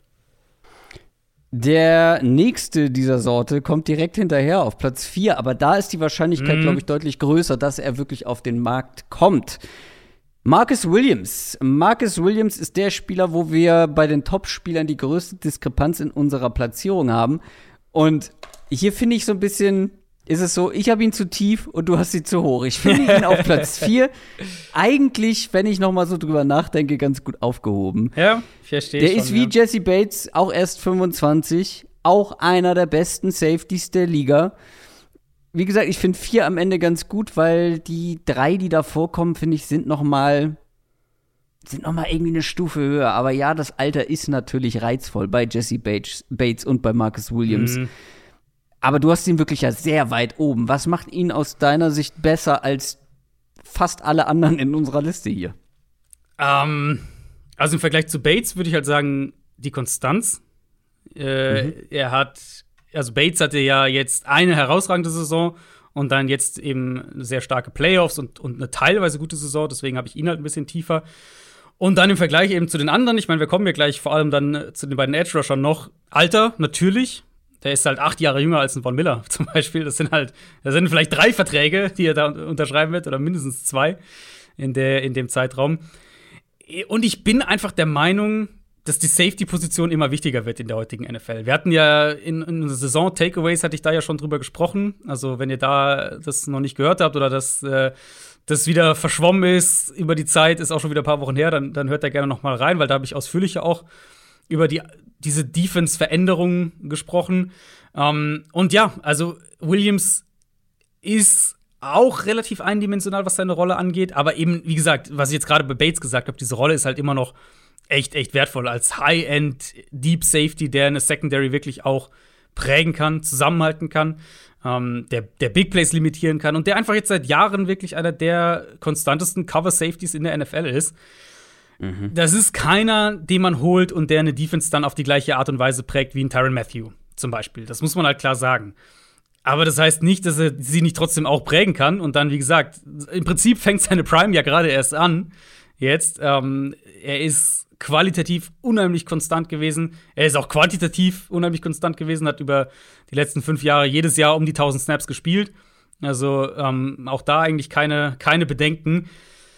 Der nächste dieser Sorte kommt direkt hinterher auf Platz vier, aber da ist die Wahrscheinlichkeit, Mhm. glaube ich, deutlich größer, dass er wirklich auf den Markt kommt. Marcus Williams. Marcus Williams ist der Spieler, wo wir bei den Top-Spielern die größte Diskrepanz in unserer Platzierung haben. Und hier finde ich so ein bisschen, ist es so, ich habe ihn zu tief und du hast ihn zu hoch. Ich finde ihn auf Platz vier eigentlich, wenn ich noch mal so drüber nachdenke, ganz gut aufgehoben. Ja, verstehe Der schon, ist wie ja. Jesse Bates, auch erst fünfundzwanzig, auch einer der besten Safeties der Liga. Wie gesagt, ich finde vier am Ende ganz gut, weil die drei, die da vorkommen, finde ich, sind noch mal sind noch mal irgendwie eine Stufe höher. Aber ja, das Alter ist natürlich reizvoll bei Jesse Bates, Bates und bei Marcus Williams. Mhm. Aber du hast ihn wirklich ja sehr weit oben. Was macht ihn aus deiner Sicht besser als fast alle anderen in unserer Liste hier? Ähm, also im Vergleich zu Bates würde ich halt sagen, die Konstanz. Äh, mhm. Er hat, also Bates hatte ja jetzt eine herausragende Saison und dann jetzt eben sehr starke Playoffs und, und eine teilweise gute Saison. Deswegen habe ich ihn halt ein bisschen tiefer. Und dann im Vergleich eben zu den anderen, ich meine, wir kommen ja gleich vor allem dann zu den beiden Edge-Rushern noch. Alter, natürlich. Der ist halt acht Jahre jünger als ein Von Miller zum Beispiel. Das sind halt, das sind vielleicht drei Verträge, die er da unterschreiben wird, oder mindestens zwei in, der, in dem Zeitraum. Und ich bin einfach der Meinung, dass die Safety-Position immer wichtiger wird in der heutigen N F L. Wir hatten ja in, in der Saison Takeaways, hatte ich da ja schon drüber gesprochen. Also, wenn ihr da das noch nicht gehört habt oder dass äh, das wieder verschwommen ist über die Zeit, ist auch schon wieder ein paar Wochen her, dann, dann hört da gerne noch mal rein, weil da habe ich ausführlicher auch über die, diese Defense-Veränderungen gesprochen. Ähm, und ja, also Williams ist auch relativ eindimensional, was seine Rolle angeht. Aber eben, wie gesagt, was ich jetzt gerade bei Bates gesagt habe, diese Rolle ist halt immer noch echt, echt wertvoll. Als High-End Deep Safety, der eine Secondary wirklich auch prägen kann, zusammenhalten kann, ähm, der, der Big Plays limitieren kann und der einfach jetzt seit Jahren wirklich einer der konstantesten Cover-Safeties in der N F L ist. Mhm. Das ist keiner, den man holt und der eine Defense dann auf die gleiche Art und Weise prägt wie ein Tyrann Mathieu zum Beispiel. Das muss man halt klar sagen. Aber das heißt nicht, dass er sie nicht trotzdem auch prägen kann. Und dann, wie gesagt, im Prinzip fängt seine Prime ja gerade erst an. Jetzt, ähm, er ist qualitativ unheimlich konstant gewesen. Er ist auch quantitativ unheimlich konstant gewesen, hat über die letzten fünf Jahre jedes Jahr um die tausend Snaps gespielt. Also ähm, auch da eigentlich keine, keine Bedenken.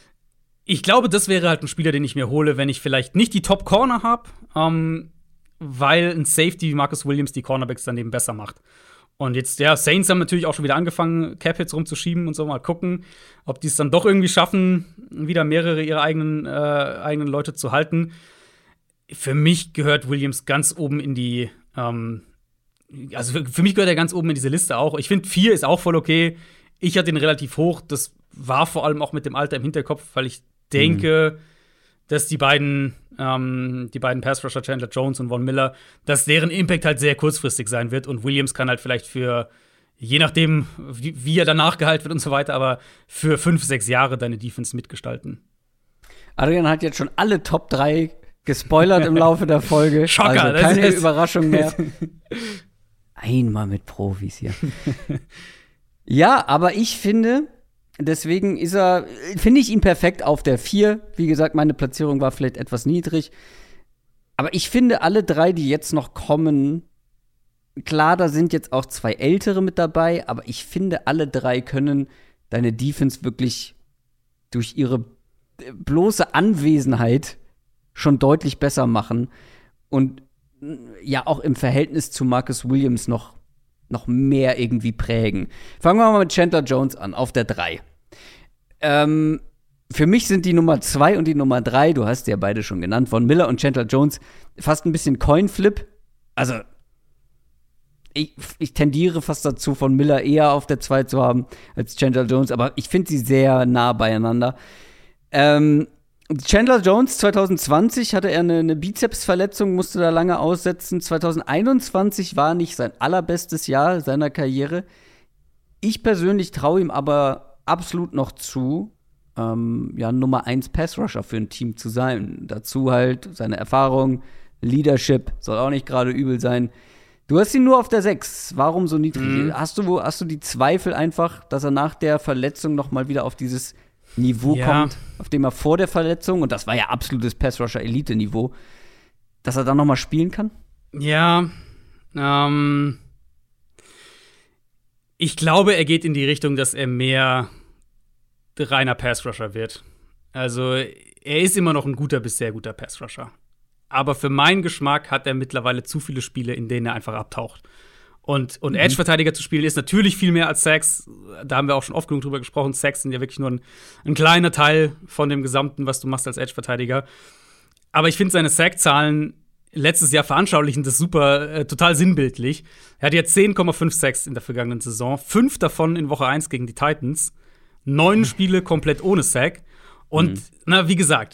Ich glaube, das wäre halt ein Spieler, den ich mir hole, wenn ich vielleicht nicht die Top-Corner habe, ähm, weil ein Safety wie Marcus Williams die Cornerbacks daneben besser macht. Und jetzt, ja, Saints haben natürlich auch schon wieder angefangen, Cap-Hits rumzuschieben und so, mal gucken, ob die es dann doch irgendwie schaffen, wieder mehrere ihrer eigenen, äh, eigenen Leute zu halten. Für mich gehört Williams ganz oben in die, ähm, also für, für mich gehört er ganz oben in diese Liste auch. Ich finde, vier ist auch voll okay. Ich hatte ihn relativ hoch. Das war vor allem auch mit dem Alter im Hinterkopf, weil ich denke, mhm. dass die beiden, ähm, die beiden Pass-Rusher, Chandler Jones und Von Miller, dass deren Impact halt sehr kurzfristig sein wird. Und Williams kann halt vielleicht für, je nachdem, wie, wie er danach gehalten wird und so weiter, aber für fünf, sechs Jahre deine Defense mitgestalten. Adrian hat jetzt schon alle Top drei gespoilert im Laufe der Folge. Schocker, also keine das ist Überraschung mehr. Einmal mit Profis hier. Ja, aber ich finde, deswegen ist er, finde ich ihn perfekt auf der vier. Wie gesagt, meine Platzierung war vielleicht etwas niedrig. Aber ich finde, alle drei, die jetzt noch kommen, klar, da sind jetzt auch zwei Ältere mit dabei, aber ich finde, alle drei können deine Defense wirklich durch ihre bloße Anwesenheit schon deutlich besser machen. Und ja, auch im Verhältnis zu Marcus Williams noch noch mehr irgendwie prägen. Fangen wir mal mit Chandler Jones an, auf der drei. Ähm, für mich sind die Nummer zwei und die Nummer drei, du hast ja beide schon genannt, Von Miller und Chandler Jones, fast ein bisschen Coinflip. Also, ich, ich tendiere fast dazu, Von Miller eher auf der zwei zu haben als Chandler Jones, aber ich finde sie sehr nah beieinander. Ähm, Chandler Jones, zwanzig zwanzig hatte er eine, eine Bizepsverletzung, musste da lange aussetzen. zwanzig einundzwanzig war nicht sein allerbestes Jahr seiner Karriere. Ich persönlich traue ihm aber absolut noch zu, ähm, ja, Nummer eins Pass-Rusher für ein Team zu sein. Dazu halt seine Erfahrung, Leadership, soll auch nicht gerade übel sein. Du hast ihn nur auf der sechs. Warum so niedrig? Mhm. Hast du, hast du die Zweifel einfach, dass er nach der Verletzung noch mal wieder auf dieses Niveau ja. kommt, auf dem er vor der Verletzung, und das war ja absolutes Pass-Rusher-Elite-Niveau, dass er dann noch mal spielen kann? Ja, ähm ich glaube, er geht in die Richtung, dass er mehr reiner Pass-Rusher wird. Also, er ist immer noch ein guter bis sehr guter Pass-Rusher. Aber für meinen Geschmack hat er mittlerweile zu viele Spiele, in denen er einfach abtaucht. Und, und mhm. Edge-Verteidiger zu spielen ist natürlich viel mehr als Sacks. Da haben wir auch schon oft genug drüber gesprochen. Sacks sind ja wirklich nur ein, ein kleiner Teil von dem Gesamten, was du machst als Edge-Verteidiger. Aber ich finde seine Sack-Zahlen letztes Jahr veranschaulichen das super, äh, total sinnbildlich. Er hat jetzt zehn Komma fünf Sacks in der vergangenen Saison. Fünf davon in Woche eins gegen die Titans. Neun mhm. Spiele komplett ohne Sack. Und, mhm. na, wie gesagt,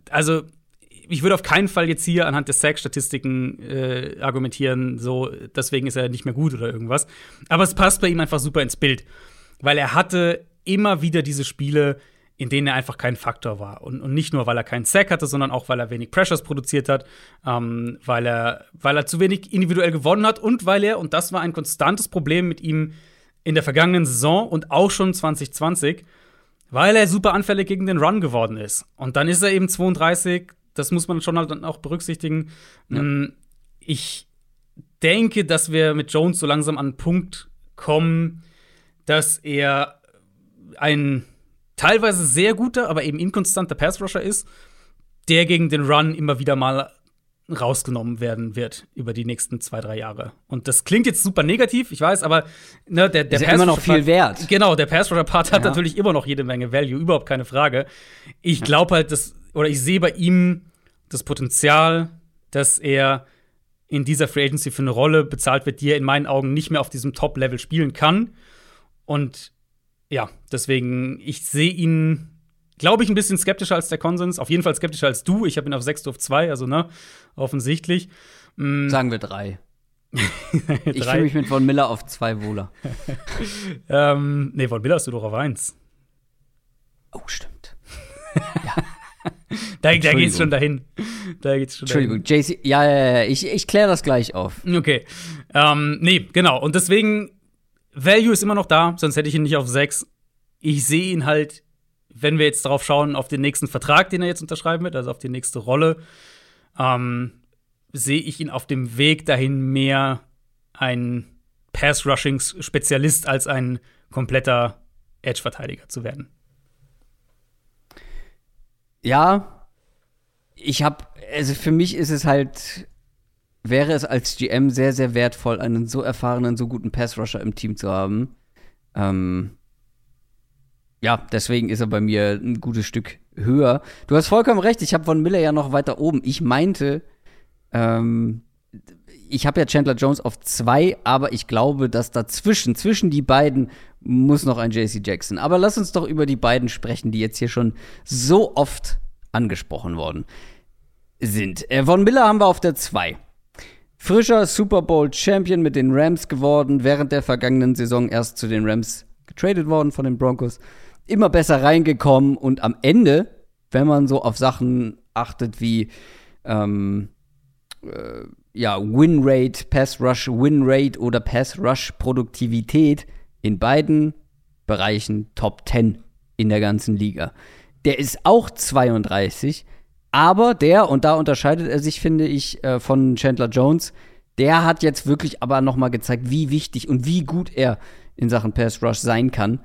also ich würde auf keinen Fall jetzt hier anhand der Sack-Statistiken äh, argumentieren, so deswegen ist er nicht mehr gut oder irgendwas. Aber es passt bei ihm einfach super ins Bild, weil er hatte immer wieder diese Spiele, in denen er einfach kein Faktor war. Und, und nicht nur, weil er keinen Sack hatte, sondern auch, weil er wenig Pressures produziert hat, ähm, weil, er, weil er zu wenig individuell gewonnen hat und weil er, und das war ein konstantes Problem mit ihm in der vergangenen Saison und auch schon zwanzig zwanzig, weil er super anfällig gegen den Run geworden ist. Und dann ist er eben zweiunddreißig, das muss man schon halt dann auch berücksichtigen. Ja. Ich denke, dass wir mit Jones so langsam an einen Punkt kommen, dass er ein teilweise sehr guter, aber eben inkonstanter Pass-Rusher ist, der gegen den Run immer wieder mal rausgenommen werden wird über die nächsten zwei, drei Jahre. Und das klingt jetzt super negativ, ich weiß, aber ne, der, der ist ja immer noch viel wert. Genau, der Pass-Rusher-Part hat ja. natürlich immer noch jede Menge Value, überhaupt keine Frage. Ich glaube halt, dass, oder ich sehe bei ihm das Potenzial, dass er in dieser Free Agency für eine Rolle bezahlt wird, die er in meinen Augen nicht mehr auf diesem Top-Level spielen kann. Und ja, deswegen, ich sehe ihn, glaube ich, ein bisschen skeptischer als der Konsens. Auf jeden Fall skeptischer als du. Ich habe ihn auf sechs, du auf zwei, also ne, offensichtlich. Mm. Sagen wir drei. Ich fühle mich mit Von Miller auf zwei wohler. ähm, nee, Von Miller hast du doch auf eins. Oh, stimmt. Ja. Da, da geht's schon dahin. Da geht's schon Entschuldigung, J C, ja, ja, ja, ich, ich kläre das gleich auf. Okay. Ähm, nee, genau. Und deswegen, Value ist immer noch da, sonst hätte ich ihn nicht auf sechs. Ich sehe ihn halt, wenn wir jetzt darauf schauen, auf den nächsten Vertrag, den er jetzt unterschreiben wird, also auf die nächste Rolle, ähm, sehe ich ihn auf dem Weg dahin, mehr ein Pass-Rushing-Spezialist als ein kompletter Edge-Verteidiger zu werden. Ja, ich habe, also für mich ist es halt, wäre es als G M sehr, sehr wertvoll, einen so erfahrenen, so guten Pass-Rusher im Team zu haben. Ähm, ja, deswegen ist er bei mir ein gutes Stück höher. Du hast vollkommen recht, ich habe Von Miller ja noch weiter oben. Ich meinte, ähm, ich habe ja Chandler Jones auf zwei, aber ich glaube, dass dazwischen, zwischen die beiden, muss noch ein J C Jackson. Aber lass uns doch über die beiden sprechen, die jetzt hier schon so oft angesprochen worden sind. Äh, Von Miller haben wir auf der zwei. Frischer Super Bowl Champion mit den Rams geworden, während der vergangenen Saison erst zu den Rams getradet worden von den Broncos. Immer besser reingekommen und am Ende, wenn man so auf Sachen achtet wie ähm, äh, ja, Win-Rate, Pass-Rush-Win-Rate oder Pass-Rush-Produktivität in beiden Bereichen Top zehn in der ganzen Liga. Der ist auch zweiunddreißig, aber der, und da unterscheidet er sich, finde ich, äh, von Chandler Jones, der hat jetzt wirklich aber noch mal gezeigt, wie wichtig und wie gut er in Sachen Pass-Rush sein kann.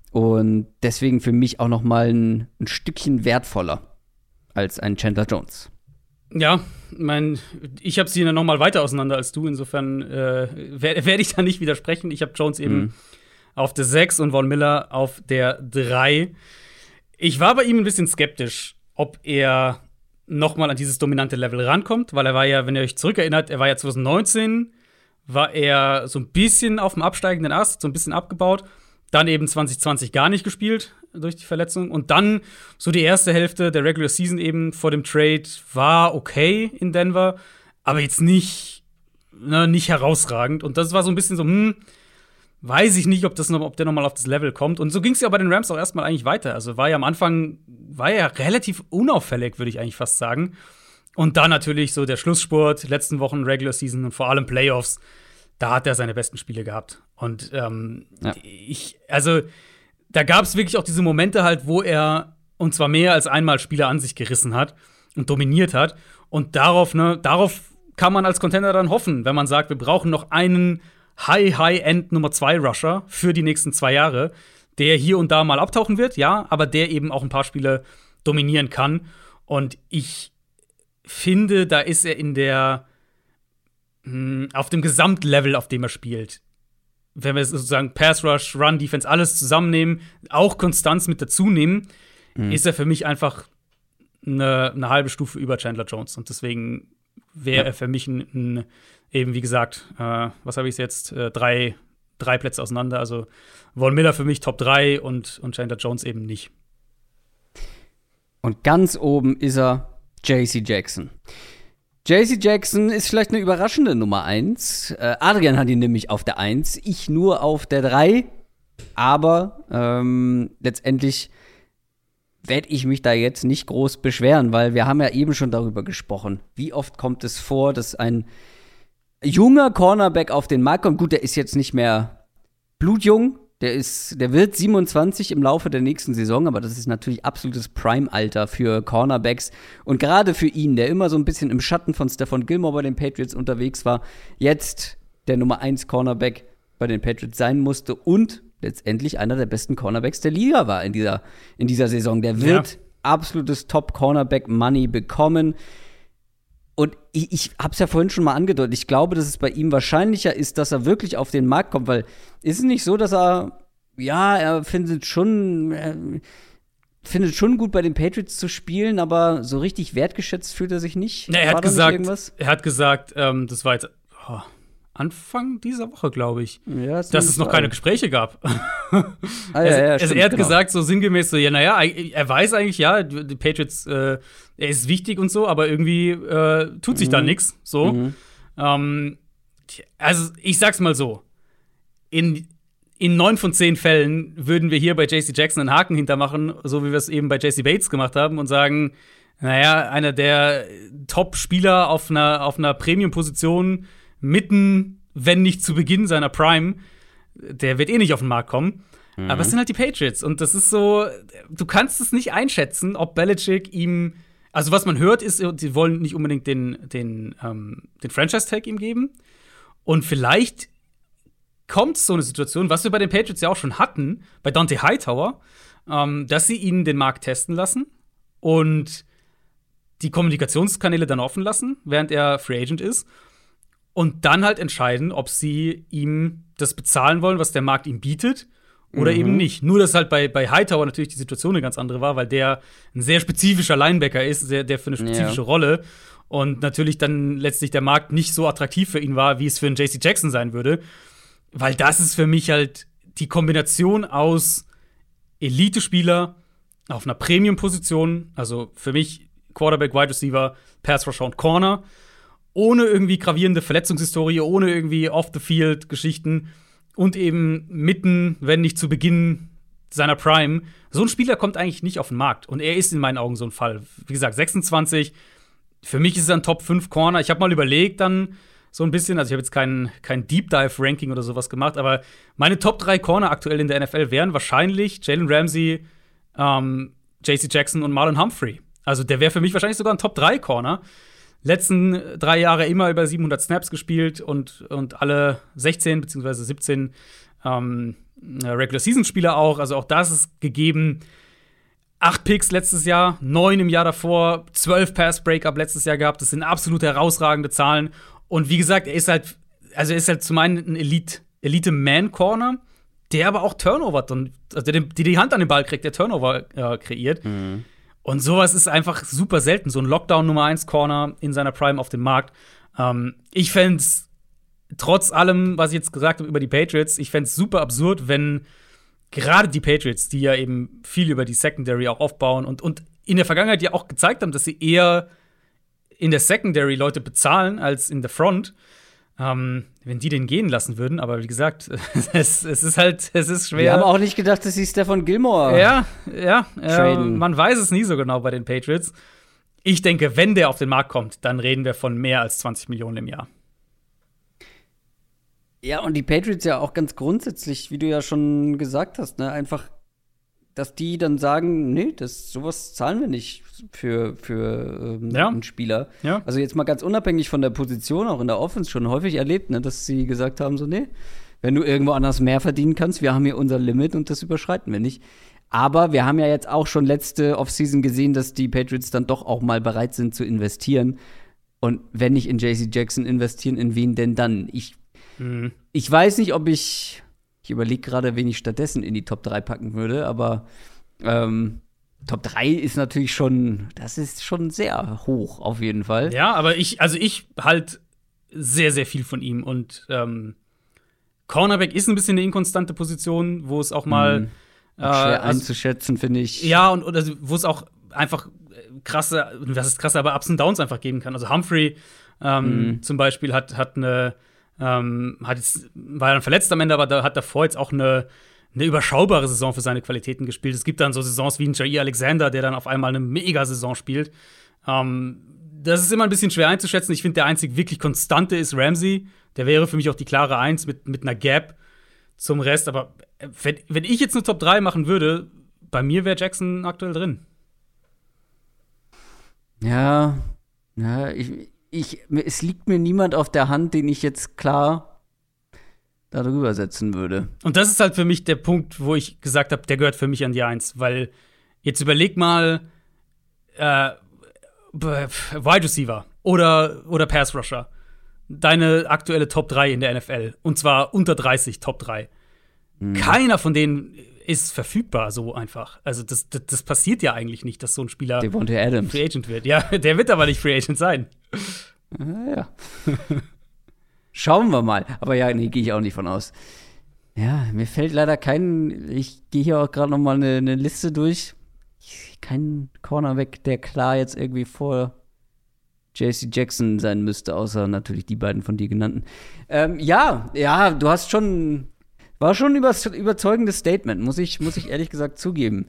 Und deswegen für mich auch noch mal ein, ein Stückchen wertvoller als ein Chandler Jones. Ja, mein, ich habe sie noch mal weiter auseinander als du. Insofern äh, werde werd ich da nicht widersprechen. Ich habe Jones eben mhm. auf der sechs und Von Miller auf der drei. Ich war bei ihm ein bisschen skeptisch, ob er noch mal an dieses dominante Level rankommt, weil er war ja, wenn ihr euch zurückerinnert, er war ja zwanzig neunzehn, war er so ein bisschen auf dem absteigenden Ast, so ein bisschen abgebaut. Dann eben zwanzig zwanzig gar nicht gespielt durch die Verletzung. Und dann so die erste Hälfte der Regular Season eben vor dem Trade war okay in Denver, aber jetzt nicht, ne, nicht herausragend. Und das war so ein bisschen so, hm, weiß ich nicht, ob, das noch, ob der noch mal auf das Level kommt. Und so ging es ja bei den Rams auch erstmal eigentlich weiter. Also war ja am Anfang, war ja relativ unauffällig, würde ich eigentlich fast sagen. Und dann natürlich so der Schlussspurt, letzten Wochen Regular Season und vor allem Playoffs, da hat er seine besten Spiele gehabt. Und ähm, ja. ich, also da gab es wirklich auch diese Momente halt, wo er, und zwar mehr als einmal, Spieler an sich gerissen hat und dominiert hat. Und darauf, ne, darauf kann man als Contender dann hoffen, wenn man sagt, wir brauchen noch einen High, High-End Nummer zwei Rusher für die nächsten zwei Jahre, der hier und da mal abtauchen wird, ja, aber der eben auch ein paar Spiele dominieren kann. Und ich finde, da ist er in der auf dem Gesamtlevel, auf dem er spielt, wenn wir sozusagen Pass Rush, Run Defense, alles zusammennehmen, auch Konstanz mit dazu nehmen, mhm. ist er für mich einfach eine, eine halbe Stufe über Chandler Jones. Und deswegen wäre ja. er für mich ein, ein, eben wie gesagt, äh, was habe ich jetzt, äh, drei, drei Plätze auseinander. Also Von Miller für mich Top drei und, und Chandler Jones eben nicht. Und ganz oben ist er J C Jackson. J C Jackson ist vielleicht eine überraschende Nummer eins. Äh, Adrian hat ihn nämlich auf der eins, ich nur auf der drei. Aber ähm, letztendlich werde ich mich da jetzt nicht groß beschweren, weil wir haben ja eben schon darüber gesprochen. Wie oft kommt es vor, dass ein junger Cornerback auf den Markt kommt? Gut, der ist jetzt nicht mehr blutjung. Der ist, der wird siebenundzwanzig im Laufe der nächsten Saison, aber das ist natürlich absolutes Prime-Alter für Cornerbacks. Und gerade für ihn, der immer so ein bisschen im Schatten von Stephon Gilmore bei den Patriots unterwegs war, jetzt der Nummer eins Cornerback bei den Patriots sein musste und letztendlich einer der besten Cornerbacks der Liga war in dieser, in dieser Saison. Der wird ja. absolutes Top-Cornerback-Money bekommen. Und ich, ich habe es ja vorhin schon mal angedeutet, ich glaube, dass es bei ihm wahrscheinlicher ist, dass er wirklich auf den Markt kommt, weil ist es nicht so, dass er, ja, er findet schon, er findet schon gut bei den Patriots zu spielen, aber so richtig wertgeschätzt fühlt er sich nicht? Ja, er, hat gesagt, er hat gesagt, ähm, das war jetzt oh, Anfang dieser Woche, glaube ich, ja, das dass es noch keine Gespräche gab. ah, ja, ja, also, stimmt, er hat genau. gesagt, so sinngemäß, so, ja, naja, er weiß eigentlich, ja, die Patriots, äh, er ist wichtig und so, aber irgendwie äh, tut sich mhm. da nichts. So. Mhm. Ähm, also, ich sag's mal so: In, in neun von zehn Fällen würden wir hier bei J C Jackson einen Haken hintermachen, so wie wir es eben bei J C Bates gemacht haben, und sagen, naja, einer der Top-Spieler auf einer, auf einer Premium-Position mitten, wenn nicht zu Beginn seiner Prime, der wird eh nicht auf den Markt kommen. Mhm. Aber es sind halt die Patriots. Und das ist so, du kannst es nicht einschätzen, ob Belichick ihm, also was man hört, ist, die wollen nicht unbedingt den, den, ähm, den Franchise-Tag ihm geben. Und vielleicht kommt so eine Situation, was wir bei den Patriots ja auch schon hatten, bei Dante Hightower, ähm, dass sie ihn den Markt testen lassen und die Kommunikationskanäle dann offen lassen, während er Free Agent ist. Und dann halt entscheiden, ob sie ihm das bezahlen wollen, was der Markt ihm bietet, oder mhm. eben nicht. Nur, dass halt bei, bei Hightower natürlich die Situation eine ganz andere war, weil der ein sehr spezifischer Linebacker ist, der, der für eine spezifische ja. Rolle. Und natürlich dann letztlich der Markt nicht so attraktiv für ihn war, wie es für einen J C Jackson sein würde. Weil das ist für mich halt die Kombination aus Elite-Spieler auf einer Premium-Position, also für mich Quarterback, Wide Receiver, Pass Rusher und Corner, ohne irgendwie gravierende Verletzungshistorie, ohne irgendwie Off-the-Field-Geschichten und eben mitten, wenn nicht zu Beginn seiner Prime. So ein Spieler kommt eigentlich nicht auf den Markt. Und er ist in meinen Augen so ein Fall. Wie gesagt, sechsundzwanzig. Für mich ist er ein Top fünf Corner. Ich habe mal überlegt dann so ein bisschen, also ich habe jetzt kein, kein Deep-Dive-Ranking oder sowas gemacht, aber meine Top drei Corner aktuell in der N F L wären wahrscheinlich Jalen Ramsey, ähm, J C Jackson und Marlon Humphrey. Also der wäre für mich wahrscheinlich sogar ein Top drei Corner. Letzten drei Jahre immer über siebenhundert Snaps gespielt und, und alle sechzehn beziehungsweise siebzehn ähm, Regular-Season-Spieler auch. Also auch das ist gegeben. Acht Picks letztes Jahr, neun im Jahr davor, zwölf Pass-Breakup letztes Jahr gehabt. Das sind absolut herausragende Zahlen. Und wie gesagt, er ist halt, also er ist halt zum einen ein Elite, Elite-Man-Corner, der aber auch Turnover, also der die Hand an den Ball kriegt, der Turnover äh, kreiert. Mhm. Und sowas ist einfach super selten, so ein Lockdown-Nummer eins Corner in seiner Prime auf dem Markt. Ähm, ich fände es, trotz allem, was ich jetzt gesagt habe über die Patriots, ich fände es super absurd, wenn gerade die Patriots, die ja eben viel über die Secondary auch aufbauen und, und in der Vergangenheit ja auch gezeigt haben, dass sie eher in der Secondary Leute bezahlen als in der Front, ähm, wenn die den gehen lassen würden. Aber wie gesagt, es, es ist halt, es ist schwer. Wir haben auch nicht gedacht, dass sie Stephon Gilmore Ja, ja, äh, man weiß es nie so genau bei den Patriots. Ich denke, wenn der auf den Markt kommt, dann reden wir von mehr als zwanzig Millionen im Jahr. Ja, und die Patriots ja auch ganz grundsätzlich, wie du ja schon gesagt hast, ne, einfach, dass die dann sagen, nee, das, sowas zahlen wir nicht für, für ähm, ja. einen Spieler. Ja. Also jetzt mal ganz unabhängig von der Position, auch in der Offense schon häufig erlebt, ne, dass sie gesagt haben, so, nee, wenn du irgendwo anders mehr verdienen kannst, wir haben hier unser Limit und das überschreiten wir nicht. Aber wir haben ja jetzt auch schon letzte Offseason gesehen, dass die Patriots dann doch auch mal bereit sind zu investieren. Und wenn nicht in J C Jackson investieren, in wen denn dann? Ich, mhm. ich weiß nicht, ob ich Ich überlege gerade, wen ich stattdessen in die Top drei packen würde, aber ähm, Top drei ist natürlich schon, das ist schon sehr hoch auf jeden Fall. Ja, aber ich, also ich halt sehr, sehr viel von ihm und ähm, Cornerback ist ein bisschen eine inkonstante Position, wo es auch mal mhm. Schwer äh, also, einzuschätzen, finde ich. Ja, und oder wo es auch einfach krasse, was ist krasse, aber Ups und Downs einfach geben kann. Also Humphrey ähm, mhm. zum Beispiel hat, hat eine, ähm, hat jetzt, war dann verletzt am Ende, aber da hat davor jetzt auch eine, eine überschaubare Saison für seine Qualitäten gespielt. Es gibt dann so Saisons wie ein Jair Alexander, der dann auf einmal eine Mega-Saison spielt. Ähm, das ist immer ein bisschen schwer einzuschätzen. Ich finde, der einzig wirklich Konstante ist Ramsey. Der wäre für mich auch die klare Eins mit, mit einer Gap zum Rest. Aber wenn, wenn ich jetzt eine Top drei machen würde, bei mir wäre Jackson aktuell drin. Ja, ja ich, ich, es liegt mir niemand auf der Hand, den ich jetzt klar darüber setzen würde. Und das ist halt für mich der Punkt, wo ich gesagt habe, der gehört für mich an die Eins. Weil jetzt überleg mal, äh, Wide Receiver oder, oder Pass Rusher. Deine aktuelle Top drei in der N F L. Und zwar unter dreißig Top drei. Mhm. Keiner von denen ist verfügbar so einfach. Also das, das, das passiert ja eigentlich nicht, dass so ein Spieler Devontae Adams Free Agent wird. Ja, der wird aber nicht Free Agent sein. Ja, ja. Schauen wir mal. Aber ja, nee, gehe ich auch nicht von aus. Ja, mir fällt leider kein, ich gehe hier auch gerade noch mal eine, eine Liste durch. Kein Cornerback, der klar jetzt irgendwie vor J C Jackson sein müsste, außer natürlich die beiden von dir genannten. Ähm, ja, ja, du hast schon, war schon ein überzeugendes Statement, muss ich, muss ich ehrlich gesagt zugeben.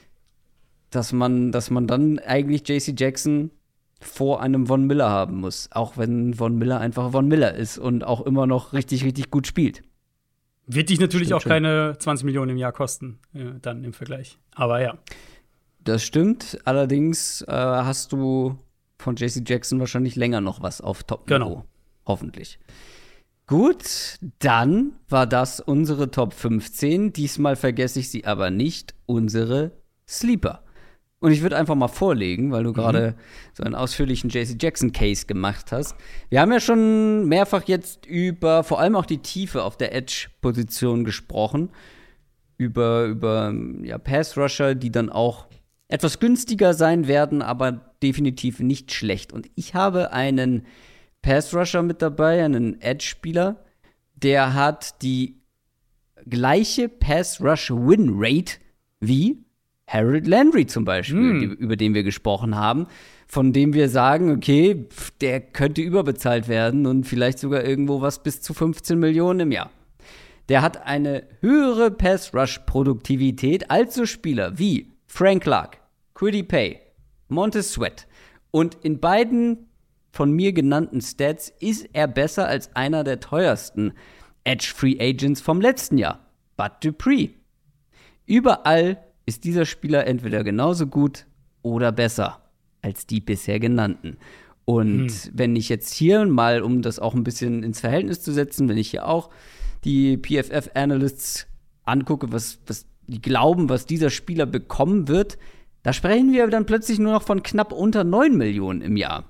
Dass man, dass man dann eigentlich J C Jackson vor einem Von Miller haben muss. Auch wenn Von Miller einfach Von Miller ist und auch immer noch richtig, richtig gut spielt. Wird dich natürlich Stimmt auch schon. keine zwanzig Millionen im Jahr kosten, äh, dann im Vergleich. Aber ja. Das stimmt. Allerdings äh, hast du von J C Jackson wahrscheinlich länger noch was auf Top-Niveau. Genau. Hoffentlich. Gut, dann war das unsere Top fünfzehn. Diesmal vergesse ich sie aber nicht, unsere Sleeper. Und ich würde einfach mal vorlegen, weil du mhm. gerade so einen ausführlichen J C Jackson-Case gemacht hast. Wir haben ja schon mehrfach jetzt über vor allem auch die Tiefe auf der Edge-Position gesprochen. Über, über ja, Pass-Rusher, die dann auch etwas günstiger sein werden, aber definitiv nicht schlecht. Und ich habe einen Pass-Rusher mit dabei, einen Edge-Spieler, der hat die gleiche Pass-Rush-Win-Rate wie Harold Landry zum Beispiel, mm. die, über den wir gesprochen haben, von dem wir sagen, okay, pf, der könnte überbezahlt werden und vielleicht sogar irgendwo was bis zu fünfzehn Millionen im Jahr. Der hat eine höhere Pass-Rush-Produktivität als so Spieler wie Frank Clark, Kwity Paye, Montez Sweat. Und in beiden von mir genannten Stats ist er besser als einer der teuersten Edge-Free Agents vom letzten Jahr, Bud Dupree. Überall ist dieser Spieler entweder genauso gut oder besser als die bisher genannten. Und hm. wenn ich jetzt hier mal, um das auch ein bisschen ins Verhältnis zu setzen, wenn ich hier auch die P F F-Analysts angucke, was, was die glauben, was dieser Spieler bekommen wird, da sprechen wir dann plötzlich nur noch von knapp unter neun Millionen im Jahr.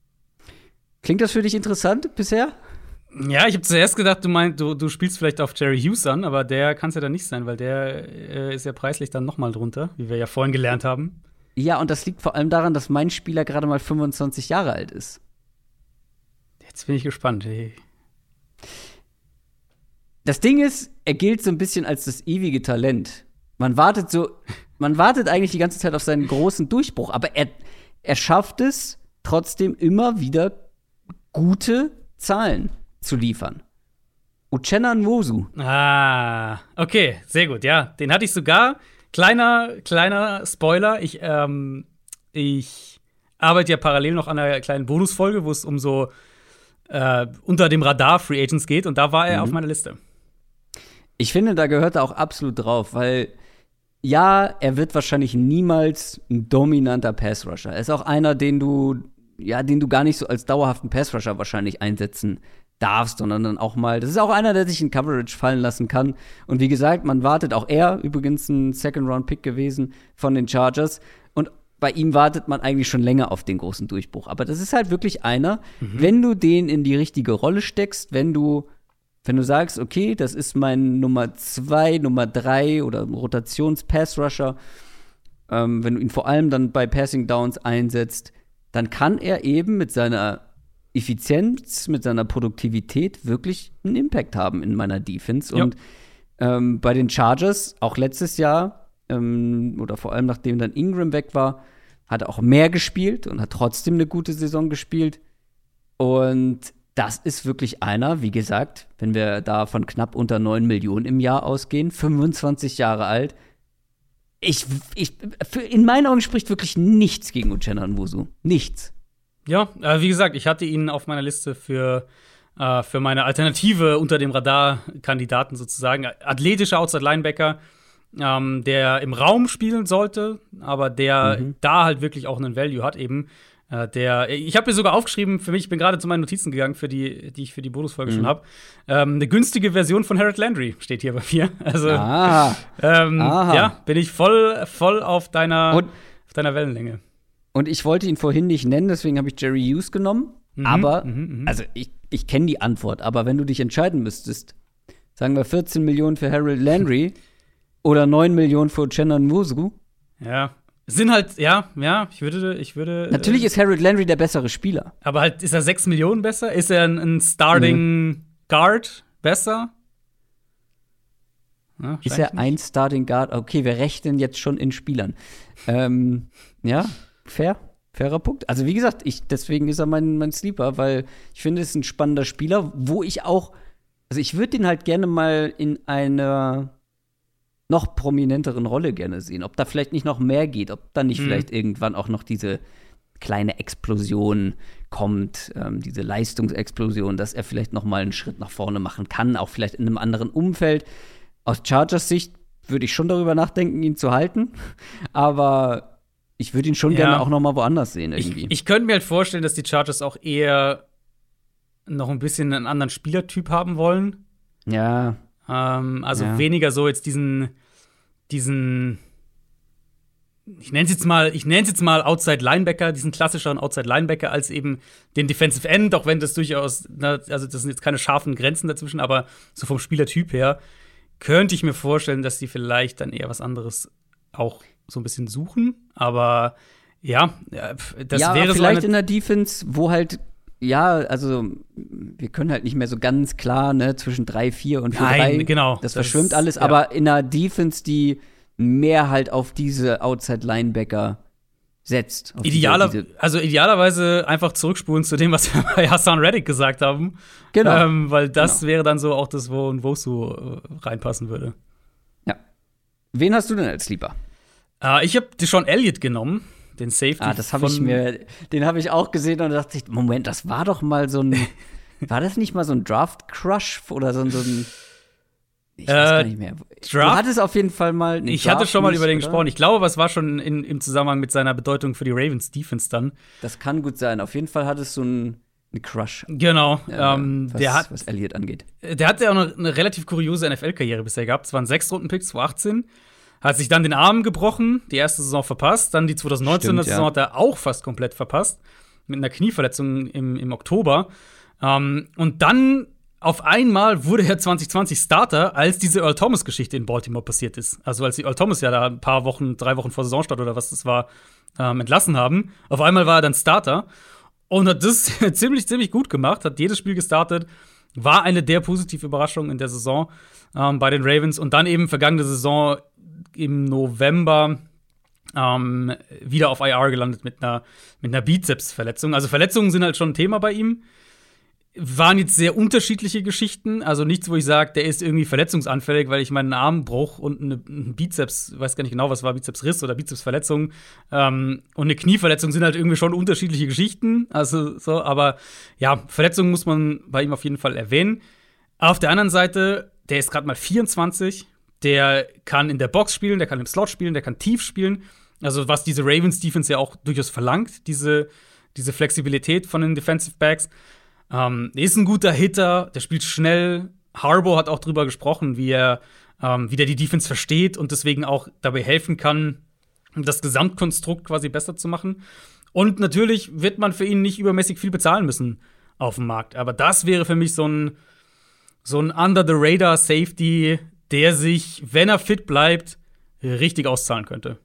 Klingt das für dich interessant bisher? Ja, ich habe zuerst gedacht, du meinst, du, du spielst vielleicht auf Jerry Hughes an, aber der kann es ja dann nicht sein, weil der äh, ist ja preislich dann noch mal drunter, wie wir ja vorhin gelernt haben. Ja, und das liegt vor allem daran, dass mein Spieler gerade mal fünfundzwanzig Jahre alt ist. Jetzt bin ich gespannt. Hey. Das Ding ist, er gilt so ein bisschen als das ewige Talent. Man wartet so, man wartet eigentlich die ganze Zeit auf seinen großen Durchbruch, aber er, er schafft es trotzdem immer wieder gute Zahlen zu liefern. Uchenna Nwosu. Ah, okay, sehr gut, ja. Den hatte ich sogar. Kleiner, kleiner Spoiler. Ich, ähm, ich arbeite ja parallel noch an einer kleinen Bonusfolge, wo es um so äh, unter dem Radar Free Agents geht. Und da war er mhm. auf meiner Liste. Ich finde, da gehört er auch absolut drauf, weil ja, er wird wahrscheinlich niemals ein dominanter Pass-Rusher. Er ist auch einer, den du, ja, den du gar nicht so als dauerhaften Pass-Rusher wahrscheinlich einsetzen darfst, sondern dann auch mal, das ist auch einer, der sich in Coverage fallen lassen kann. Und wie gesagt, man wartet, auch er, übrigens ein Second-Round-Pick gewesen von den Chargers. Und bei ihm wartet man eigentlich schon länger auf den großen Durchbruch. Aber das ist halt wirklich einer, mhm. wenn du den in die richtige Rolle steckst, wenn du Wenn du sagst, okay, das ist mein Nummer zwei, Nummer drei oder Rotations-Pass-Rusher, ähm, wenn du ihn vor allem dann bei Passing Downs einsetzt, dann kann er eben mit seiner Effizienz, mit seiner Produktivität wirklich einen Impact haben in meiner Defense. Ja. Und ähm, bei den Chargers, auch letztes Jahr, ähm, oder vor allem nachdem dann Ingram weg war, hat auch mehr gespielt und hat trotzdem eine gute Saison gespielt. Und das ist wirklich einer, wie gesagt, wenn wir da von knapp unter neun Millionen im Jahr ausgehen, fünfundzwanzig Jahre alt. Ich, ich, für, in meinen Augen spricht wirklich nichts gegen Uchenna Nwosu. Nichts. Ja, äh, wie gesagt, ich hatte ihn auf meiner Liste für, äh, für meine Alternative unter dem Radar-Kandidaten sozusagen. Athletischer Outside-Linebacker, ähm, der im Raum spielen sollte, aber der mhm. da halt wirklich auch einen Value hat eben. Äh, der, ich habe mir sogar aufgeschrieben, für mich, ich bin gerade zu meinen Notizen gegangen, für die, die ich für die Bonusfolge mhm. schon habe. Ähm, eine günstige Version von Harold Landry steht hier bei mir. Also, ah. ähm, ja, bin ich voll, voll auf deiner, und, auf deiner Wellenlänge. Und ich wollte ihn vorhin nicht nennen, deswegen habe ich Jerry Hughes genommen. Mhm, aber, mhm, also ich, ich kenne die Antwort, aber wenn du dich entscheiden müsstest, sagen wir vierzehn Millionen für Harold Landry oder neun Millionen für Uchenna Nwosu. Ja. Sind halt, ja, ja, ich würde, ich würde. Natürlich äh, ist Harold Landry der bessere Spieler. Aber halt, ist er sechs Millionen besser? Ist er ein, ein Starting mhm. Guard besser? Ja, ist er ein Starting Guard? Okay, wir rechnen jetzt schon in Spielern. ähm, ja, fair, fairer Punkt. Also wie gesagt, ich, deswegen ist er mein, mein Sleeper, weil ich finde, es ist ein spannender Spieler, wo ich auch, also ich würde ihn halt gerne mal in einer noch prominenteren Rolle gerne sehen. Ob da vielleicht nicht noch mehr geht, ob da nicht mhm. vielleicht irgendwann auch noch diese kleine Explosion kommt, ähm, diese Leistungsexplosion, dass er vielleicht noch mal einen Schritt nach vorne machen kann, auch vielleicht in einem anderen Umfeld. Aus Chargers Sicht würde ich schon darüber nachdenken, ihn zu halten, aber ich würde ihn schon ja. gerne auch noch mal woanders sehen irgendwie. Ich, ich könnte mir halt vorstellen, dass die Chargers auch eher noch ein bisschen einen anderen Spielertyp haben wollen. Ja. Ähm, also ja. weniger so jetzt diesen, diesen, ich nenne es jetzt mal, ich nenne es jetzt mal Outside Linebacker, diesen klassischeren Outside Linebacker als eben den Defensive End, auch wenn das durchaus, na, also das sind jetzt keine scharfen Grenzen dazwischen, aber so vom Spielertyp her könnte ich mir vorstellen, dass die vielleicht dann eher was anderes auch so ein bisschen suchen. Aber ja, das ja, wäre vielleicht so eine in der Defense, wo halt ja, also wir können halt nicht mehr so ganz klar, ne, zwischen drei vier und vier drei. Nein, genau. Das, das verschwimmt ist, alles, ja. aber in einer Defense, die mehr halt auf diese Outside-Linebacker setzt. Idealer, diese, diese also idealerweise einfach zurückspulen zu dem, was wir bei Hassan Reddick gesagt haben. Genau. Ähm, weil das genau. wäre dann so auch das, wo ein Wosu äh, reinpassen würde. Ja. Wen hast du denn als Sleeper? Äh, ich habe Deshaun Elliott genommen. Den Safety. Ah, das habe ich mir, den habe ich auch gesehen und dachte ich, Moment, das war doch mal so ein, war das nicht mal so ein Draft-Crush oder so ein, so ein ich weiß äh, gar nicht mehr. Draft? Du hattest auf jeden Fall mal einen Ich Draft hatte schon mal nicht, über den oder? gesprochen. Ich glaube, was war schon in, im Zusammenhang mit seiner Bedeutung für die Ravens Defense dann. Das kann gut sein. Auf jeden Fall hattest du einen, einen Crush. Genau. Äh, ähm, was, der hat, was Elliott angeht. Der hatte ja auch eine, eine relativ kuriose N F L-Karriere bisher gehabt. Es waren sechs Runden-Picks, zwanzig achtzehn. Hat sich dann den Arm gebrochen, die erste Saison verpasst. Dann die zwanzig neunzehner Saison ja. hat er auch fast komplett verpasst. Mit einer Knieverletzung im, im Oktober. Ähm, und dann auf einmal wurde er zwanzig zwanzig Starter, als diese Earl Thomas-Geschichte in Baltimore passiert ist. Also als die Earl Thomas ja da ein paar Wochen, drei Wochen vor Saisonstart oder was das war, ähm, entlassen haben. Auf einmal war er dann Starter und hat das ziemlich, ziemlich gut gemacht. Hat jedes Spiel gestartet. War eine der positiven Überraschungen in der Saison ähm, bei den Ravens. Und dann eben vergangene Saison im November ähm, wieder auf I R gelandet mit einer, mit einer Bizepsverletzung. Also Verletzungen sind halt schon ein Thema bei ihm. Waren jetzt sehr unterschiedliche Geschichten. Also nichts, wo ich sage, der ist irgendwie verletzungsanfällig, weil ich meinen Armbruch und eine, einen Bizeps, weiß gar nicht genau, was war, Bizepsriss oder Bizepsverletzung ähm, und eine Knieverletzung sind halt irgendwie schon unterschiedliche Geschichten. Also so, aber ja, Verletzungen muss man bei ihm auf jeden Fall erwähnen. Auf der anderen Seite, der ist gerade mal vierundzwanzig. Der kann in der Box spielen, der kann im Slot spielen, der kann tief spielen. Also was diese Ravens-Defense ja auch durchaus verlangt, diese, diese Flexibilität von den Defensive Backs. Ähm, er ist ein guter Hitter, der spielt schnell. Harbaugh hat auch drüber gesprochen, wie er, ähm, wie der die Defense versteht und deswegen auch dabei helfen kann, das Gesamtkonstrukt quasi besser zu machen. Und natürlich wird man für ihn nicht übermäßig viel bezahlen müssen auf dem Markt. Aber das wäre für mich so ein, so ein Under-the-Radar-Safety, der sich, wenn er fit bleibt, richtig auszahlen könnte.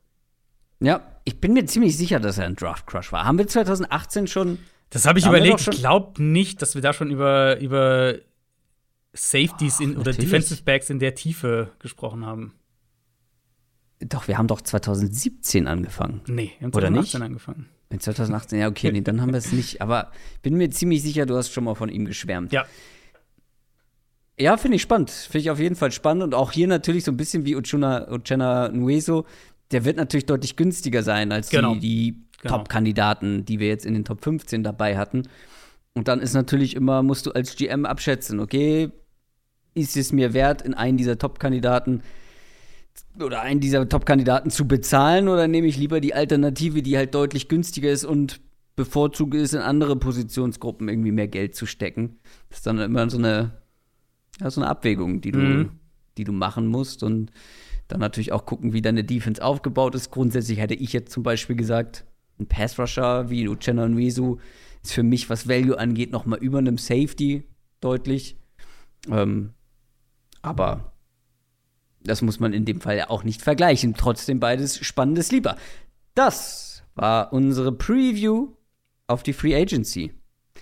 Ja, ich bin mir ziemlich sicher, dass er ein Draft-Crush war. Haben wir zwanzig achtzehn schon Das habe ich überlegt. Ich glaube nicht, dass wir da schon über, über Safeties in, oder Defensive Backs in der Tiefe gesprochen haben. Doch, wir haben doch zwanzig siebzehn angefangen. Nee, wir haben Oder zwanzig achtzehn nicht? angefangen. In zwanzig achtzehn, ja, okay, nee, dann haben wir es nicht. Aber ich bin mir ziemlich sicher, du hast schon mal von ihm geschwärmt. Ja. Ja, finde ich spannend. Finde ich auf jeden Fall spannend. Und auch hier natürlich so ein bisschen wie Uchenna, Uchenna Nweso. Der wird natürlich deutlich günstiger sein als Genau. die, die Genau. Top-Kandidaten, die wir jetzt in den Top fünfzehn dabei hatten. Und dann ist natürlich immer, musst du als G M abschätzen, okay, ist es mir wert, in einen dieser Top-Kandidaten oder einen dieser Top-Kandidaten zu bezahlen, oder nehme ich lieber die Alternative, die halt deutlich günstiger ist und bevorzuge es, in andere Positionsgruppen irgendwie mehr Geld zu stecken. Das ist dann immer so eine, ja, so eine Abwägung, die du, Mhm. die du machen musst, und dann natürlich auch gucken, wie deine Defense aufgebaut ist. Grundsätzlich hätte ich jetzt zum Beispiel gesagt, ein Pass-Rusher wie Uchenna Nweso ist für mich, was Value angeht, noch mal über einem Safety deutlich. Ähm, aber das muss man in dem Fall ja auch nicht vergleichen. Trotzdem beides spannendes Lieber. Das war unsere Preview auf die Free Agency.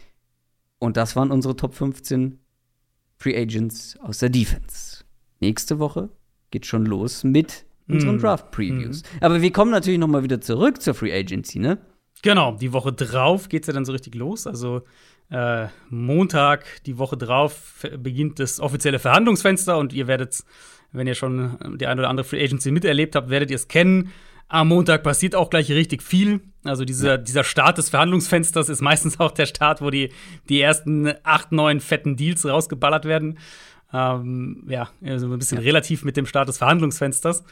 Und das waren unsere Top fünfzehn Free Agents aus der Defense. Nächste Woche geht schon los mit unseren Mm. Draft-Previews. Aber wir kommen natürlich noch mal wieder zurück zur Free Agency, ne? Genau, die Woche drauf geht's ja dann so richtig los. Also äh, Montag, die Woche drauf, f- beginnt das offizielle Verhandlungsfenster, und ihr werdet, wenn ihr schon die eine oder andere Free Agency miterlebt habt, werdet ihr es kennen. Am Montag passiert auch gleich richtig viel. Also dieser, dieser Start des Verhandlungsfensters ist meistens auch der Start, wo die, die ersten acht, neun fetten Deals rausgeballert werden. Ähm, ja, also ein bisschen Ja. relativ mit dem Start des Verhandlungsfensters.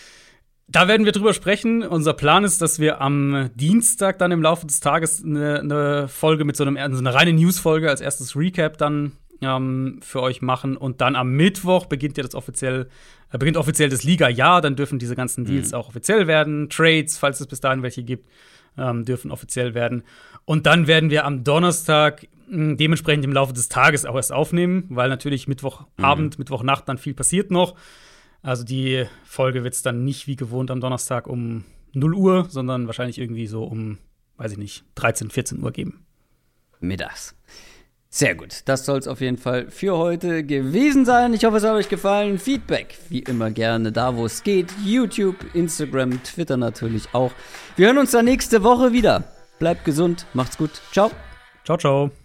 Da werden wir drüber sprechen. Unser Plan ist, dass wir am Dienstag dann im Laufe des Tages eine, eine Folge mit so einem, also eine reine News-Folge als erstes Recap dann ähm, für euch machen. Und dann am Mittwoch beginnt ja das offiziell, äh, beginnt offiziell das Liga-Jahr. Dann dürfen diese ganzen Deals Mhm. auch offiziell werden. Trades, falls es bis dahin welche gibt, ähm, dürfen offiziell werden. Und dann werden wir am Donnerstag mh, dementsprechend im Laufe des Tages auch erst aufnehmen, weil natürlich Mittwochabend, Mittwochnacht dann viel passiert noch. Also die Folge wird es dann nicht wie gewohnt am Donnerstag um null Uhr, sondern wahrscheinlich irgendwie so um, weiß ich nicht, dreizehn, vierzehn Uhr geben. Mittags. Sehr gut. Das soll es auf jeden Fall für heute gewesen sein. Ich hoffe, es hat euch gefallen. Feedback, wie immer gerne da, wo es geht. YouTube, Instagram, Twitter natürlich auch. Wir hören uns dann nächste Woche wieder. Bleibt gesund, macht's gut. Ciao. Ciao, ciao.